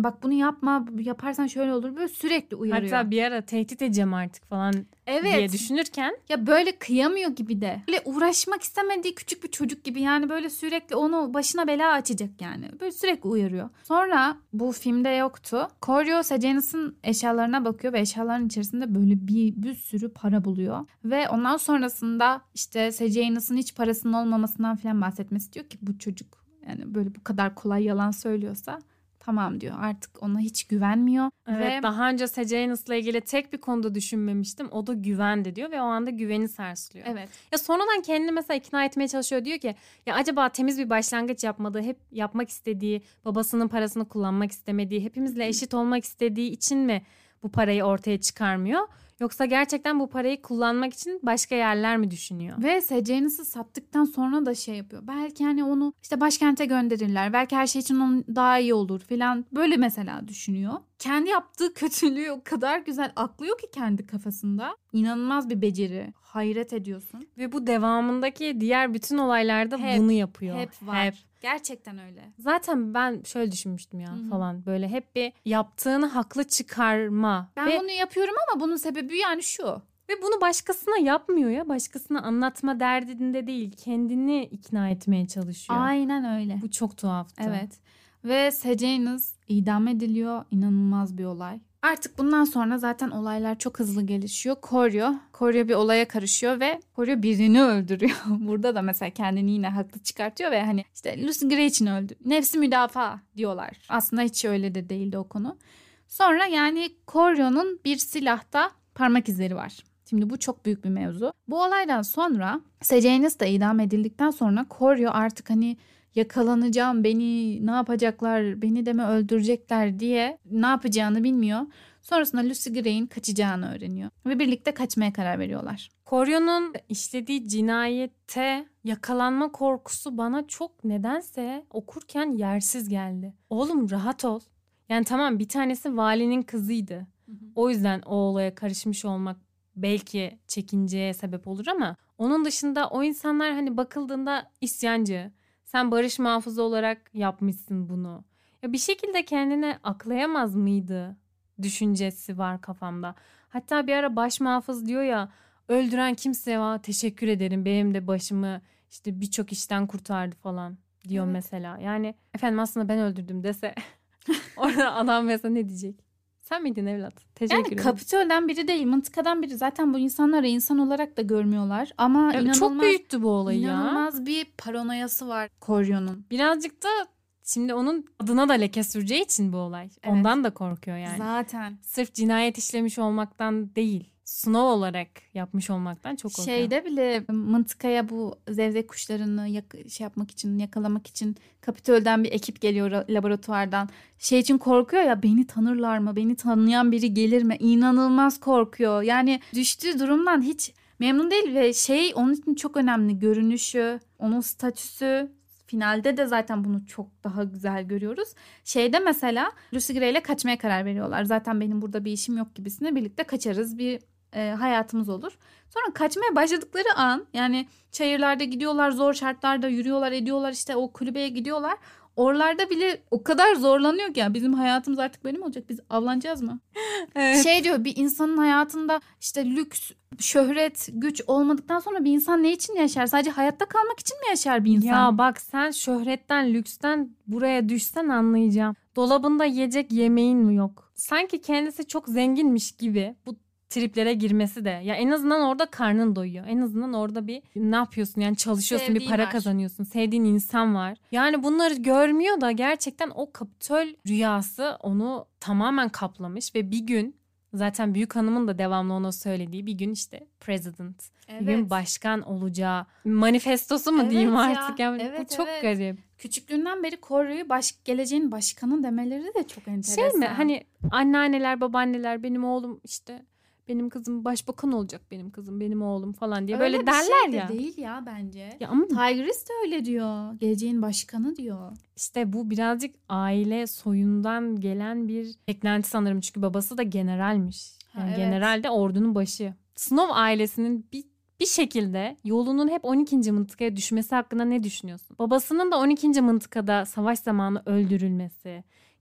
bak bunu yapma, yaparsan şöyle olur, böyle sürekli uyarıyor. Hatta bir ara tehdit edeceğim artık falan diye düşünürken. Ya böyle kıyamıyor gibi de. Böyle uğraşmak istemediği küçük bir çocuk gibi, yani böyle sürekli onu başına bela açacak yani. Böyle sürekli uyarıyor. Sonra bu filmde yoktu. Koryo Sejanus'un eşyalarına bakıyor ve eşyaların içerisinde böyle bir sürü para buluyor. Ve ondan sonrasında işte Sejanus'un hiç parasının olmamasından falan bahsetmesi, diyor ki bu çocuk yani böyle bu kadar kolay yalan söylüyorsa tamam diyor, artık ona hiç güvenmiyor. Evet, ve daha önce Sejanus'la ilgili tek bir konuda düşünmemiştim. O da güvendi diyor ve o anda güveni sarsılıyor. Evet. Ya sonradan kendini mesela ikna etmeye çalışıyor. Diyor ki ya acaba temiz bir başlangıç yapmadığı, hep yapmak istediği, babasının parasını kullanmak istemediği, hepimizle eşit olmak istediği için mi bu parayı ortaya çıkarmıyor? Yoksa gerçekten bu parayı kullanmak için başka yerler mi düşünüyor? Ve Sejanus'u sattıktan sonra da şey yapıyor. Belki hani onu işte başkente gönderirler. Belki her şey için onun daha iyi olur falan. Böyle mesela düşünüyor. Kendi yaptığı kötülüğü o kadar güzel aklıyor ki kendi kafasında. İnanılmaz bir beceri. Hayret ediyorsun. Ve bu devamındaki diğer bütün olaylarda bunu yapıyor. Hep var. Gerçekten öyle. Zaten ben şöyle düşünmüştüm ya falan. Böyle hep bir yaptığını haklı çıkarma. Ben bunu yapıyorum ama bunun sebebi yani şu. Ve bunu başkasına yapmıyor ya. Başkasına anlatma derdinde değil. Kendini ikna etmeye çalışıyor. Aynen öyle. Bu çok tuhaftı. Evet. Ve Sejanus idam ediliyor. İnanılmaz bir olay. Artık bundan sonra zaten olaylar çok hızlı gelişiyor. Koryo bir olaya karışıyor ve Koryo birini öldürüyor. Burada da mesela kendini yine haklı çıkartıyor ve hani işte Lucy Gray için öldü. Nefsi müdafaa diyorlar. Aslında hiç öyle de değildi o konu. Sonra yani Koryo'nun bir silahta parmak izleri var. Şimdi bu çok büyük bir mevzu. Bu olaydan sonra Sejanus da idam edildikten sonra Koryo artık hani yakalanacağım, beni ne yapacaklar, beni de mi öldürecekler diye ne yapacağını bilmiyor. Sonrasında Lucy Gray'in kaçacağını öğreniyor ve birlikte kaçmaya karar veriyorlar. Koryo'nun işlediği cinayette yakalanma korkusu bana çok nedense okurken yersiz geldi. Oğlum rahat ol. Yani tamam, bir tanesi valinin kızıydı. O yüzden o olaya karışmış olmak belki çekinceye sebep olur ama onun dışında o insanlar hani bakıldığında isyancı. Sen barış muhafızı olarak yapmışsın bunu. Ya bir şekilde kendine aklayamaz mıydı düşüncesi var kafamda. Hatta bir ara baş muhafız diyor ya, öldüren kimseye teşekkür ederim, benim de başımı işte birçok işten kurtardı falan diyor mesela. Yani efendim aslında ben öldürdüm dese orada adam mesela ne diyecek? Sen miydin evlat? Teşekkür ederim. Yani Kapitol'den biri değil, mıntıkadan biri. Zaten bu insanları insan olarak da görmüyorlar. Ama evet, çok büyüttü bu olayı ya. İnanılmaz bir paranoyası var Koryo'nun. Birazcık da şimdi onun adına da leke süreceği için bu olay. Evet. Ondan da korkuyor yani. Zaten. Sırf cinayet işlemiş olmaktan değil, sınav olarak yapmış olmaktan çok korkuyor. Şeyde bile mıntıkaya bu zevzek kuşlarını yapmak için, yakalamak için Kapitol'den bir ekip geliyor laboratuvardan. Şey için korkuyor ya, beni tanırlar mı? Beni tanıyan biri gelir mi? İnanılmaz korkuyor. Yani düştüğü durumdan hiç memnun değil ve onun için çok önemli. Görünüşü, onun statüsü. Finalde de zaten bunu çok daha güzel görüyoruz. Şeyde mesela Lucy Gray ile kaçmaya karar veriyorlar. Zaten benim burada bir işim yok gibisine, birlikte kaçarız, bir hayatımız olur. Sonra kaçmaya başladıkları an, yani çayırlarda gidiyorlar, zor şartlarda yürüyorlar, ediyorlar, işte o kulübeye gidiyorlar. Oralarda bile o kadar zorlanıyor ki, ya bizim hayatımız artık böyle mi olacak? Biz avlanacağız mı? Evet. Şey diyor, bir insanın hayatında işte lüks, şöhret, güç olmadıktan sonra bir insan ne için yaşar? Sadece hayatta kalmak için mi yaşar bir insan? Ya bak, sen şöhretten, lüksten buraya düşsen anlayacağım. Dolabında yiyecek yemeğin mi yok? Sanki kendisi çok zenginmiş gibi bu triplere girmesi de. Ya en azından orada karnın doyuyor. En azından orada bir ne yapıyorsun? Yani çalışıyorsun, sevdiğin bir para kazanıyorsun. Sevdiğin insan var. Yani bunları görmüyor da gerçekten o Kapitol rüyası onu tamamen kaplamış ve bir gün, zaten büyük hanımın da devamlı ona söylediği, bir gün işte president, evet, bir gün başkan olacağı manifestosu mu diyeyim artık. Yani evet, bu çok garip. Küçüklüğünden beri Koryo'yu geleceğin başkanı demeleri de çok enteresan. Şey mi, hani anneanneler, babaanneler, benim oğlum işte, benim kızım başbakan olacak, benim kızım, benim oğlum falan diye öyle böyle derler şey ya. De değil ya bence. Ya ama Tigris de öyle diyor. Geleceğin başkanı diyor. İşte bu birazcık aile soyundan gelen bir beklenti sanırım. Çünkü babası da generalmiş. Yani evet, general de ordunun başı. Snow ailesinin bir şekilde yolunun hep 12. mıntıkaya düşmesi hakkında ne düşünüyorsun? Babasının da 12. mıntıkada savaş zamanı öldürülmesi,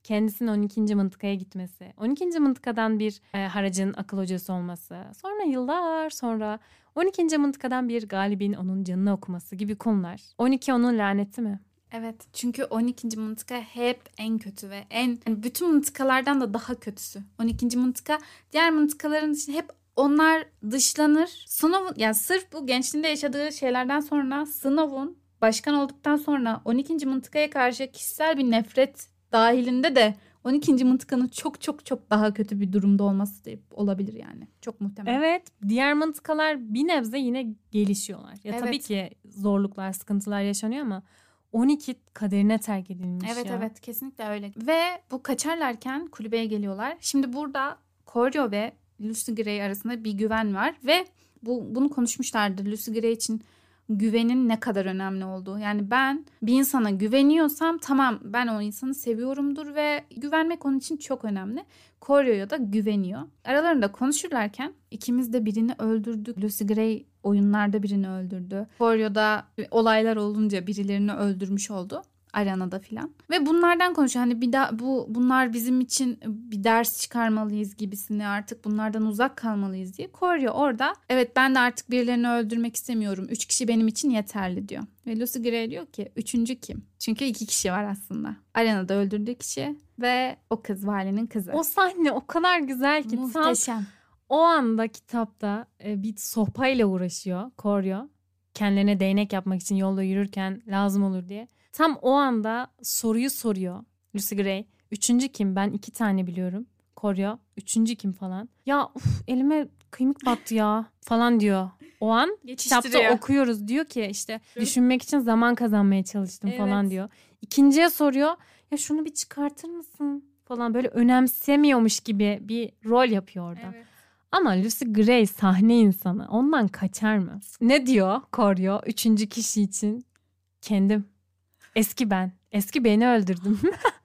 kendisinin 12. mıntıkaya gitmesi, 12. mıntıkadan bir haracın akıl hocası olması, sonra yıllar sonra 12. mıntıkadan bir galibin onun canını okuması gibi konular. 12 onun laneti mi? Evet, çünkü 12. mıntıka hep en kötü ve yani bütün mıntıkalardan da daha kötüsü. 12. mıntıka diğer mıntıkaların dışında hep onlar dışlanır. Sınavın, yani sırf bu gençliğinde yaşadığı şeylerden sonra sınavın başkan olduktan sonra 12. mıntıkaya karşı kişisel bir nefret dahilinde de 12. mıntıkanın çok çok çok daha kötü bir durumda olması da olabilir yani. Çok muhtemel. Evet, diğer mıntıkalar bir nebze yine gelişiyorlar. Ya Evet. tabii ki zorluklar, sıkıntılar yaşanıyor ama 12 kaderine terk edilmiş Evet ya. evet, kesinlikle öyle. Ve bu kaçarlarken kulübeye geliyorlar. Şimdi burada Koryo ve Lucy Gray arasında bir güven var ve bunu konuşmuşlardır. Lucy Gray için güvenin ne kadar önemli olduğu. Yani ben bir insana güveniyorsam tamam, ben o insanı seviyorumdur ve güvenmek onun için çok önemli. Koryo'ya da güveniyor. Aralarında konuşurlarken ikimiz de birini öldürdük. Lucy Gray oyunlarda birini öldürdü. Koryo'da olaylar olunca birilerini öldürmüş oldu. Arenada filan. Ve bunlardan konuşuyor. Hani bir daha bunlar bizim için bir ders çıkarmalıyız gibisini, artık bunlardan uzak kalmalıyız diye. Koryo orada evet ben de artık birilerini öldürmek istemiyorum. 3 kişi benim için yeterli diyor. Ve Lucy Gray diyor ki 3. kim? Çünkü 2 kişi var aslında. Arenada öldürdüğü kişi ve o kız, valinin kızı. O sahne o kadar güzel ki. Muhteşem. O anda kitapta bir sopayla uğraşıyor Koryo. Kendilerine değnek yapmak için yolda yürürken lazım olur diye. Tam o anda soruyu soruyor Lucy Gray. 3. kim? Ben 2 tane biliyorum. Koryo 3. kim falan. Ya elime kıymık battı ya falan diyor. O an kitapta okuyoruz. Diyor ki işte düşünmek için zaman kazanmaya çalıştım falan diyor. İkinciye soruyor. Ya şunu bir çıkartır mısın falan, böyle önemsemiyormuş gibi bir rol yapıyor orada. Evet. Ama Lucy Gray sahne insanı. Ondan kaçar mı? Ne diyor Koryo 3. kişi için? Kendim. Eski ben. Eski beni öldürdüm.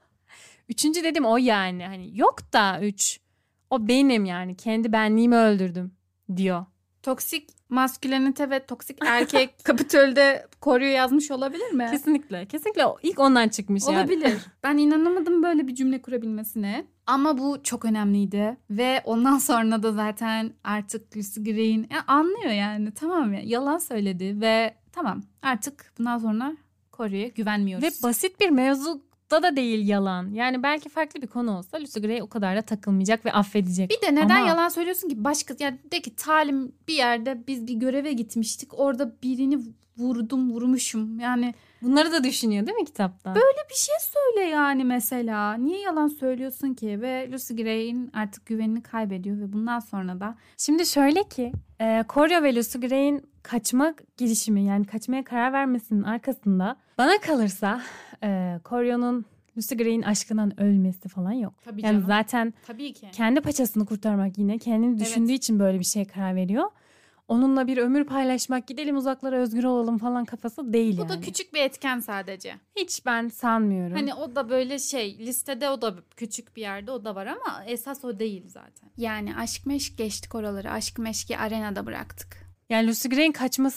3. dedim o yani. Hani yok da 3. O benim yani. Kendi benliğimi öldürdüm diyor. Toksik maskülenite ve toksik erkek Kapitol'de Koryo yazmış olabilir mi? Kesinlikle. Kesinlikle ilk ondan çıkmış yani. Olabilir. Ben inanamadım böyle bir cümle kurabilmesine. Ama bu çok önemliydi. Ve ondan sonra da zaten artık Lucy Gray'in anlıyor yani. Tamam ya, yalan söyledi ve tamam artık bundan sonra Koryo'ya güvenmiyoruz. Ve basit bir mevzuda da değil yalan. Yani belki farklı bir konu olsa Lucy Gray o kadar da takılmayacak ve affedecek. Bir de neden yalan söylüyorsun ki? Başka, yani de ki talim bir yerde biz bir göreve gitmiştik. Orada birini vurmuşum. Yani bunları da düşünüyor değil mi kitapta? Böyle bir şey söyle yani mesela. Niye yalan söylüyorsun ki? Ve Lucy Gray'in artık güvenini kaybediyor ve bundan sonra da. Şimdi şöyle ki Koryo ve Lucy Gray'in kaçma girişimi, yani kaçmaya karar vermesinin arkasında bana kalırsa Koryo'nun Lucy Gray'in aşkından ölmesi falan yok. Tabii yani canım. zaten tabii ki. Kendi paçasını kurtarmak, yine kendini düşündüğü için böyle bir şeye karar veriyor. Onunla bir ömür paylaşmak, gidelim uzaklara özgür olalım falan kafası değil yani. Bu da küçük bir etken sadece. Hiç ben sanmıyorum. Hani o da böyle listede o da küçük bir yerde o da var ama esas o değil zaten. Yani aşk meşk geçtik oraları. Aşk meşki arenada bıraktık. Yani Lucy Gray'in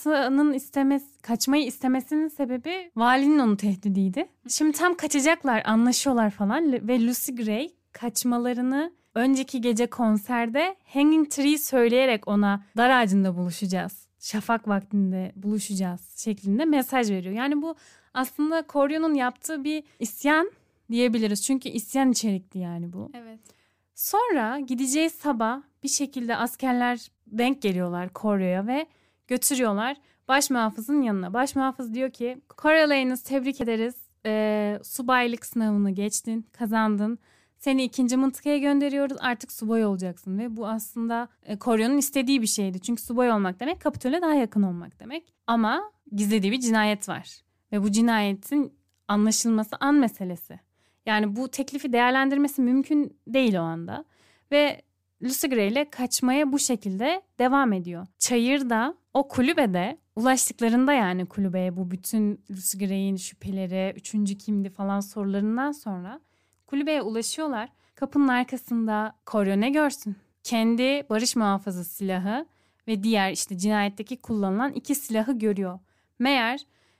kaçmayı istemesinin sebebi valinin onu tehdidiydi. Şimdi tam kaçacaklar, anlaşıyorlar falan ve Lucy Gray kaçmalarını önceki gece konserde Hanging Tree söyleyerek ona dar ağacında buluşacağız, şafak vaktinde buluşacağız şeklinde mesaj veriyor. Yani bu aslında Koryo'nun yaptığı bir isyan diyebiliriz. Çünkü isyan içerikli yani bu. Evet. Sonra gideceği sabah bir şekilde askerler denk geliyorlar Koryo'ya ve götürüyorlar başmuhafızın yanına. Başmuhafız diyor ki Coriolanus, tebrik ederiz. Subaylık sınavını geçtin, kazandın. Seni 2. mıntıkaya gönderiyoruz. Artık subay olacaksın ve bu aslında Koryo'nun istediği bir şeydi. Çünkü subay olmak demek Kapitol'e daha yakın olmak demek. Ama gizlediği bir cinayet var. Ve bu cinayetin anlaşılması an meselesi. Yani bu teklifi değerlendirmesi mümkün değil o anda. Ve Lucy Gray ile kaçmaya bu şekilde devam ediyor. Çayır'da, o kulübede ulaştıklarında, yani kulübeye, bu bütün Lucy Gray'in şüpheleri, 3. kimdi falan sorularından sonra kulübeye ulaşıyorlar. Kapının arkasında Koryo ne görsün? Kendi barış muhafızı silahı ve diğer işte cinayetteki kullanılan 2 silahı görüyor. Meğer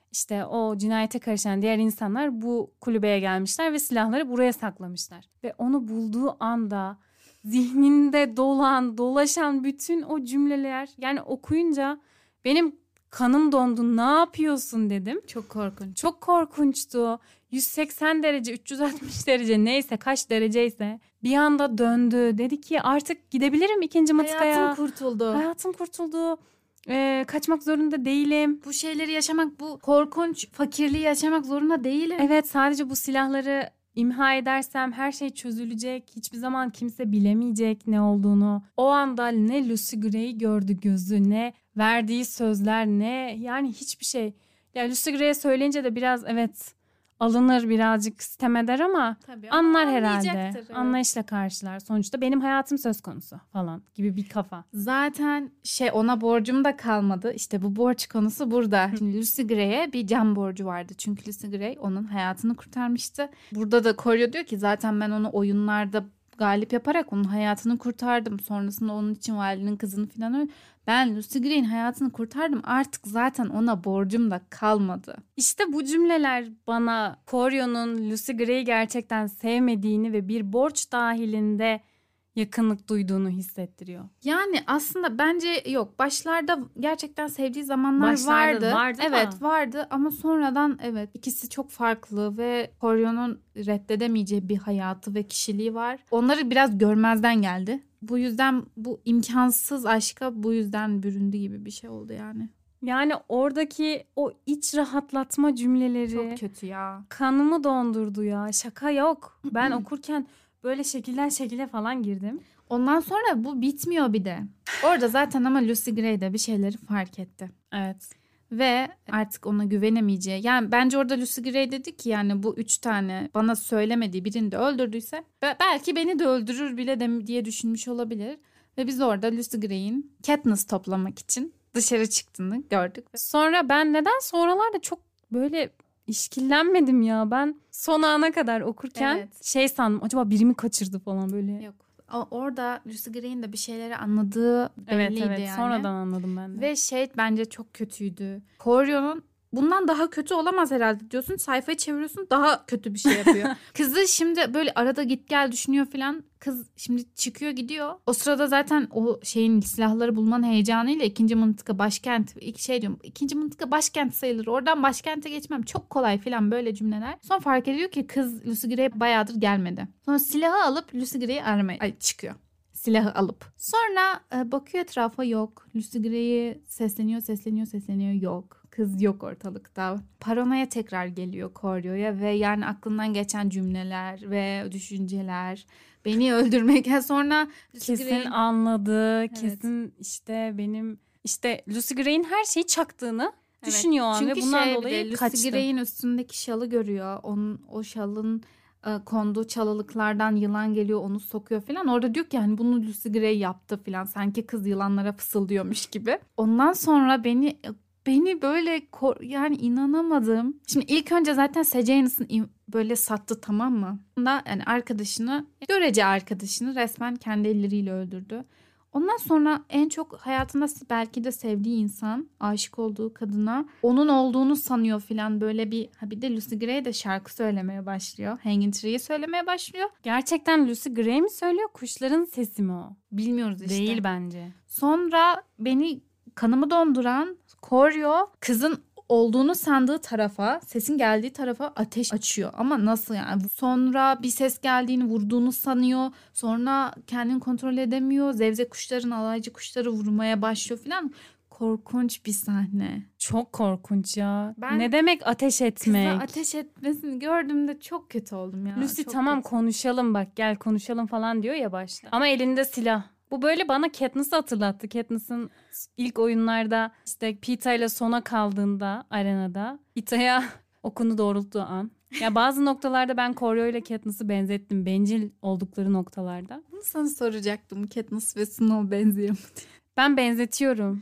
işte o cinayete karışan diğer insanlar bu kulübeye gelmişler ve silahları buraya saklamışlar. Ve onu bulduğu anda zihninde dolaşan bütün o cümleler, yani okuyunca benim kanım dondu. Ne yapıyorsun dedim. Çok korkunç. Çok korkunçtu. 180 derece, 360 derece neyse kaç dereceyse bir anda döndü. Dedi ki artık gidebilirim ikinci mıntıkaya. Hayatım kurtuldu. Hayatım kurtuldu. Kaçmak zorunda değilim. Bu şeyleri yaşamak, bu korkunç fakirliği yaşamak zorunda değilim. Evet, sadece bu silahları imha edersem her şey çözülecek. Hiçbir zaman kimse bilemeyecek ne olduğunu. O anda ne Lucy Gray gördü gözü, ne verdiği sözler, ne yani hiçbir şey. Yani Lucy Gray'e söyleyince de biraz evet alınır, birazcık sitem eder ama Tabii, anlar herhalde. anlayacaktır, evet. Anlayışla karşılar. Sonuçta benim hayatım söz konusu falan gibi bir kafa. Zaten ona borcum da kalmadı. İşte bu borç konusu burada. Şimdi Lucy Gray'e bir can borcu vardı. Çünkü Lucy Gray onun hayatını kurtarmıştı. Burada da Koryo diyor ki zaten ben onu oyunlarda galip yaparak onun hayatını kurtardım. Sonrasında onun için valinin kızını falan ben Lucy Gray'in hayatını kurtardım. Artık zaten ona borcum da kalmadı. İşte bu cümleler bana Koryo'nun Lucy Gray'i gerçekten sevmediğini ve bir borç dahilinde yakınlık duyduğunu hissettiriyor. Yani aslında bence yok. Başlarda gerçekten sevdiği zamanlar Başlarda vardı. ama. Evet vardı ama sonradan evet ikisi çok farklı ve Koryo'nun reddedemeyeceği bir hayatı ve kişiliği var. Onları biraz görmezden geldi. Bu yüzden bu imkansız aşka bu yüzden büründü gibi bir şey oldu yani. Yani oradaki o iç rahatlatma cümleleri Çok kötü ya. kanımı dondurdu ya. Şaka yok. Ben okurken böyle şekilden şekile falan girdim. Ondan sonra bu bitmiyor bir de. Orada zaten ama Lucy Gray de bir şeyleri fark etti. Evet. Ve artık ona güvenemeyeceği. Yani bence orada Lucy Gray dedi ki yani bu 3 tane bana söylemediği birini de öldürdüyse belki beni de öldürür bile diye düşünmüş olabilir. Ve biz orada Lucy Gray'in Katniss toplamak için dışarı çıktığını gördük. Sonra ben neden sonralarda çok böyle işkillenmedim ya. Ben son ana kadar okurken Evet. sandım acaba biri mi kaçırdı falan böyle. Yok. Orada Lucy Gray'in de bir şeyleri anladığı belliydi evet, yani. sonradan anladım ben de. Ve bence çok kötüydü. Koryo'nun bundan daha kötü olamaz herhalde diyorsun. Sayfayı çeviriyorsun daha kötü bir şey yapıyor. Kızı şimdi böyle arada git gel düşünüyor falan. Kız şimdi çıkıyor gidiyor. O sırada zaten o silahları bulmanın heyecanıyla ikinci mıntıka başkent ikinci mıntıka başkent sayılır. Oradan başkente geçmem çok kolay falan böyle cümleler. Sonra fark ediyor ki kız Lucy Gray bayağıdır gelmedi. Sonra silahı alıp Lucy Gray'i aramaya çıkıyor. Silahı alıp. Sonra bakıyor etrafa yok. Lucy Gray'i sesleniyor yok. Kız yok ortalıkta. Paranoya tekrar geliyor Koryo'ya ve yani aklından geçen cümleler ve düşünceler. Beni öldürmek. Sonra kesin anladı. Kesin benim Lucy Gray'in her şeyi çaktığını düşünüyor o an. Çünkü ve bundan dolayı kaçtı. Lucy Gray'in üstündeki şalı görüyor. O şalın konduğu çalılıklardan yılan geliyor onu sokuyor falan. Orada diyor ki yani bunu Lucy Gray yaptı falan. Sanki kız yılanlara fısıldıyormuş gibi. Ondan sonra beni böyle yani inanamadım. Şimdi ilk önce zaten Sejanus'un böyle sattı, tamam mı? Yani görece arkadaşını resmen kendi elleriyle öldürdü. Ondan sonra en çok hayatında belki de sevdiği insan, aşık olduğu kadına onun olduğunu sanıyor filan böyle bir de Lucy Gray de şarkı söylemeye başlıyor. Hanging Tree'yi söylemeye başlıyor. Gerçekten Lucy Gray mi söylüyor? Kuşların sesi mi o? Bilmiyoruz işte. Değil bence. Sonra beni kanımı donduran Koryo kızın olduğunu sandığı tarafa, sesin geldiği tarafa ateş açıyor. Ama nasıl yani? Sonra bir ses geldiğini vurduğunu sanıyor. Sonra kendini kontrol edemiyor. Zevzek kuşların, alaycı kuşları vurmaya başlıyor falan. Korkunç bir sahne. Çok korkunç ya. Ne demek ateş etmek? Kıza ateş etmesini gördüğümde çok kötü oldum ya. Lucy çok tamam kötü. Konuşalım bak gel konuşalım falan diyor ya başta. Ama elinde silah. Bu böyle bana Katniss'ı hatırlattı. Katniss'ın ilk oyunlarda Peeta ile sona kaldığında arenada Peeta'ya okunu doğrulttuğu an. Ya bazı noktalarda ben Koryo ile Katniss'ı benzettim. Bencil oldukları noktalarda. Bunu sana soracaktım. Katniss ve Snow benziyor mu diye. Ben benzetiyorum.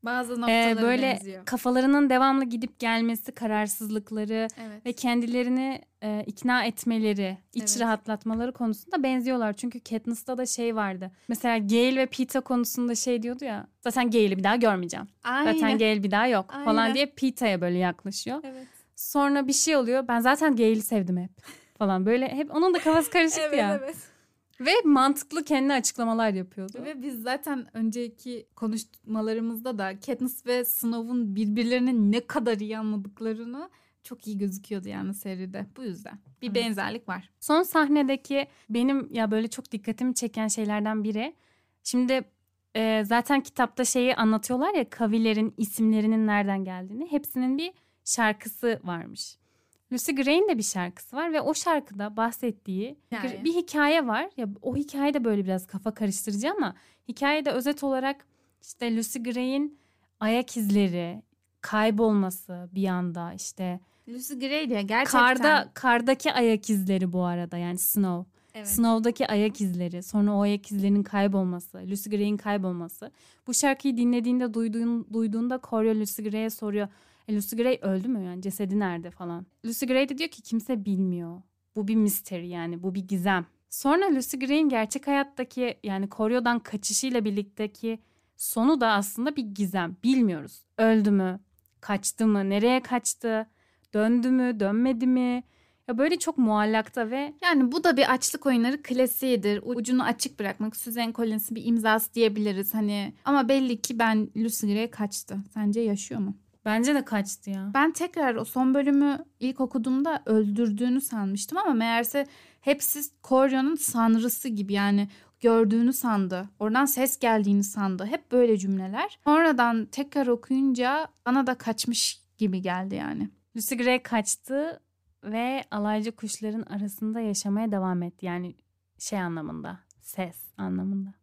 Bazı noktaları böyle benziyor. kafalarının devamlı gidip gelmesi, kararsızlıkları Evet. ve kendilerini ikna etmeleri, iç Evet. rahatlatmaları konusunda benziyorlar. Çünkü Katniss'ta da şey vardı. Mesela Gale ve Peeta konusunda şey diyordu ya. Zaten Gale'i bir daha görmeyeceğim. Aynen. Zaten Gale bir daha yok falan Aynen. diye Peeta'ya böyle yaklaşıyor. Evet. Sonra bir şey oluyor. Ben zaten Gale'i sevdim hep falan. Böyle hep onun da kafası karışıktı ya. Evet. Ve mantıklı kendi açıklamalar yapıyordu. Ve biz zaten önceki konuşmalarımızda da Katniss ve Snow'un birbirlerini ne kadar iyi anladıklarını çok iyi gözüküyordu yani seride. Bu yüzden bir Evet. benzerlik var. Son sahnedeki benim ya böyle çok dikkatimi çeken şeylerden biri. Şimdi zaten kitapta şeyi anlatıyorlar ya, kavilerin isimlerinin nereden geldiğini. Hepsinin bir şarkısı varmış. Lucy Gray'in de bir şarkısı var ve o şarkıda bahsettiği bir hikaye var. Ya o hikaye de böyle biraz kafa karıştırıcı ama hikayede özet olarak işte Lucy Gray'in ayak izleri, kaybolması bir anda, işte Lucy Gray diye gerçekten. kardaki ayak izleri bu arada, yani Snow. Evet. Snow'daki ayak izleri, sonra o ayak izlerinin kaybolması, Lucy Gray'in kaybolması. Bu şarkıyı dinlediğinde, duyduğunda Coryo Lucy Gray'e soruyor. Lucy Gray öldü mü, yani cesedi nerede falan. Lucy Gray de diyor ki kimse bilmiyor. Bu bir mystery, yani bu bir gizem. Sonra Lucy Gray'in gerçek hayattaki, yani Coryo'dan kaçışıyla birlikteki sonu da aslında bir gizem. Bilmiyoruz. Öldü mü? Kaçtı mı? Nereye kaçtı? Döndü mü? Dönmedi mi? Ya böyle çok muallakta ve Yani bu da bir açlık oyunları klasiğidir. Ucunu açık bırakmak. Suzanne Collins'in bir imzası diyebiliriz hani. Ama belli ki Lucy Gray kaçtı. Sence yaşıyor mu? bence de kaçtı ya. Ben tekrar o son bölümü ilk okuduğumda öldürdüğünü sanmıştım ama meğerse hepsi Corio'nun sanrısı gibi, yani gördüğünü sandı. Oradan ses geldiğini sandı. Hep böyle cümleler. Sonradan tekrar okuyunca bana da kaçmış gibi geldi yani. Lucy Gray kaçtı ve alaycı kuşların arasında yaşamaya devam etti. Yani şey anlamında, ses anlamında.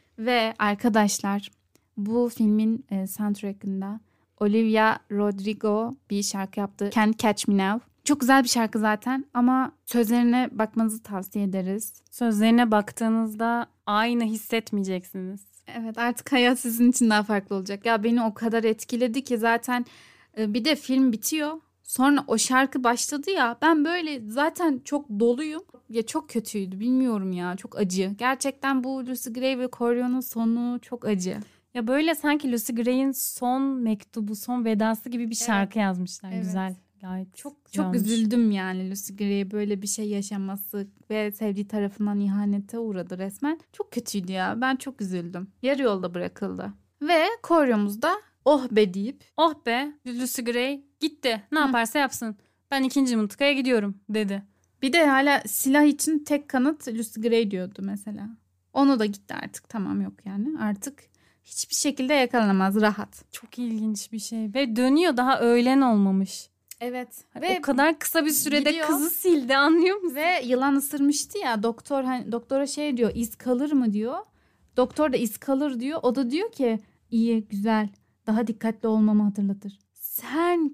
Ve arkadaşlar, bu filmin soundtrack'ında Olivia Rodrigo bir şarkı yaptı. Can't Catch Me Now. Çok güzel bir şarkı zaten ama sözlerine bakmanızı tavsiye ederiz. Sözlerine baktığınızda aynı hissetmeyeceksiniz. Evet, artık hayat sizin için daha farklı olacak. Ya beni o kadar etkiledi ki zaten bir de film bitiyor. Sonra o şarkı başladı ya, ben böyle zaten çok doluyum. Ya çok kötüydü, bilmiyorum ya, çok acı. Gerçekten bu Lucy Gray ve Corio'nun sonu çok acı. Ya böyle sanki Lucy Gray'in son mektubu, son vedası gibi bir şarkı yazmışlar. Evet. Güzel. Gayet Çok güzel olmuş. üzüldüm yani Lucy Gray'e böyle bir şey yaşaması ve sevdiği tarafından ihanete uğradı resmen. Çok kötüydü ya. Ben çok üzüldüm. Yarı yolda bırakıldı. Ve Corio'muz da oh be deyip Oh be, Lucy Gray gitti. Ne yaparsa yapsın. Ben 2. mıntıkaya gidiyorum dedi. bir de hala silah için tek kanıt Lucy Gray diyordu mesela. Onu da gitti artık, tamam, yok yani. Artık hiçbir şekilde yakalanamaz, rahat. Çok ilginç bir şey. Ve dönüyor, daha öğlen olmamış. Evet. Ve o kadar kısa bir sürede gidiyor. kızı sildi, anlıyor musun? Ve yılan ısırmıştı ya, doktora şey diyor, iz kalır mı diyor. Doktor da iz kalır diyor. O da diyor ki iyi, güzel, daha dikkatli olmamı hatırlatır. Sen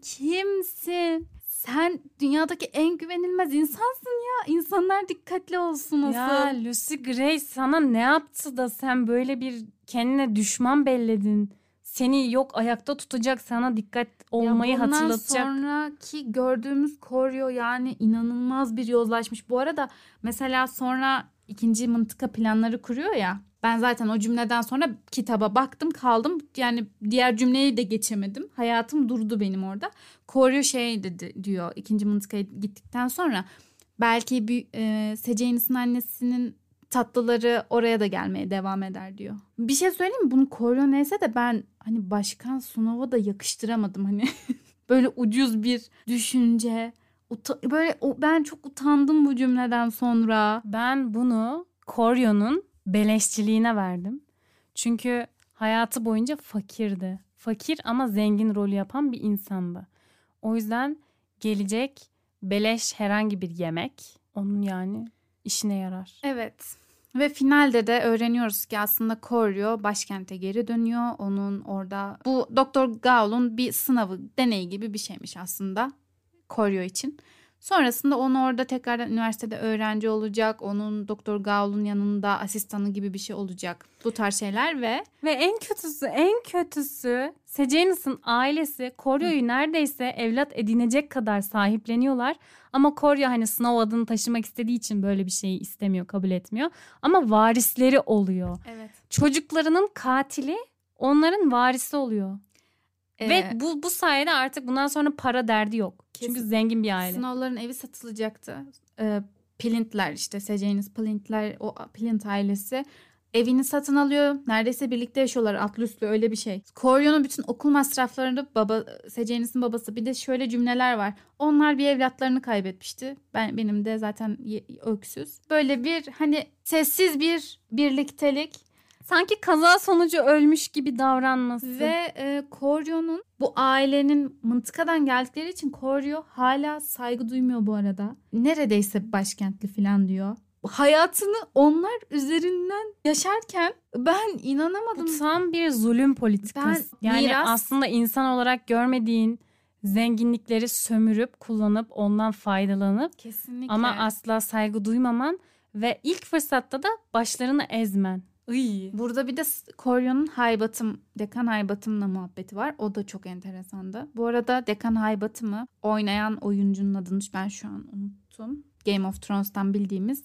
kimsin? Sen dünyadaki en güvenilmez insansın ya. İnsanlar dikkatli olsun asıl. Ya Lucy Gray sana ne yaptı da sen böyle bir kendine düşman belledin? Seni yok ayakta tutacak, sana dikkat olmayı Ya bundan hatırlatacak. sonraki gördüğümüz Koryo yani inanılmaz bir yozlaşmış. Bu arada mesela sonra 2. mıntıka planları kuruyor ya. Ben zaten o cümleden sonra kitaba baktım kaldım. Yani diğer cümleyi de geçemedim. Hayatım durdu benim orada. Koryo şey dedi diyor 2. mıntıkaya gittikten sonra. Belki Sejanus'un annesinin tatlıları oraya da gelmeye devam eder diyor. Bir şey söyleyeyim mi? Bunun Koryo neyse de ben hani Başkan Sunow'a da yakıştıramadım hani. Böyle ucuz bir düşünce. Ben çok utandım bu cümleden sonra. Ben bunu Corio'nun beleşçiliğine verdim. Çünkü hayatı boyunca fakirdi. Fakir ama zengin rolü yapan bir insandı. O yüzden gelecek beleş herhangi bir yemek onun yani işine yarar. Evet. Ve finalde de öğreniyoruz ki aslında Koryo başkente geri dönüyor. Onun orada bu Doktor Gaul'un bir sınavı, deneyi gibi bir şeymiş aslında Koryo için. Sonrasında onu orada tekrardan üniversitede öğrenci olacak. Onun Doktor Gaul'un yanında asistanı gibi bir şey olacak. Bu tarz şeyler ve en kötüsü Sejanus'un ailesi Koryo'yu neredeyse evlat edinecek kadar sahipleniyorlar. Ama Koryo hani Snow adını taşımak istediği için böyle bir şeyi istemiyor, kabul etmiyor. Ama varisleri oluyor. Evet. Çocuklarının katili onların varisi oluyor. Ve bu sayede artık bundan sonra para derdi yok. Kesin. Çünkü zengin bir aile. Snow'ların evi satılacaktı. Plint'ler işte Sejanus Plint'ler, o Plint ailesi evini satın alıyor. Neredeyse birlikte yaşıyorlar, atlı üstlü, öyle bir şey. Koryo'nun bütün okul masraflarını Sejanus'un babası, bir de şöyle cümleler var. Onlar bir evlatlarını kaybetmişti. Benim de zaten öksüz. Böyle bir hani sessiz bir birliktelik. Sanki kaza sonucu ölmüş gibi davranması. Ve Koryo'nun bu ailenin mıntıkadan geldikleri için Koryo hala saygı duymuyor bu arada. Neredeyse başkentli falan diyor. Hayatını onlar üzerinden yaşarken ben inanamadım. Bu tam bir zulüm politikası. Yani aslında insan olarak görmediğin zenginlikleri sömürüp kullanıp ondan faydalanıp kesinlikle, ama asla saygı duymaman ve ilk fırsatta da başlarını ezmen. Burada bir de Koryo'nun Dekan Haybatım'la muhabbeti var. O da çok enteresandı. Bu arada Dekan Haybatım'ı oynayan oyuncunun adını ben şu an unuttum. Game of Thrones'tan bildiğimiz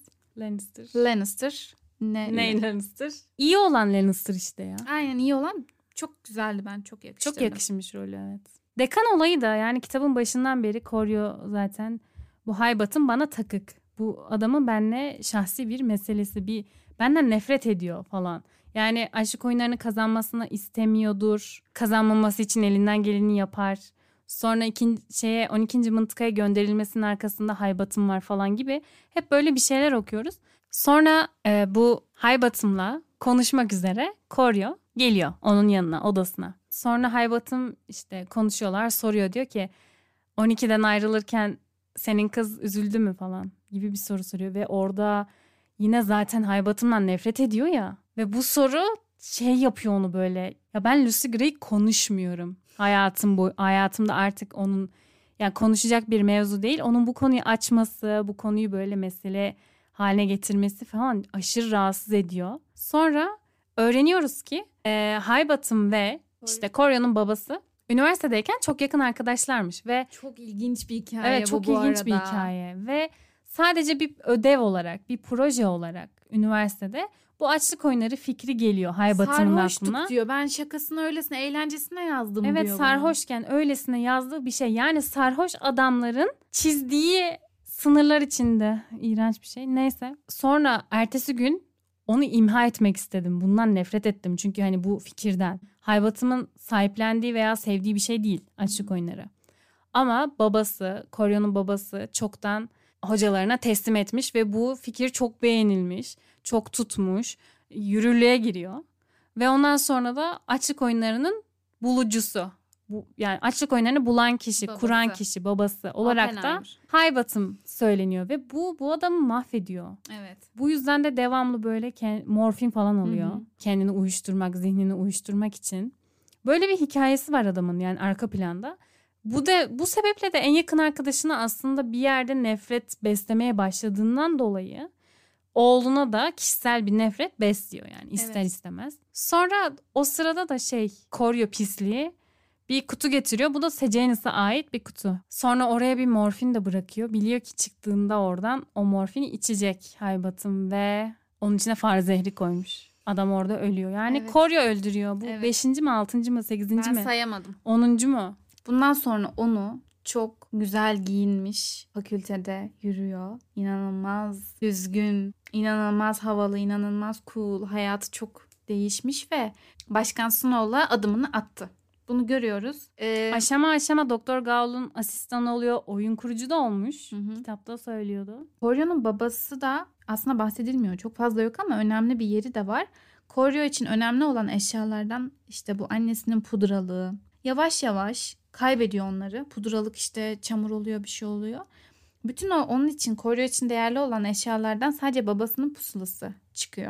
Lannister. Ne Lannister? İyi olan Lannister işte ya. Aynen, iyi olan. Çok güzeldi, ben çok yakıştırdım. Çok yakışmış rolü, evet. Dekan olayı da yani kitabın başından beri Koryo zaten bu Haybatım bana takık. Bu adamın benimle şahsi bir meselesi, benden nefret ediyor falan. Yani aşık oyunlarını kazanmasını istemiyordur. Kazanmaması için elinden geleni yapar. Sonra 12. mıntıkaya gönderilmesinin arkasında Haybatım var falan gibi. Hep böyle bir şeyler okuyoruz. Sonra bu Haybatım'la konuşmak üzere Koryo geliyor onun yanına, odasına. Sonra Haybatım işte konuşuyorlar, soruyor, diyor ki 12'den ayrılırken senin kız üzüldü mü falan gibi bir soru soruyor. Ve orada yine zaten Haybatım'dan nefret ediyor ya. Ve bu soru yapıyor onu böyle. Ya ben Lucy Gray konuşmuyorum. Hayatımda artık onun yani konuşacak bir mevzu değil. Onun bu konuyu açması, bu konuyu böyle mesele haline getirmesi falan aşırı rahatsız ediyor. Sonra öğreniyoruz ki Haybatım ve işte Koryo'nun babası üniversitedeyken çok yakın arkadaşlarmış ve çok ilginç bir hikaye. Evet, çok ilginç bir hikaye ve sadece bir ödev olarak, bir proje olarak üniversitede bu açlık oyunları fikri geliyor Haybatım'ın aklına. Sarhoştuk diyor. Ben şakasına öylesine, eğlencesine yazdım diyor. Evet, sarhoşken öylesine yazdığı bir şey. Yani sarhoş adamların çizdiği sınırlar içinde. İğrenç bir şey. Neyse. Sonra ertesi gün onu imha etmek istedim. Bundan nefret ettim. Çünkü hani bu fikirden. Haybatım'ın sahiplendiği veya sevdiği bir şey değil açlık oyunları. Ama Koryo'nun babası çoktan hocalarına teslim etmiş ve bu fikir çok beğenilmiş, çok tutmuş, yürürlüğe giriyor. Ve ondan sonra da açlık oyunlarının bulucusu, yani açlık oyunlarını bulan kişi, kuran kişi, babası olarak da Haybatım söyleniyor ve bu adamı mahvediyor. Evet. Bu yüzden de devamlı böyle morfin falan alıyor. Hı-hı. Kendini uyuşturmak, zihnini uyuşturmak için. Böyle bir hikayesi var adamın yani arka planda. Bu sebeple de en yakın arkadaşına aslında bir yerde nefret beslemeye başladığından dolayı oğluna da kişisel bir nefret besliyor yani ister istemez. Sonra o sırada da Koryo pisliği bir kutu getiriyor. Bu da Sejanus'a ait bir kutu. Sonra oraya bir morfin de bırakıyor. Biliyor ki çıktığında oradan o morfini içecek Haybatım ve onun içine fare zehri koymuş. Adam orada ölüyor. Yani Koryo öldürüyor. Bu 5. mi 6. mı 8. mi? Ben sayamadım. 10. mu? Bundan sonra onu çok güzel giyinmiş fakültede yürüyor. İnanılmaz düzgün, inanılmaz havalı, inanılmaz cool. Hayatı çok değişmiş ve Başkan Snow'la adımını attı. Bunu görüyoruz. Aşama aşama Doktor Gaul'un asistanı oluyor. Oyun kurucu da olmuş. Hı-hı. Kitapta söylüyordu. Koryo'nun babası da aslında bahsedilmiyor. Çok fazla yok ama önemli bir yeri de var. Koryo için önemli olan eşyalardan işte bu annesinin pudralığı. Yavaş yavaş kaybediyor onları. Pudralık işte çamur oluyor, bir şey oluyor. Bütün onun için, Koryo için değerli olan eşyalardan sadece babasının pusulası çıkıyor.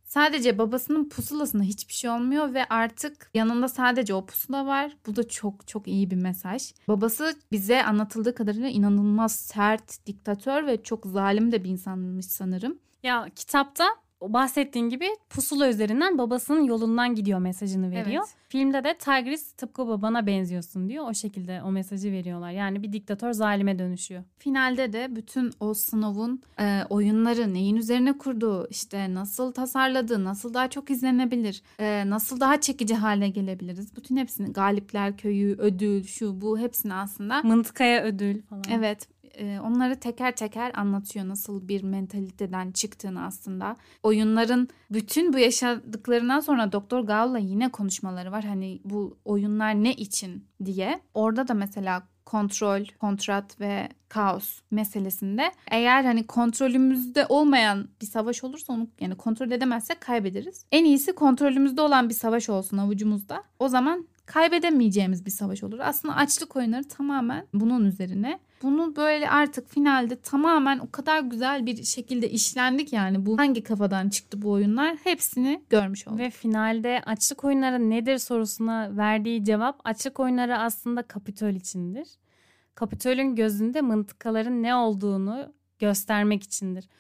Sadece babasının pusulasına hiçbir şey olmuyor ve artık yanında sadece o pusula var. Bu da çok çok iyi bir mesaj. Babası bize anlatıldığı kadarıyla inanılmaz sert, diktatör ve çok zalim de bir insanmış sanırım. Ya kitapta bahsettiğin gibi pusula üzerinden babasının yolundan gidiyor mesajını veriyor. Evet. Filmde de Tigris tıpkı babana benziyorsun diyor. O şekilde o mesajı veriyorlar. Yani bir diktatör zalime dönüşüyor. Finalde de bütün o Snow'un oyunları neyin üzerine kurduğu, işte nasıl tasarladığı, nasıl daha çok izlenebilir, nasıl daha çekici hale gelebiliriz. Bütün hepsini, Galipler Köyü, ödül, şu bu hepsini aslında. Mıntıkaya ödül falan. Evet. Onları teker teker anlatıyor nasıl bir mentaliteden çıktığını aslında. Oyunların bütün bu yaşadıklarından sonra Doktor Gau'la yine konuşmaları var. Hani bu oyunlar ne için diye. Orada da mesela kontrol, kontrat ve kaos meselesinde eğer hani kontrolümüzde olmayan bir savaş olursa onu yani kontrol edemezsek kaybederiz. En iyisi kontrolümüzde olan bir savaş olsun avucumuzda. O zaman kaybedemeyeceğimiz bir savaş olur. Aslında açlık oyunları tamamen bunun üzerine. Bunu böyle artık finalde tamamen o kadar güzel bir şekilde işlendik yani. Bu hangi kafadan çıktı bu oyunlar? Hepsini görmüş olduk. Ve finalde açlık oyunları nedir sorusuna verdiği cevap açlık oyunları aslında Kapitol içindir. Kapitol'ün gözünde mıntıkaların ne olduğunu göstermek içindir.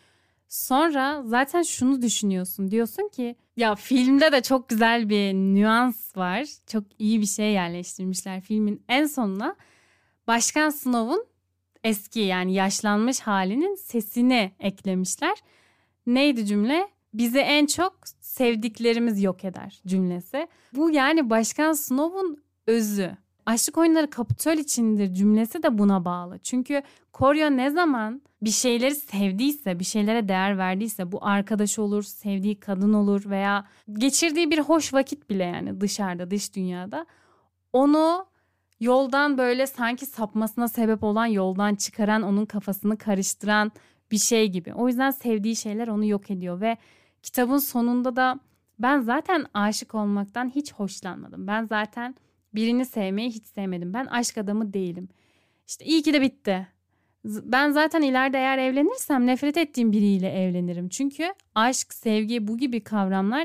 Sonra zaten şunu düşünüyorsun. Diyorsun ki ya filmde de çok güzel bir nüans var. Çok iyi bir şey yerleştirmişler filmin en sonuna. Başkan Snow'un eski yani yaşlanmış halinin sesini eklemişler. Neydi cümle? Bizi en çok sevdiklerimiz yok eder cümlesi. Bu yani Başkan Snow'un özü. Açlık oyunları Kapitol içindir cümlesi de buna bağlı. Çünkü Koryo ne zaman bir şeyleri sevdiyse, bir şeylere değer verdiyse bu arkadaş olur, sevdiği kadın olur veya geçirdiği bir hoş vakit bile yani dışarıda, dış dünyada onu yoldan böyle sanki sapmasına sebep olan, yoldan çıkaran, onun kafasını karıştıran bir şey gibi. O yüzden sevdiği şeyler onu yok ediyor ve kitabın sonunda da ben zaten aşık olmaktan hiç hoşlanmadım. Ben zaten birini sevmeyi hiç sevmedim. Ben aşk adamı değilim. İşte iyi ki de bitti. Ben zaten ileride eğer evlenirsem nefret ettiğim biriyle evlenirim. Çünkü aşk, sevgi bu gibi kavramlar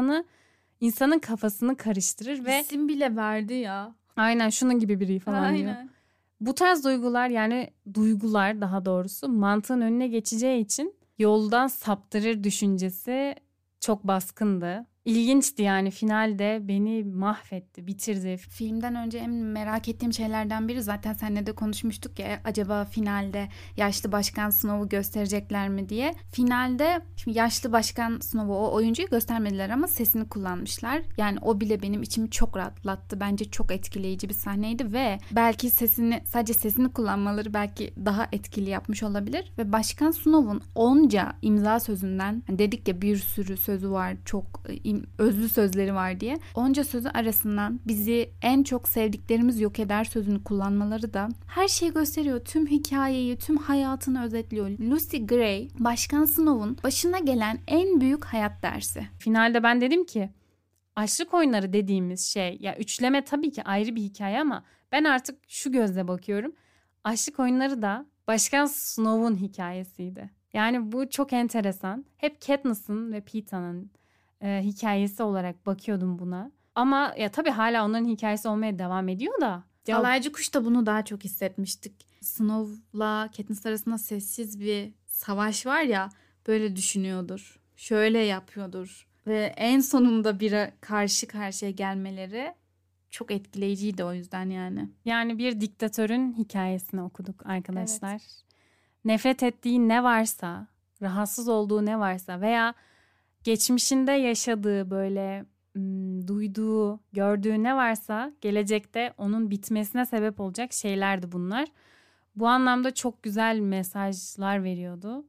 insanın kafasını karıştırır ve İsim bile verdi ya. aynen şunun gibi biri falan diyor. Bu tarz duygular yani duygular daha doğrusu mantığın önüne geçeceği için yoldan saptırır düşüncesi çok baskındı. İlginçti yani finalde beni mahvetti, bitirdi. Filmden önce en merak ettiğim şeylerden biri zaten seninle de konuşmuştuk ya acaba finalde yaşlı Başkan Snow'u gösterecekler mi diye. Finalde şimdi yaşlı Başkan Snow'u o oyuncuyu göstermediler ama sesini kullanmışlar. Yani o bile benim içimi çok rahatlattı. Bence çok etkileyici bir sahneydi ve belki sadece sesini kullanmaları belki daha etkili yapmış olabilir. Ve Başkan Snow'un onca imza sözünden hani dedik ya bir sürü sözü var çok özlü sözleri var diye. Onca sözü arasından bizi en çok sevdiklerimiz yok eder sözünü kullanmaları da her şeyi gösteriyor. Tüm hikayeyi, tüm hayatını özetliyor. Lucy Gray, Başkan Snow'un başına gelen en büyük hayat dersi. Finalde ben dedim ki açlık oyunları dediğimiz şey ya üçleme tabii ki ayrı bir hikaye ama ben artık şu gözle bakıyorum. Açlık oyunları da Başkan Snow'un hikayesiydi. Yani bu çok enteresan. Hep Katniss'ın ve Peeta'nın hikayesi olarak bakıyordum buna. Ama ya tabii hala onların hikayesi olmaya devam ediyor da. Alaycı Kuş da bunu daha çok hissetmiştik. Snow'la Katniss arasında sessiz bir savaş var ya böyle düşünüyordur. Şöyle yapıyordur. Ve en sonunda bire karşı karşıya gelmeleri çok etkileyiciydi o yüzden yani. Yani bir diktatörün hikayesini okuduk arkadaşlar. Evet. Nefret ettiği ne varsa, rahatsız olduğu ne varsa veya geçmişinde yaşadığı böyle duyduğu, gördüğü ne varsa gelecekte onun bitmesine sebep olacak şeylerdi bunlar. Bu anlamda çok güzel mesajlar veriyordu.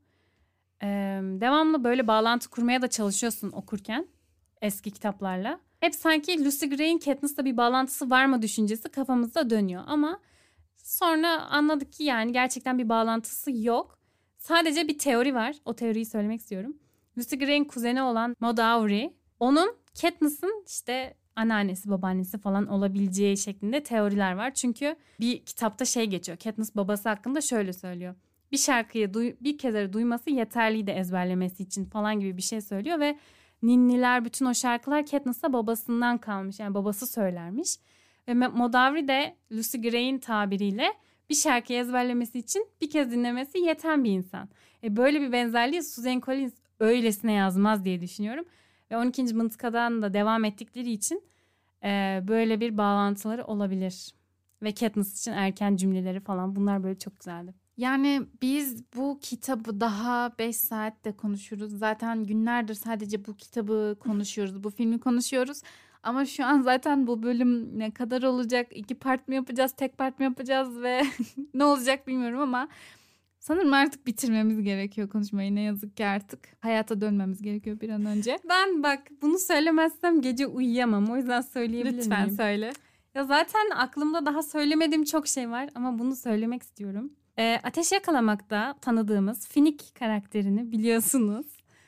Devamlı böyle bağlantı kurmaya da çalışıyorsun okurken eski kitaplarla. Hep sanki Lucy Gray'in Katniss'la bir bağlantısı var mı düşüncesi kafamızda dönüyor ama sonra anladık ki yani gerçekten bir bağlantısı yok. Sadece bir teori var. O teoriyi söylemek istiyorum. Lucy Gray'in kuzeni olan Maud Avery, onun Katniss'ın işte anneannesi, babaannesi falan olabileceği şeklinde teoriler var. Çünkü bir kitapta şey geçiyor. Katniss babası hakkında şöyle söylüyor. Bir şarkıyı bir kere duyması yeterliydi ezberlemesi için falan gibi bir şey söylüyor ve ninniler, bütün o şarkılar Katniss'a babasından kalmış. Yani babası söylermiş. Ve Modavri de Lucy Gray'in tabiriyle bir şarkıyı ezberlemesi için bir kez dinlemesi yeten bir insan. Böyle bir benzerliği Suzanne Collins öylesine yazmaz diye düşünüyorum. Ve 12. mıntıkadan da devam ettikleri için böyle bir bağlantıları olabilir. Ve Katniss için erken cümleleri falan, bunlar böyle çok güzeldi. Yani biz bu kitabı daha 5 saatte konuşuruz. Zaten günlerdir sadece bu kitabı konuşuyoruz. Bu filmi konuşuyoruz. Ama şu an zaten bu bölüm ne kadar olacak? 2 part mı yapacağız? Tek part mı yapacağız? Ve ne olacak bilmiyorum ama sanırım artık bitirmemiz gerekiyor konuşmayı. Ne yazık ki artık hayata dönmemiz gerekiyor bir an önce. Ben bak bunu söylemezsem gece uyuyamam. O yüzden söyleyebilir miyim? Lütfen söyle. Ya zaten aklımda daha söylemediğim çok şey var ama bunu söylemek istiyorum. Ateş Yakalamak'ta tanıdığımız Finnick karakterini biliyorsunuz.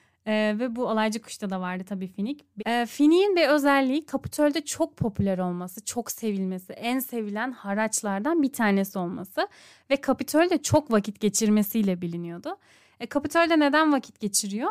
Ve bu Alaycı Kuş'ta da vardı tabii Finnick. Finnick'in bir özelliği Kapitol'de çok popüler olması, çok sevilmesi, en sevilen haraçlardan bir tanesi olması ve Kapitol'de çok vakit geçirmesiyle biliniyordu. Kapitol'de neden vakit geçiriyor?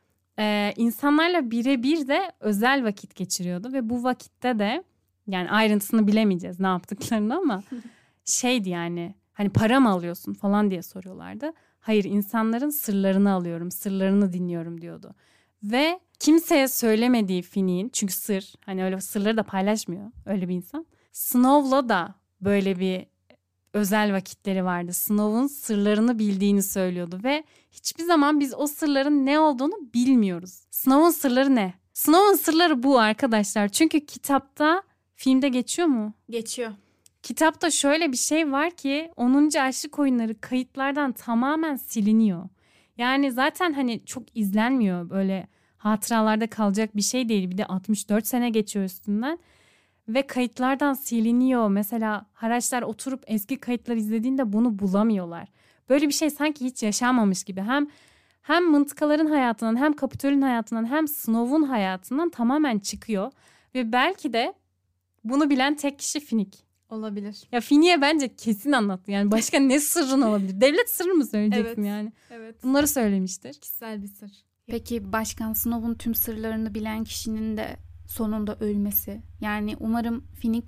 İnsanlarla birebir de özel vakit geçiriyordu ve bu vakitte de, yani ayrıntısını bilemeyeceğiz ne yaptıklarını ama şeydi yani, hani para mı alıyorsun falan diye soruyorlardı. Hayır, insanların sırlarını alıyorum, sırlarını dinliyorum diyordu. Ve kimseye söylemediği Finnick'in, çünkü sır, hani öyle sırları da paylaşmıyor öyle bir insan. Snow'la da böyle bir özel vakitleri vardı. Snow'un sırlarını bildiğini söylüyordu ve hiçbir zaman biz o sırların ne olduğunu bilmiyoruz. Snow'un sırları ne? Snow'un sırları bu arkadaşlar. Çünkü kitapta, filmde geçiyor mu? Geçiyor. Kitapta şöyle bir şey var ki 10. Aşık Oyunları kayıtlardan tamamen siliniyor. Yani zaten hani çok izlenmiyor, böyle hatıralarda kalacak bir şey değil. Bir de 64 sene geçiyor üstünden ve kayıtlardan siliniyor. Mesela haraçlar oturup eski kayıtları izlediğinde bunu bulamıyorlar. Böyle bir şey sanki hiç yaşanmamış gibi. Hem mıntıkaların hayatından, hem Kapitol'ün hayatından, hem Snow'un hayatından tamamen çıkıyor. Ve belki de bunu bilen tek kişi Finnick. Olabilir. Ya Finnick'e bence kesin anlattı. Yani başka ne sırrın olabilir? Devlet sırrı mı söyleyeceksin yani? Evet. Bunları söylemiştir. Kişisel bir sır. Peki Başkan Snow'un tüm sırlarını bilen kişinin de sonunda ölmesi. Yani umarım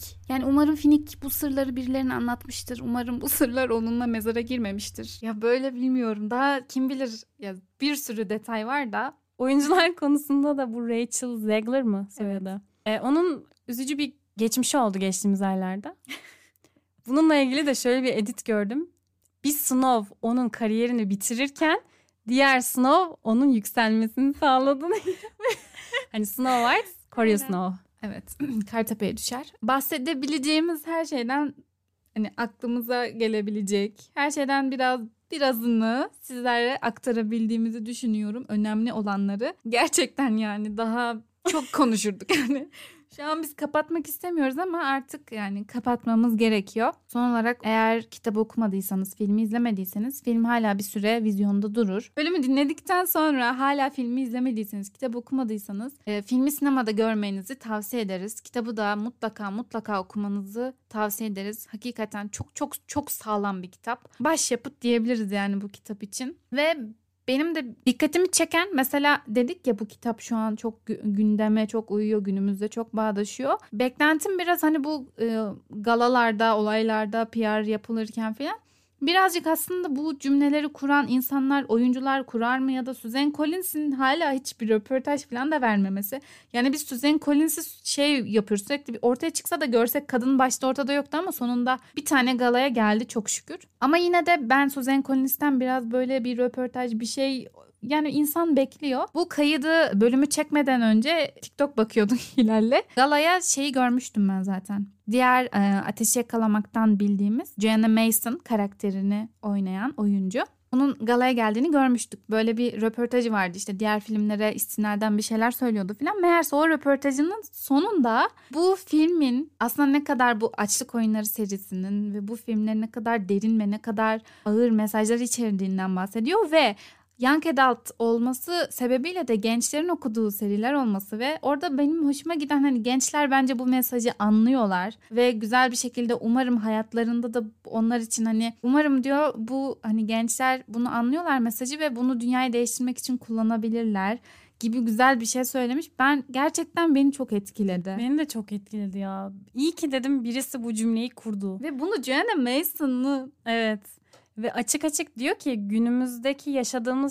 Finnick bu sırları birilerine anlatmıştır. Umarım bu sırlar onunla mezara girmemiştir. Ya böyle bilmiyorum. Daha kim bilir, ya bir sürü detay var da. Oyuncular konusunda da bu Rachel Zegler mı soyadı? Evet. Onun üzücü bir geçmişi oldu geçtiğimiz aylarda. Bununla ilgili de şöyle bir edit gördüm. Bir Snow onun kariyerini bitirirken diğer Snow onun yükselmesini sağladı. Hani Snow White, Corey Snow. Evet, Kartepe'ye düşer. Bahsedebileceğimiz her şeyden, hani aklımıza gelebilecek her şeyden birazını sizlere aktarabildiğimizi düşünüyorum. Önemli olanları. Gerçekten yani daha çok konuşurduk yani. Şu an biz kapatmak istemiyoruz ama artık yani kapatmamız gerekiyor. Son olarak eğer kitabı okumadıysanız, filmi izlemediyseniz, film hala bir süre vizyonda durur. Bölümü dinledikten sonra hala filmi izlemediyseniz, kitabı okumadıysanız filmi sinemada görmenizi tavsiye ederiz. Kitabı da mutlaka okumanızı tavsiye ederiz. Hakikaten çok sağlam bir kitap. Başyapıt diyebiliriz yani bu kitap için. Ve benim de dikkatimi çeken, mesela dedik ya bu kitap şu an çok gündeme çok uyuyor, günümüzde çok bağdaşıyor. Beklentim biraz hani bu galalarda, olaylarda PR yapılırken falan birazcık aslında bu cümleleri kuran insanlar, oyuncular kurar mı, ya da Suzanne Collins'in hala hiçbir röportaj falan da vermemesi. Yani biz Suzanne Collins'i şey yapıyoruz, sürekli bir ortaya çıksa da görsek, kadın başta ortada yoktu ama sonunda bir tane galaya geldi çok şükür. Ama yine de ben Suzanne Collins'ten biraz böyle bir röportaj, bir şey, yani insan bekliyor. Bu kaydı, bölümü çekmeden önce TikTok bakıyordum Hilal'le. Galaya şeyi görmüştüm ben zaten. Diğer Ateşi Yakalamak'tan bildiğimiz Joanna Mason karakterini oynayan oyuncu. Onun galaya geldiğini görmüştük. Böyle bir röportajı vardı, işte diğer filmlere istinaden bir şeyler söylüyordu falan. Meğerse o röportajının sonunda bu filmin aslında ne kadar, bu Açlık Oyunları serisinin ve bu filmlerin ne kadar derin ve ne kadar ağır mesajlar içerdiğinden bahsediyor ve young adult olması sebebiyle de gençlerin okuduğu seriler olması ve orada benim hoşuma giden, hani gençler bence bu mesajı anlıyorlar ve güzel bir şekilde, umarım hayatlarında da onlar için, hani umarım diyor, bu hani gençler bunu anlıyorlar mesajı ve bunu dünyayı değiştirmek için kullanabilirler. gibi güzel bir şey söylemiş. Beni çok etkiledi. Beni de çok etkiledi ya. İyi ki dedim birisi bu cümleyi kurdu. Ve bunu Joanna Mason'ı... Evet. Ve açık açık diyor ki günümüzdeki yaşadığımız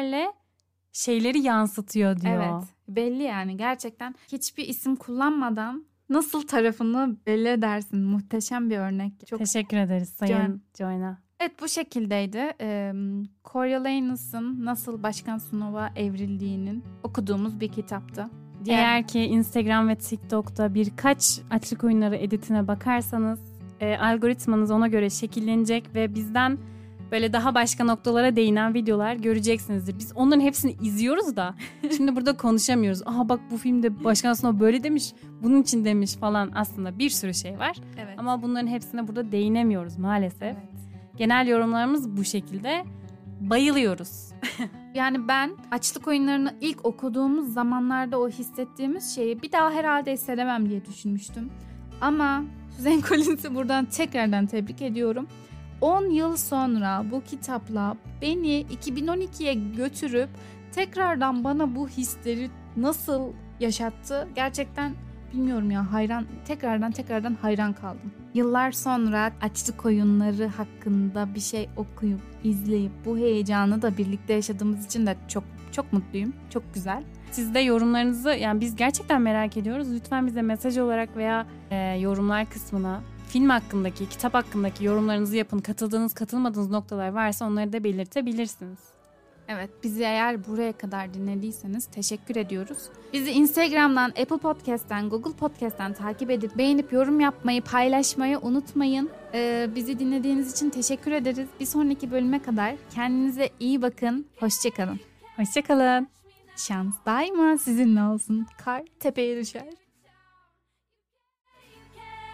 şeyleri yansıtıyor diyor. Evet. Belli yani gerçekten hiçbir isim kullanmadan nasıl tarafını belli edersin. Muhteşem bir örnek. Çok teşekkür ederiz Sayın Joanna. Evet, bu şekildeydi. Coriolanus'ın nasıl Başkan Snow'a evrildiğinin okuduğumuz bir kitaptı. Eğer ki Instagram ve TikTok'ta birkaç açlık oyunları editine bakarsanız algoritmanız ona göre şekillenecek ve bizden böyle daha başka noktalara değinen videolar göreceksinizdir. Biz onların hepsini izliyoruz da şimdi burada konuşamıyoruz. Aha bak bu filmde Başkan Snow böyle demiş, bunun için demiş falan, aslında bir sürü şey var. Evet. Ama bunların hepsine burada değinemiyoruz maalesef. Evet. Genel yorumlarımız bu şekilde. Bayılıyoruz. Yani ben açlık oyunlarını ilk okuduğumuz zamanlarda o hissettiğimiz şeyi bir daha herhalde hissedemem diye düşünmüştüm. Ama Suzanne Collins'i buradan tekrardan tebrik ediyorum. 10 yıl sonra bu kitapla beni 2012'ye götürüp tekrardan bana bu hisleri nasıl yaşattı gerçekten bilmiyorum ya, tekrardan hayran kaldım. Yıllar sonra açlık oyunları hakkında bir şey okuyup izleyip bu heyecanı da birlikte yaşadığımız için de çok çok mutluyum. Çok güzel. Siz de yorumlarınızı, yani biz gerçekten merak ediyoruz. Lütfen bize mesaj olarak veya yorumlar kısmına film hakkındaki, kitap hakkındaki yorumlarınızı yapın. Katıldığınız, katılmadığınız noktalar varsa onları da belirtebilirsiniz. Evet, bizi eğer buraya kadar dinlediyseniz teşekkür ediyoruz. Bizi Instagram'dan, Apple Podcast'ten, Google Podcast'ten takip edip beğenip yorum yapmayı, paylaşmayı unutmayın. Bizi dinlediğiniz için teşekkür ederiz. Bir sonraki bölüme kadar kendinize iyi bakın. Hoşçakalın. Hoşçakalın. Şans daima sizinle olsun. Kar tepeye düşer.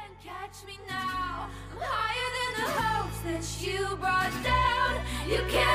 Catch me now. I'm higher than the hopes that you brought down. You can't